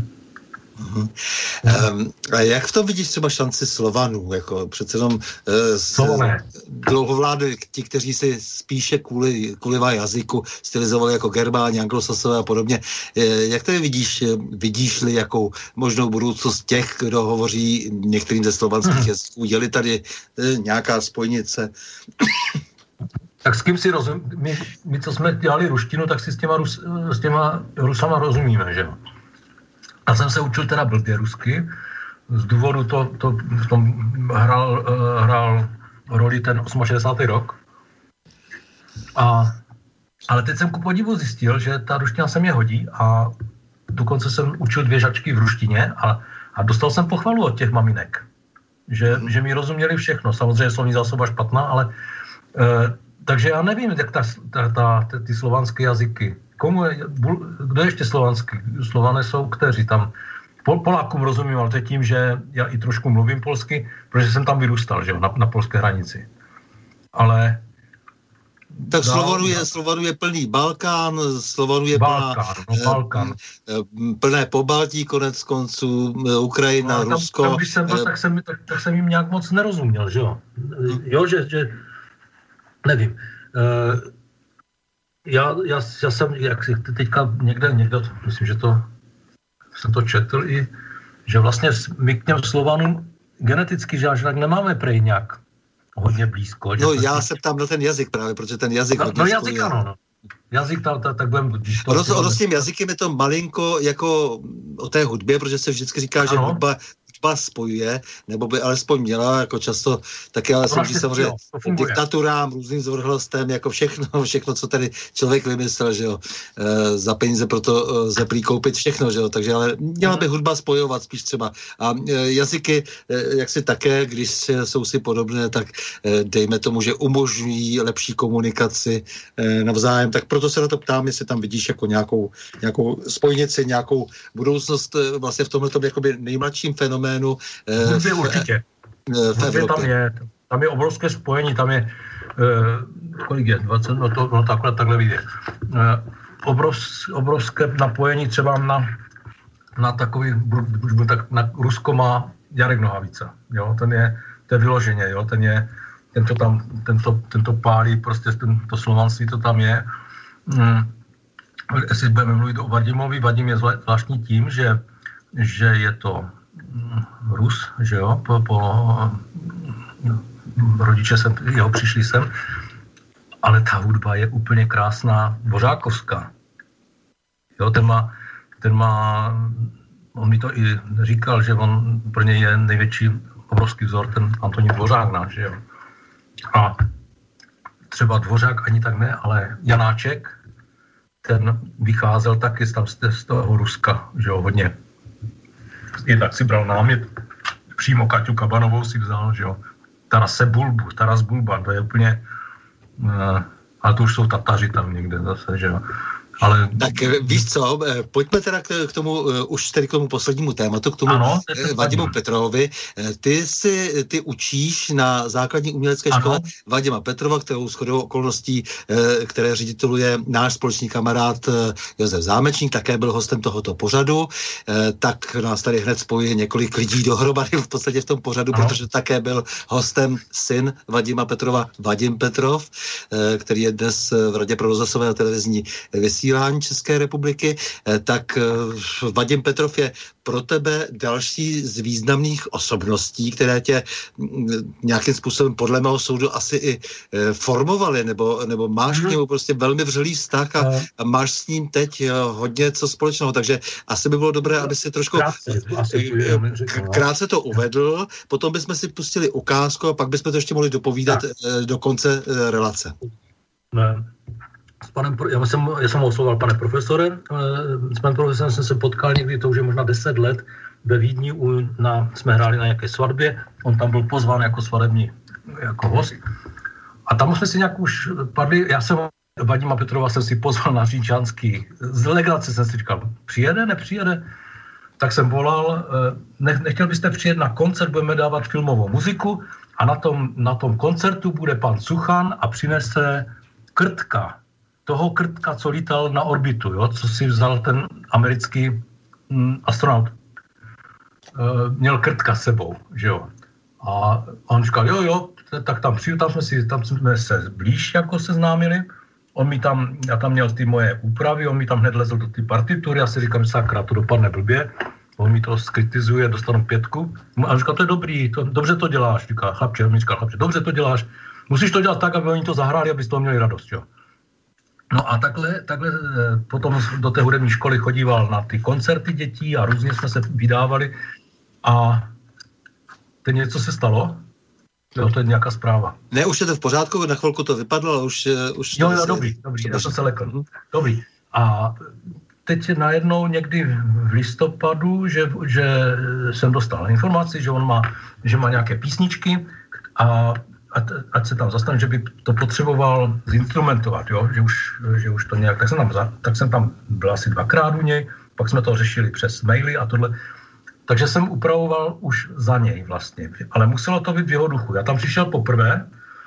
A jak v tom vidíš třeba šanci Slovanů? Jako přece jenom dlouhovlády ti, kteří si spíše kvůli jazyku stylizovali jako Germáni, Anglosasové a podobně. Jak to vidíš? Vidíš-li jakou možnou budoucnost těch, kdo hovoří některým ze slovanských jazyků? Je-li tady nějaká spojnice? Tak s kým si rozumíme? My, co jsme dělali ruštinu, tak si s těma Rusama rozumíme, že jo? Já jsem se učil teda blbě rusky, z důvodu to v tom hrál roli ten 68. rok. Ale teď jsem ku podivu zjistil, že ta ruština se mě hodí a dokonce jsem učil 2 žačky v ruštině a dostal jsem pochvalu od těch maminek, že mi rozuměli všechno. Samozřejmě slovní zásoba špatná, ale takže já nevím, jak ty slovanské jazyky. Kdo ještě slovanský? Slované jsou kteří tam. Polákům rozumím, ale to je tím, že já i trošku mluvím polsky, protože jsem tam vyrůstal, že jo, na polské hranici. Ale... Tak Slovanu je plný Balkán, Slovanu je Balkán. Plné Pobaltí konec konců, Ukrajina, tam, Rusko. Tam, když jsem byl, tak jsem jim nějak moc nerozuměl, že jo. Jo, že nevím. Já jsem, jak si teďka někde, myslím, že jsem to četl i, že vlastně my k těm Slovanům geneticky, že až tak nemáme prej nějak hodně blízko. No já se ptám na ten jazyk právě, protože ten jazyk... No jazyk ano, no. Jazyk tak budeme... Ono s tím jazykem je to malinko jako o té hudbě, protože se vždycky říká, že hudba spojuje, nebo by alespoň měla, jako často taky, ale slouží samozřejmě diktaturám, různým zvrhlostem, jako všechno, co tady člověk vymyslel, že jo. Za peníze proto lze prý koupit všechno, že jo. Takže ale měla by hudba spojovat spíš třeba. A jazyky, jak si také, když jsou si podobné, tak dejme tomu, že umožňují lepší komunikaci navzájem. Tak proto se na to ptám, jestli tam vidíš jako nějakou spojnici, nějakou budoucnost vlastně v tomhletom jakoby nejmladším fenoménu. Určitě. V Evropě. Tam je obrovské spojení, tam je kolik je? 20, no takhle vyjde. Obrovské napojení třeba na takový, na Rusko má Jarek Nohavica. Jo? to je vyloženě, jo, tento pálí, prostě to slovanství to tam je. Jestli budeme mluvit o Vadimovi, Vadim je zvláštní tím, že je to Rus, že jo, rodiče jeho přišli sem, ale ta hudba je úplně krásná, dvořákovská. Jo, ten má, on mi to i říkal, že on pro něj je největší obrovský vzor, ten Antonín Dvořák náš, že jo. A třeba Dvořák ani tak ne, ale Janáček, ten vycházel taky z toho Ruska, že jo, hodně. I tak si bral námět, přímo Kaťu Kabanovou si vzal, že jo. Taras Bulba, to je úplně, ale to už jsou Tataři tam někde zase, že jo. Ale... Tak víš co, pojďme teda k tomu, už tedy k tomu poslednímu tématu, k tomu Vadimu Petrovovi. Ty učíš na základní umělecké škole Vadima Petrova, kterou shodou okolností, které řediteluje náš společný kamarád Josef Zámečník, také byl hostem tohoto pořadu, tak nás tady hned spojuje několik lidí dohromady v podstatě v tom pořadu, protože také byl hostem syn Vadima Petrova, Vadim Petrov, který je dnes v Radě pro rozhlasové a televizní vysílání České republiky, tak Vadim Petrov je pro tebe další z významných osobností, které tě nějakým způsobem podle mého soudu asi i formovaly, nebo máš k němu prostě velmi vřelý vztah a máš s ním teď hodně co společného, takže asi by bylo dobré, aby si trošku krátce to uvedl, potom bychom si pustili ukázku a pak bychom to ještě mohli dopovídat do konce relace. Ne. Já jsem oslovoval pane profesore, s panem profesorem jsem se potkal někdy, to už je možná 10 let, ve Vídni, jsme hráli na nějaké svatbě, on tam byl pozván jako svadební, jako host. A tam jsme si nějak už padli, já jsem Vadima Petrova jsem si pozval na Říčanský, z legrace jsem si říkal, přijede, nepřijede? Tak jsem volal, nechtěl byste přijet na koncert, budeme dávat filmovou muziku a na tom koncertu bude pan Suchan a přinese Krtka. Toho Krtka, co lítal na orbitu, jo? Co si vzal ten americký astronaut. Měl Krtka s sebou, že jo. A on říkal, jo, tak tam přijdu, tam jsme se blíž jako seznámili. Já tam měl ty moje úpravy, on mi tam hned lezl do ty partitury, já si říkám, sakra, to dopadne blbě. On mi to skritizuje, dostanu 5. A on říkal, to je dobrý, dobře to děláš, říká chlapče, dobře to děláš, musíš to dělat tak, aby oni to zahráli, aby z toho měli radost, jo. No a takhle potom do té hudební školy chodíval na ty koncerty dětí a různě jsme se vydávali a teď něco se stalo? Jo, to je nějaká zpráva. Ne, už je to v pořádku, na chvilku to vypadlo, ale už Jo, dobrý, já jsem se lekl. Dobrý. A teď najednou někdy v listopadu, že jsem dostal informaci, že má nějaké písničky a ať se tam zastane, že by to potřeboval zinstrumentovat, jo? Že už to nějak, tak jsem tam byl asi 2krát u něj, pak jsme to řešili přes maily a tohle. Takže jsem upravoval už za něj vlastně, ale muselo to být v jeho duchu. Já tam přišel poprvé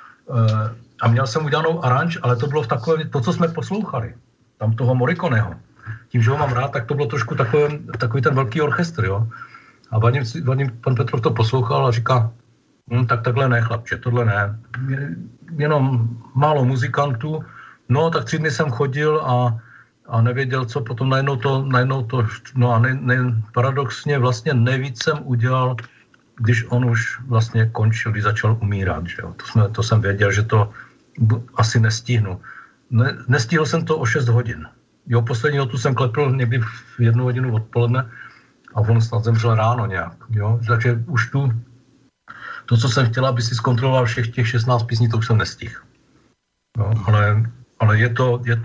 a měl jsem udělanou aranž, ale to bylo v takovém, to, co jsme poslouchali, tam toho Morriconeho. Tím, že ho mám rád, tak to bylo trošku takový ten velký orchestr, jo. A pan Petrov to poslouchal a říká, tak takhle ne, chlapče, tohle ne. Jenom málo muzikantů. No, tak 3 dny jsem chodil a nevěděl, co potom najednou to no a paradoxně vlastně nejvíc jsem udělal, když on už vlastně končil, když začal umírat, že jo. To jsem věděl, že to asi nestihnu. Nestihl jsem to o 6 hodin. Jo, poslední notu jsem klepl někdy v 1 hodinu odpoledne a on snad zemřel ráno nějak, jo. Takže už to, co jsem chtěla, aby si zkontroloval všech těch 16 písní, to už jsem nestihl. No, ale je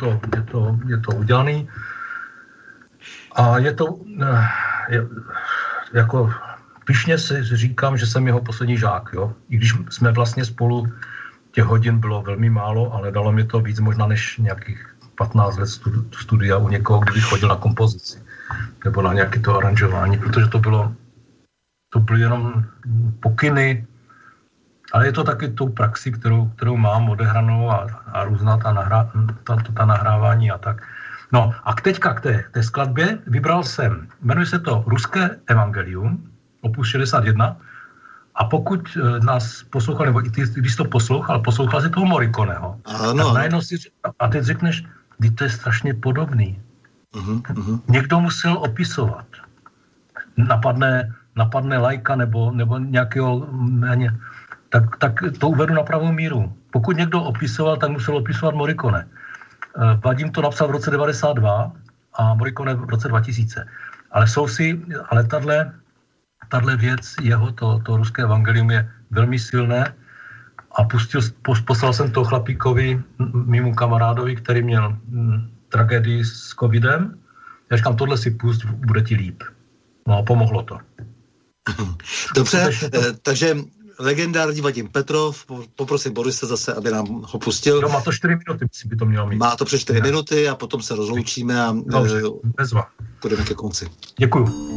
to udělaný a je to jako pyšně si říkám, že jsem jeho poslední žák, jo. I když jsme vlastně spolu, těch hodin bylo velmi málo, ale dalo mi to víc možná než nějakých 15 let studia u někoho, kdybych chodil na kompozici nebo na nějaké to aranžování, protože to byly jenom pokyny, ale je to taky tou praxi, kterou mám odehranou a různá ta nahrávání a tak. No a teďka k té skladbě vybral jsem, jmenuje se to Ruské evangelium, opus 61 A pokud nás poslouchal, nebo i ty, když to poslouchal si toho Morriconeho, tak najednou a teď řekneš, že to je strašně podobný. Někdo musel opisovat. Napadne lajka nebo nějakého tak to uvedu na pravou míru. Pokud někdo opisoval, tak musel opisovat Morricone. Vadim to napsal v roce 92 a Morricone v roce 2000. Ale tahle věc, jeho, to ruské evangelium je velmi silné a poslal jsem to chlapíkovi, mému kamarádovi, který měl tragédii s covidem. Já říkám, tohle si pust, bude ti líp. No a pomohlo to. Dobře, takže legendární Vadim Petrov, poprosím Borise zase, aby nám ho pustil. Jo, má to 4 minuty, by to mělo mít. Má to přes 4 minuty a potom se rozloučíme a půjdeme ke konci. Děkuju.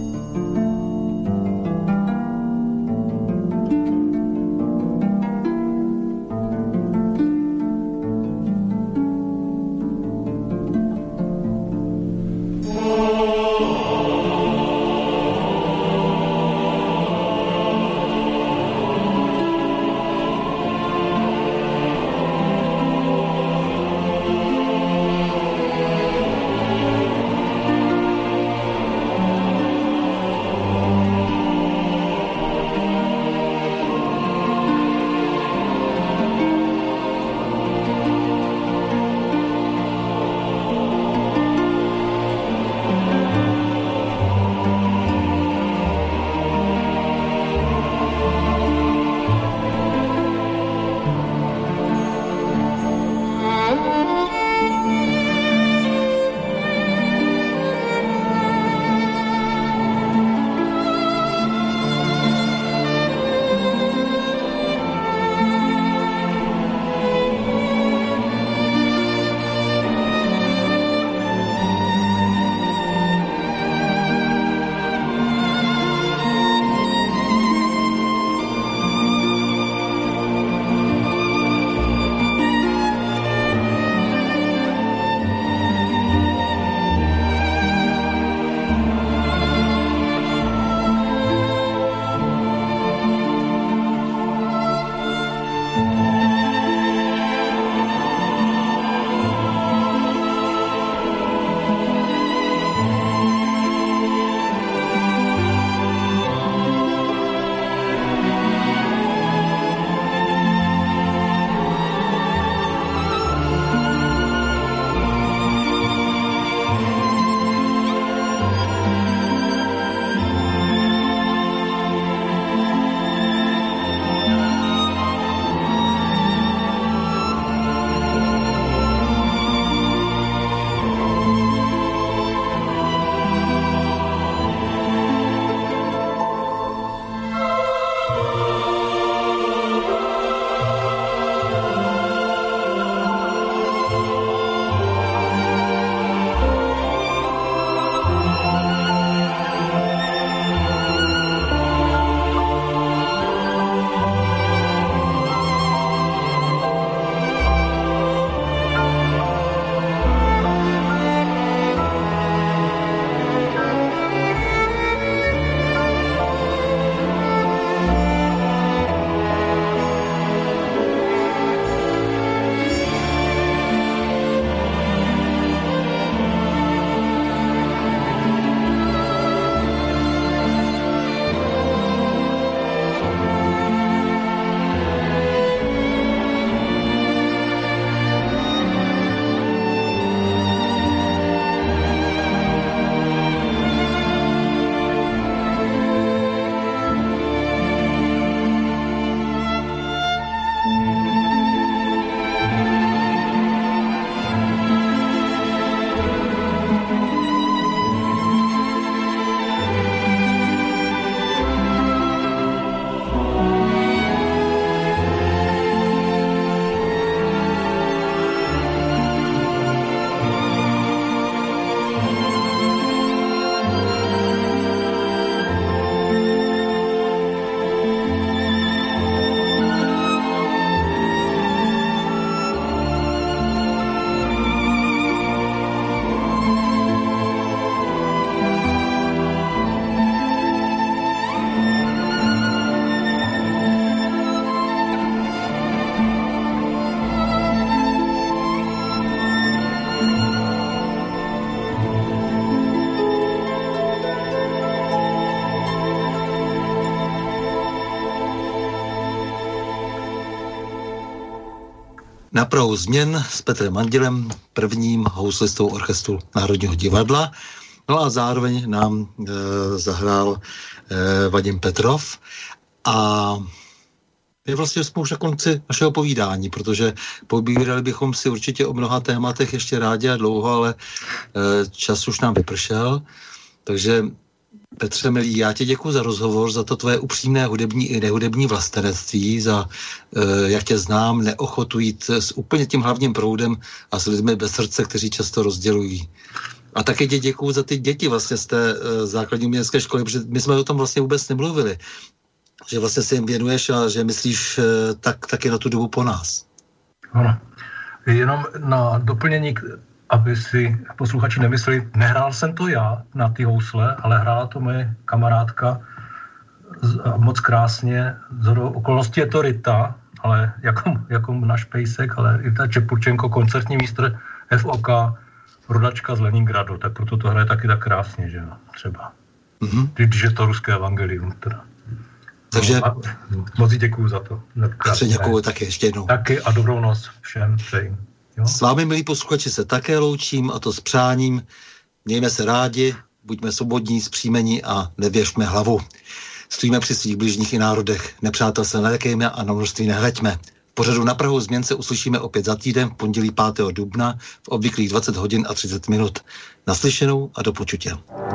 Na Prahu změn s Petrem Mandělem, prvním houslistou orchestru Národního divadla. No a zároveň nám zahrál Vadim Petrov. A my vlastně jsme už na konci našeho povídání, protože pobírali bychom si určitě o mnoha tématech ještě rádi a dlouho, ale čas už nám vypršel. Takže Petře milý, já ti děkuji za rozhovor, za to tvoje upřímné hudební i nehudební vlastenectví, za, jak tě znám, neochotu jít s úplně tím hlavním proudem a s lidmi bez srdce, kteří často rozdělují. A taky tě děkuji za ty děti vlastně z té základní umělecké školy, protože my jsme o tom vlastně vůbec nemluvili. Že vlastně si jim věnuješ a že myslíš taky na tu dobu po nás. Ano. Jenom na doplnění, aby si posluchači nemysleli, nehrál jsem to já na ty housle, ale hrála to moje kamarádka moc krásně. Z okolností je to Rita, ale jako náš pejsek, ale Rita Čepurčenko, koncertní mistr FOK, rodačka z Leningradu, tak proto to hraje taky tak krásně, že jo, třeba. Když je to ruské evangelium, teda. Takže moc děkuju za to. Petře, děkuju taky ještě jednou. Taky a dobrou noc všem přejím. Jo? S vámi, milí posluchači, se také loučím, a to s přáním. Mějme se rádi, buďme svobodní, zpříjmení a nevěšme hlavu. Stojíme při svých bližních i národech. Nepřátel se nelekejme a na množství nehleďme. V pořadu Na Prahu změn se uslyšíme opět za týden v pondělí 5. dubna v obvyklých 20 hodin a 30 minut. Naslyšenou a do počutě.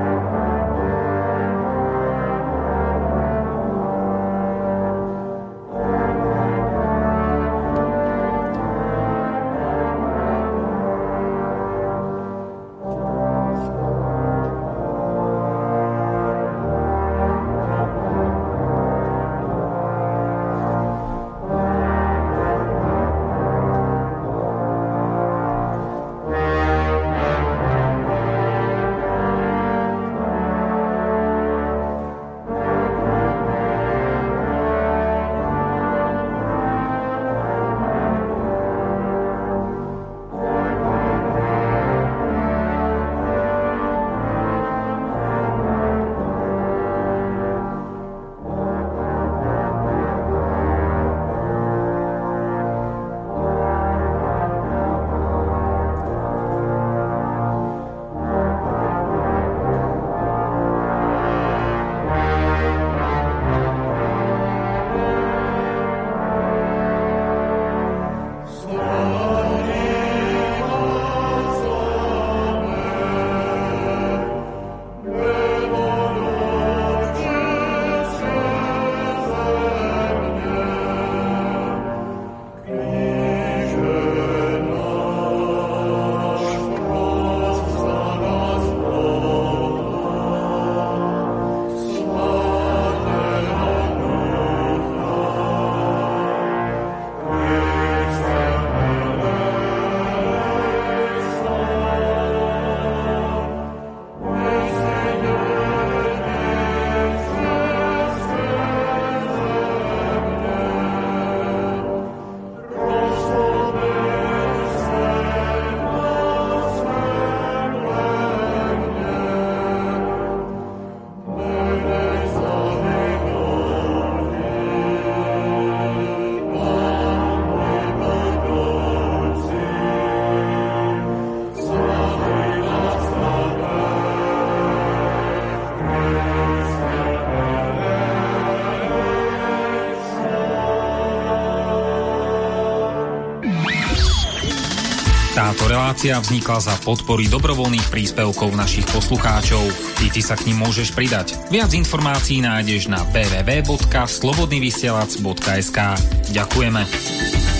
Táto relácia vznikla za podpory dobrovoľných príspevkov našich poslucháčov. I ty sa k nim môžeš pridať. Viac informácií nájdeš na www.slobodnyvysielac.sk. Ďakujeme.